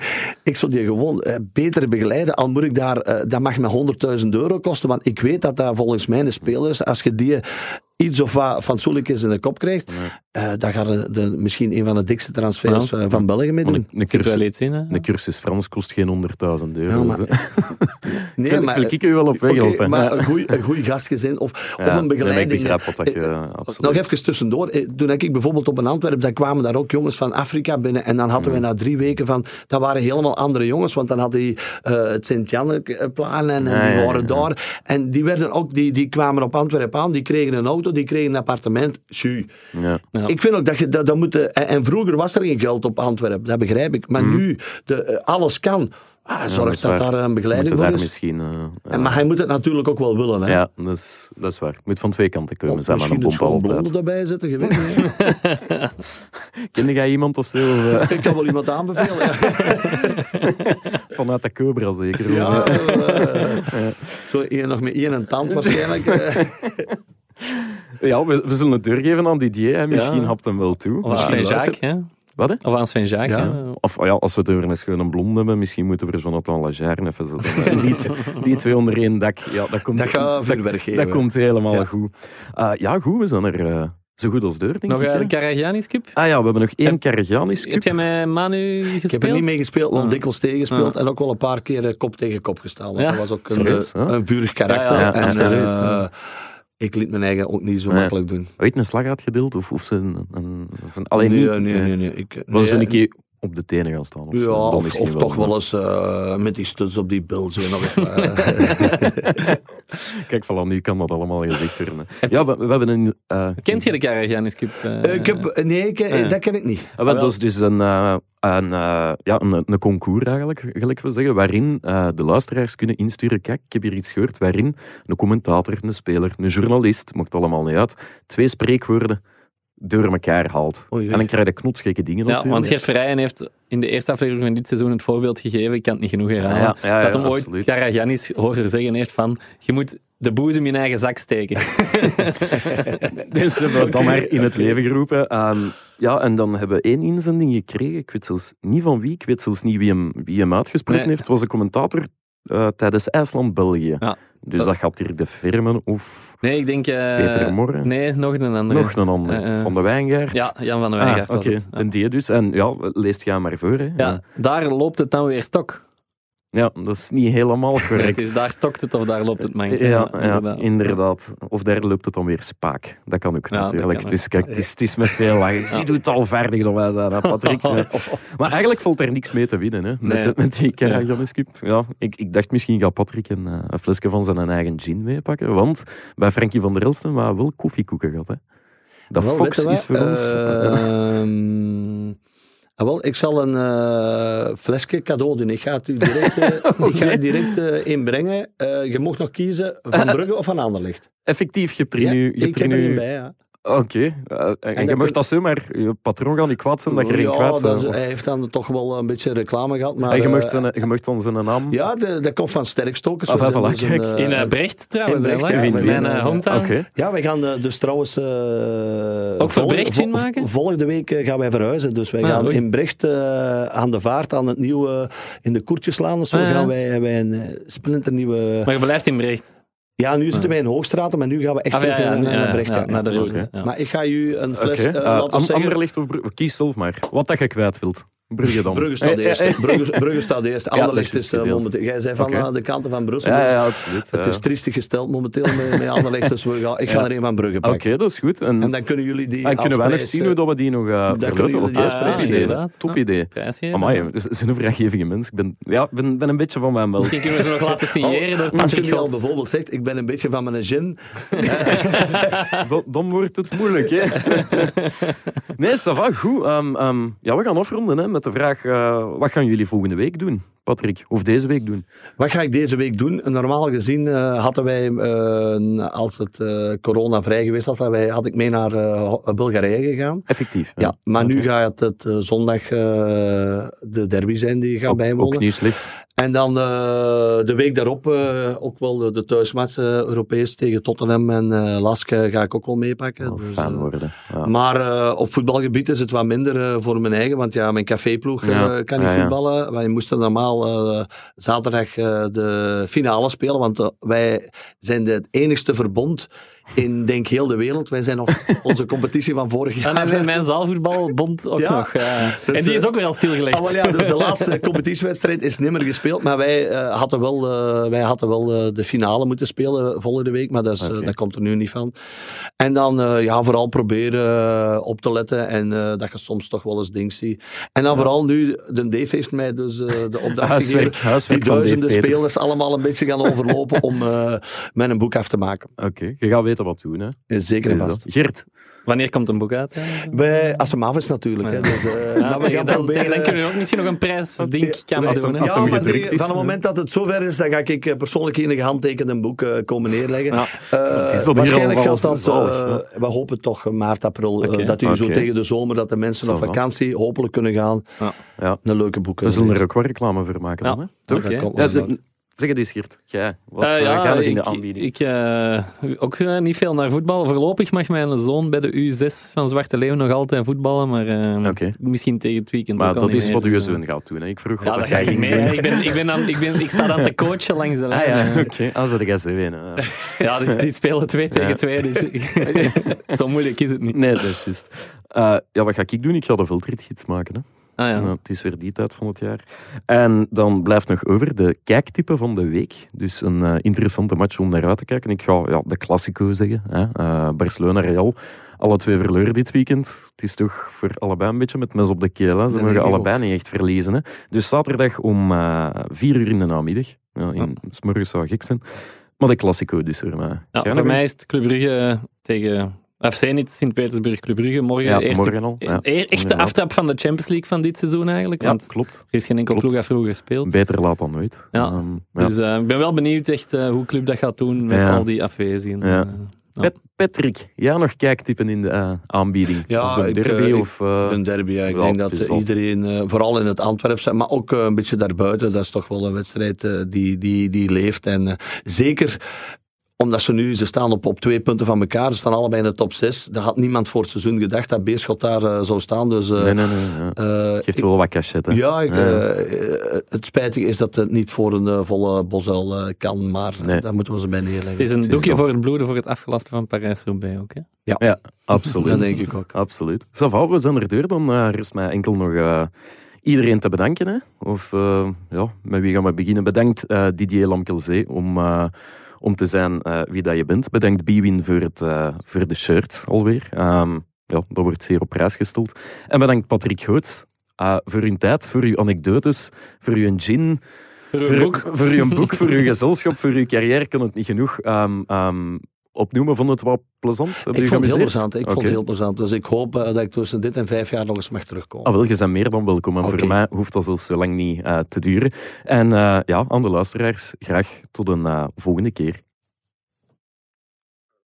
ik zou die gewoon uh, beter begeleiden, al moet ik daar, uh, dat mag me honderdduizend euro kosten, want ik weet dat dat volgens mij een speler is, als je die iets of wat fatsoenlijkjes in de kop krijgt, nee. uh, dan gaat de, de, misschien een van de dikste transfers ja. uh, van België mee doen. Een, een, cursus, zien, een cursus Frans kost geen honderdduizend euro. Ja, maar, nee, Wil, maar, ik u wel op weg helpen. Okay, maar een goeie, een goeie gastgezin of, ja, of een begeleiding. Nee, ik begrijp wat je, uh, nog even tussendoor. Toen ik bijvoorbeeld op een Antwerp, dan kwamen daar ook jongens van Afrika binnen en dan hadden mm. we na drie weken van, dat waren helemaal andere jongens, want dan hadden die uh, het Sint-Janne-plan en, en die ja, waren ja, ja. daar. En die, werden ook, die, die kwamen op Antwerp aan, die kregen een auto, die kregen een appartement. Ja. Ja. Ik vind ook dat je dat, dat moet... En, en vroeger was er geen geld op Antwerpen, dat begrijp ik. Maar mm. nu, de, alles kan. Ah, zorg ja, dat, dat daar een begeleiding voor is. Misschien, uh, en, maar hij moet het natuurlijk ook wel willen. Hè? Ja, dat is, dat is waar. Het moet van twee kanten komen. Zijn misschien een schoonblonde erbij zetten, je weet niet. Kende jij iemand of zo? Of, ik kan wel iemand aanbevelen. Ja. Vanuit de Cobra zeker. Ja, uh, ja. Zo één, nog met één en tand waarschijnlijk. Uh. Ja, we, we zullen het doorgeven aan Didier. Hè. Misschien ja. hapt hem wel toe. Of aan Jacques, hè? Wat, hè? Of aan Sven Jacques. Ja. Ja. Of ja, als we het over een schone blond hebben, misschien moeten we er Jonathan Lajarne even zetten. die, die twee onder één dak. Ja, dat komt, dat gaat veel werk geven. Dat komt helemaal ja. goed. Uh, ja, goed, we zijn er... Uh, zo goed als deur, denk nog ik. Nog een Karagiannis Cup? Ah ja, we hebben nog één Karagiannis Cup. Heb jij met Manu gespeeld? Ik heb er niet mee gespeeld, wel ah. dikwijls tegengespeeld ah. en ook wel een paar keer kop tegen kop gestaan. Ja. Dat was ook een, Serieus, een, een vurig karakter. Ja, ja, en, ja, uh, uh, ik liet mijn eigen ook niet zo nee. makkelijk doen. Weet je een slag uitgedeeld? Of, of een, een, of een, alleen nee, nee, nee, nee. Ik, was nee, een keer op de tenen gaan staan? Of ja, zo, of, of wel, toch wel eens uh, met die studs op die bil. Zo nog even, uh. Kijk, voilà, nu kan dat allemaal gezegd worden. Ja, we, we hebben een... Uh, Kent je de Karagiannis Cup? Uh, uh, ik heb, nee, ik, uh, dat ken ik niet. Uh, dat is dus een... Uh, Een, uh, ja, een, een concours eigenlijk, gelijk we zeggen, waarin uh, de luisteraars kunnen insturen. Kijk, ik heb hier iets gehoord, waarin een commentator, een speler, een journalist, maakt allemaal niet uit, twee spreekwoorden door elkaar haalt. Oei, en dan krijg je knotsgekke dingen ja, natuurlijk. Want Gert Verrijen heeft in de eerste aflevering van dit seizoen het voorbeeld gegeven, ik kan het niet genoeg herhalen, ja, ja, ja, dat hem ja, ooit Karagiannis horen zeggen heeft van, je moet de boezem in je eigen zak steken. Dus we hebben het dan maar in het leven geroepen. Um, ja, en dan hebben we één inzending gekregen. Ik weet zelfs niet van wie, ik weet zelfs niet wie hem, wie hem uitgesproken nee. heeft. Het was een commentator uh, tijdens IJsland-België. Ja. Dus dat gaat Dirk de Vermen of... Nee, ik denk... Uh, Peter Morren? Nee, nog een andere. Nog een andere. Uh, van de Wijngaard? Ja, Jan van de Wijngaard ah, was okay. het. Ja. En die dus. En ja, leest ga maar voor. Hè. Ja, ja, daar loopt het dan weer stok. Ja, dat is niet helemaal correct. Het is daar stokt het of daar loopt het mank. Ja, ja, inderdaad. inderdaad. Of daar loopt het dan weer spaak. Dat kan ook ja, natuurlijk. Kan dus kijk, het is, het is met veel lachen. Ja. Zie, doet het al vaardig door wij zijn, Patrick. Maar eigenlijk valt er niks mee te winnen, hè, met, nee. met die Caragionis Cup. Ja, ik, ik dacht misschien gaat Patrick een, een flesje van zijn eigen gin meepakken, want bij Frankie van der Elsten waren we wel koffiekoeken gehad. Hè. Dat well, Fox is voor uh, ons... Uh, um... Ah, wel, ik zal een uh, flesje cadeau doen. Ik ga het u direct, uh, okay. ik ga het direct uh, inbrengen. Uh, je mocht nog kiezen van Brugge of van Anderlecht. Effectief, je hebt er nu... Ja, ik heb er nu bij, ja. Oké. Okay. Uh, en, en je mag dat zo, maar je patroon gaat niet kwaad zijn dat je erin ja, kwijt bent. Ja, hij heeft dan toch wel een beetje reclame gehad. Maar, en je mag uh, uh, dan zijn naam... Ja, de, dat komt van Sterkstokers. Ah, voilà, dus een, uh, in uh, Brecht trouwens, in Brecht, ja, in zijn uh, hometown. Okay. Ja, wij gaan uh, dus trouwens... Uh, Ook voor Brecht vol, maken? Volgende week uh, gaan wij verhuizen. Dus wij ah, gaan oei. in Brecht uh, aan de vaart, aan het nieuwe... In de Koertjeslaan of zo, ah, ja. gaan wij, wij een uh, splinternieuwe... Maar je blijft in Brecht? Ja, nu zitten wij in Hoogstraten, maar nu gaan we echt ah, terug ja, ja, naar ja, Brecht. Ja, ja, naar de route. Ja. Maar ik ga u een fles... Okay. Uh, uh, Am- Anderlecht of Brugge? Kies zelf maar. Wat dat je kwijt wilt. Brugge dan. Brugge staat eerst. Hey, hey, hey. Brugge, Brugge staat eerst. Anderlecht ja, is uh, momenteel... Jij zei van okay. uh, de kanten van Brussel. Ja, ja, absoluut. Het is triestig gesteld momenteel met, met Anderlecht, dus we gaan, ik ga ja. er een van Brugge pakken. Oké, okay, dat is goed. En, en dan kunnen jullie die en kunnen wij nog zien hoe dat we die nog uh, verloten op de prijs. Top idee. Amai, dat is een vraaggevige mens. Ik ben, ja, ben, ben een beetje van mijn wel. Misschien kunnen we ze nog laten signeren door Patrick. Als je al bijvoorbeeld zegt, ik ben een beetje van mijn gin. Dan wordt het moeilijk, hè. Nee, ça va, goed. Um, um, ja, we gaan afronden hè, met de vraag, uh, wat gaan jullie volgende week doen, Patrick? Of deze week doen? Wat ga ik deze week doen? Normaal gezien uh, hadden wij, uh, als het uh, corona vrij geweest had, wij, had ik mee naar uh, Bulgarije gegaan. Effectief. Ja, ja maar okay. nu gaat het uh, zondag uh, de derby zijn die gaan ook, bijwonen. Ook niet slecht. En dan uh, de week daarop uh, ook wel de, de thuismatch uh, Europees tegen Tottenham en uh, Lask uh, ga ik ook wel meepakken. Oh, dus, fan worden. Ja. Maar uh, op voetbalgebied is het wat minder uh, voor mijn eigen, want ja, mijn caféploeg uh, ja. kan niet ja, voetballen. Ja. Wij moesten normaal uh, zaterdag uh, de finale spelen, want uh, wij zijn het enigste verbond in, denk heel de wereld. Wij zijn nog onze competitie van vorig jaar. En mijn zaalvoetbalbond ook ja. nog. Uh, dus, en die is ook weer al stilgelegd. Uh, ja, dus de laatste competitiewedstrijd is nimmer gespeeld, maar wij uh, hadden wel, uh, wij hadden wel uh, de finale moeten spelen volgende week, maar dat, is, okay. uh, dat komt er nu niet van. En dan uh, ja, vooral proberen uh, op te letten en uh, dat je soms toch wel eens dingen ziet. En dan ja. vooral nu, de Dave heeft mij dus uh, de opdracht gegeven, die duizenden spelers allemaal een beetje gaan overlopen om uh, met een boek af te maken. Oké, okay. Je gaat weten wat doen, hè? Zeker en vast. Gert? Wanneer komt een boek uit? Ja? Bij, als hem af is natuurlijk. Ja. Hè. Dus, uh, ja, maar we gaan dan, proberen... dan kunnen we ook misschien nog een prijsding ja, doen. Hè? Ja, maar die, van het moment dat het zover is, dan ga ik persoonlijk in een gehandtekend boek uh, komen neerleggen. Ja. Uh, waarschijnlijk gaat dat, uh, we hopen toch maart, april, okay. uh, dat u okay. zo tegen de zomer, dat de mensen op vakantie hopelijk kunnen gaan. Ja. Ja. Een leuke boek. We zullen er ook wel reclame voor maken. Ja. Dan, hè? Toch? Okay. Ja, zeg het eens, Geert. Jij, wat uh, ja, ga je in de aanbieding? Ik, ik uh, ook uh, niet veel naar voetbal. Voorlopig mag mijn zoon bij de U zes van Zwarte Leeuw nog altijd voetballen, maar uh, okay. misschien tegen het weekend maar ook dat al niet is meer, wat uw dus, zoon gaat doen. Hè? Ik vroeg ja, wat dat ga ik mee. ik, ben, ik, ben aan, ik, ben, ik sta dan te coachen langs de lijn. Ah, ja, oké. Okay. Als er zo winnen. Ja, die, die spelen twee tegen ja. twee, dus zo moeilijk is het niet. Nee, dat is juist. Uh, ja, wat ga ik doen? Ik ga de veldritgids maken, hè. Ah, ja. Nou, het is weer die tijd van het jaar. En dan blijft nog over de kijktype van de week. Dus een uh, interessante match om naar uit te kijken. Ik ga ja, de Classico zeggen. Hè? Uh, Barcelona-Real. Alle twee verloren dit weekend. Het is toch voor allebei een beetje met mes op de keel. Hè? Ze mogen allebei ook niet echt verliezen. Hè? Dus zaterdag om uh, vier uur in de namiddag. Ja, in ja. 's morgens zou gek zijn. Maar de Classico dus voor mij. Ja, voor mij is het Club Brugge tegen... F C niet, Sint-Petersburg, Club Brugge. Morgen, ja, eerste, morgen al. Ja. Echte aftrap van de Champions League van dit seizoen eigenlijk. Ja, want klopt. Er is geen enkel klopt. ploeg dat vroeger gespeeld. Beter laat dan nooit. Ja. Um, ja. Dus uh, ik ben wel benieuwd echt uh, hoe Club dat gaat doen met ja. al die afwezigen. Ja. Uh, Pet, Patrick, ja, nog kijktypen in de uh, aanbieding? Ja, of de derby? Ik, of, uh, een derby, ja. Ik ja, denk dat uh, iedereen, uh, vooral in het Antwerpse, maar ook uh, een beetje daarbuiten, dat is toch wel een wedstrijd uh, die, die, die leeft. En uh, zeker... omdat ze nu, ze staan op, op twee punten van elkaar, ze staan allebei in de top zes. Daar had niemand voor het seizoen gedacht dat Beerschot daar uh, zou staan. Dus, uh, nee, nee, nee. Ja. Uh, Geeft wel wat cachet, hè? Ja, ik, ja. Uh, het spijtige is dat het niet voor een uh, volle Bosuil uh, kan, maar nee. daar moeten we ze bij neerleggen. Het is een doekje voor het bloeden voor het afgelasten van Parijs-Roubaix ook, hè? Ja, ja absoluut. Dat denk ik ook. Absoluut. Sava, we zijn er deur, dan uh, er is mij enkel nog... Uh, iedereen te bedanken, hè? Of uh, ja, met wie gaan we beginnen? Bedankt uh, Didier Lamkelzee om... Uh, om te zijn uh, wie dat je bent. Bedankt Bwin voor, het, uh, voor de shirt alweer. Um, ja, dat wordt zeer op prijs gesteld. En bedankt Patrick Goots uh, voor uw tijd, voor uw anekdotes, voor uw gin, voor uw boek, voor uw, boek, voor uw gezelschap, voor uw carrière. Kan het niet genoeg um, um, opnoemen. Vond het wel plezant? Heb ik vond het heel plezant. Ik okay. vond het heel plezant. Dus ik hoop uh, dat ik tussen dit en vijf jaar nog eens mag terugkomen. Ah, wel, je bent meer dan welkom. En okay. voor mij hoeft dat zelfs zo lang niet uh, te duren. En uh, ja, aan de luisteraars, graag tot een uh, volgende keer.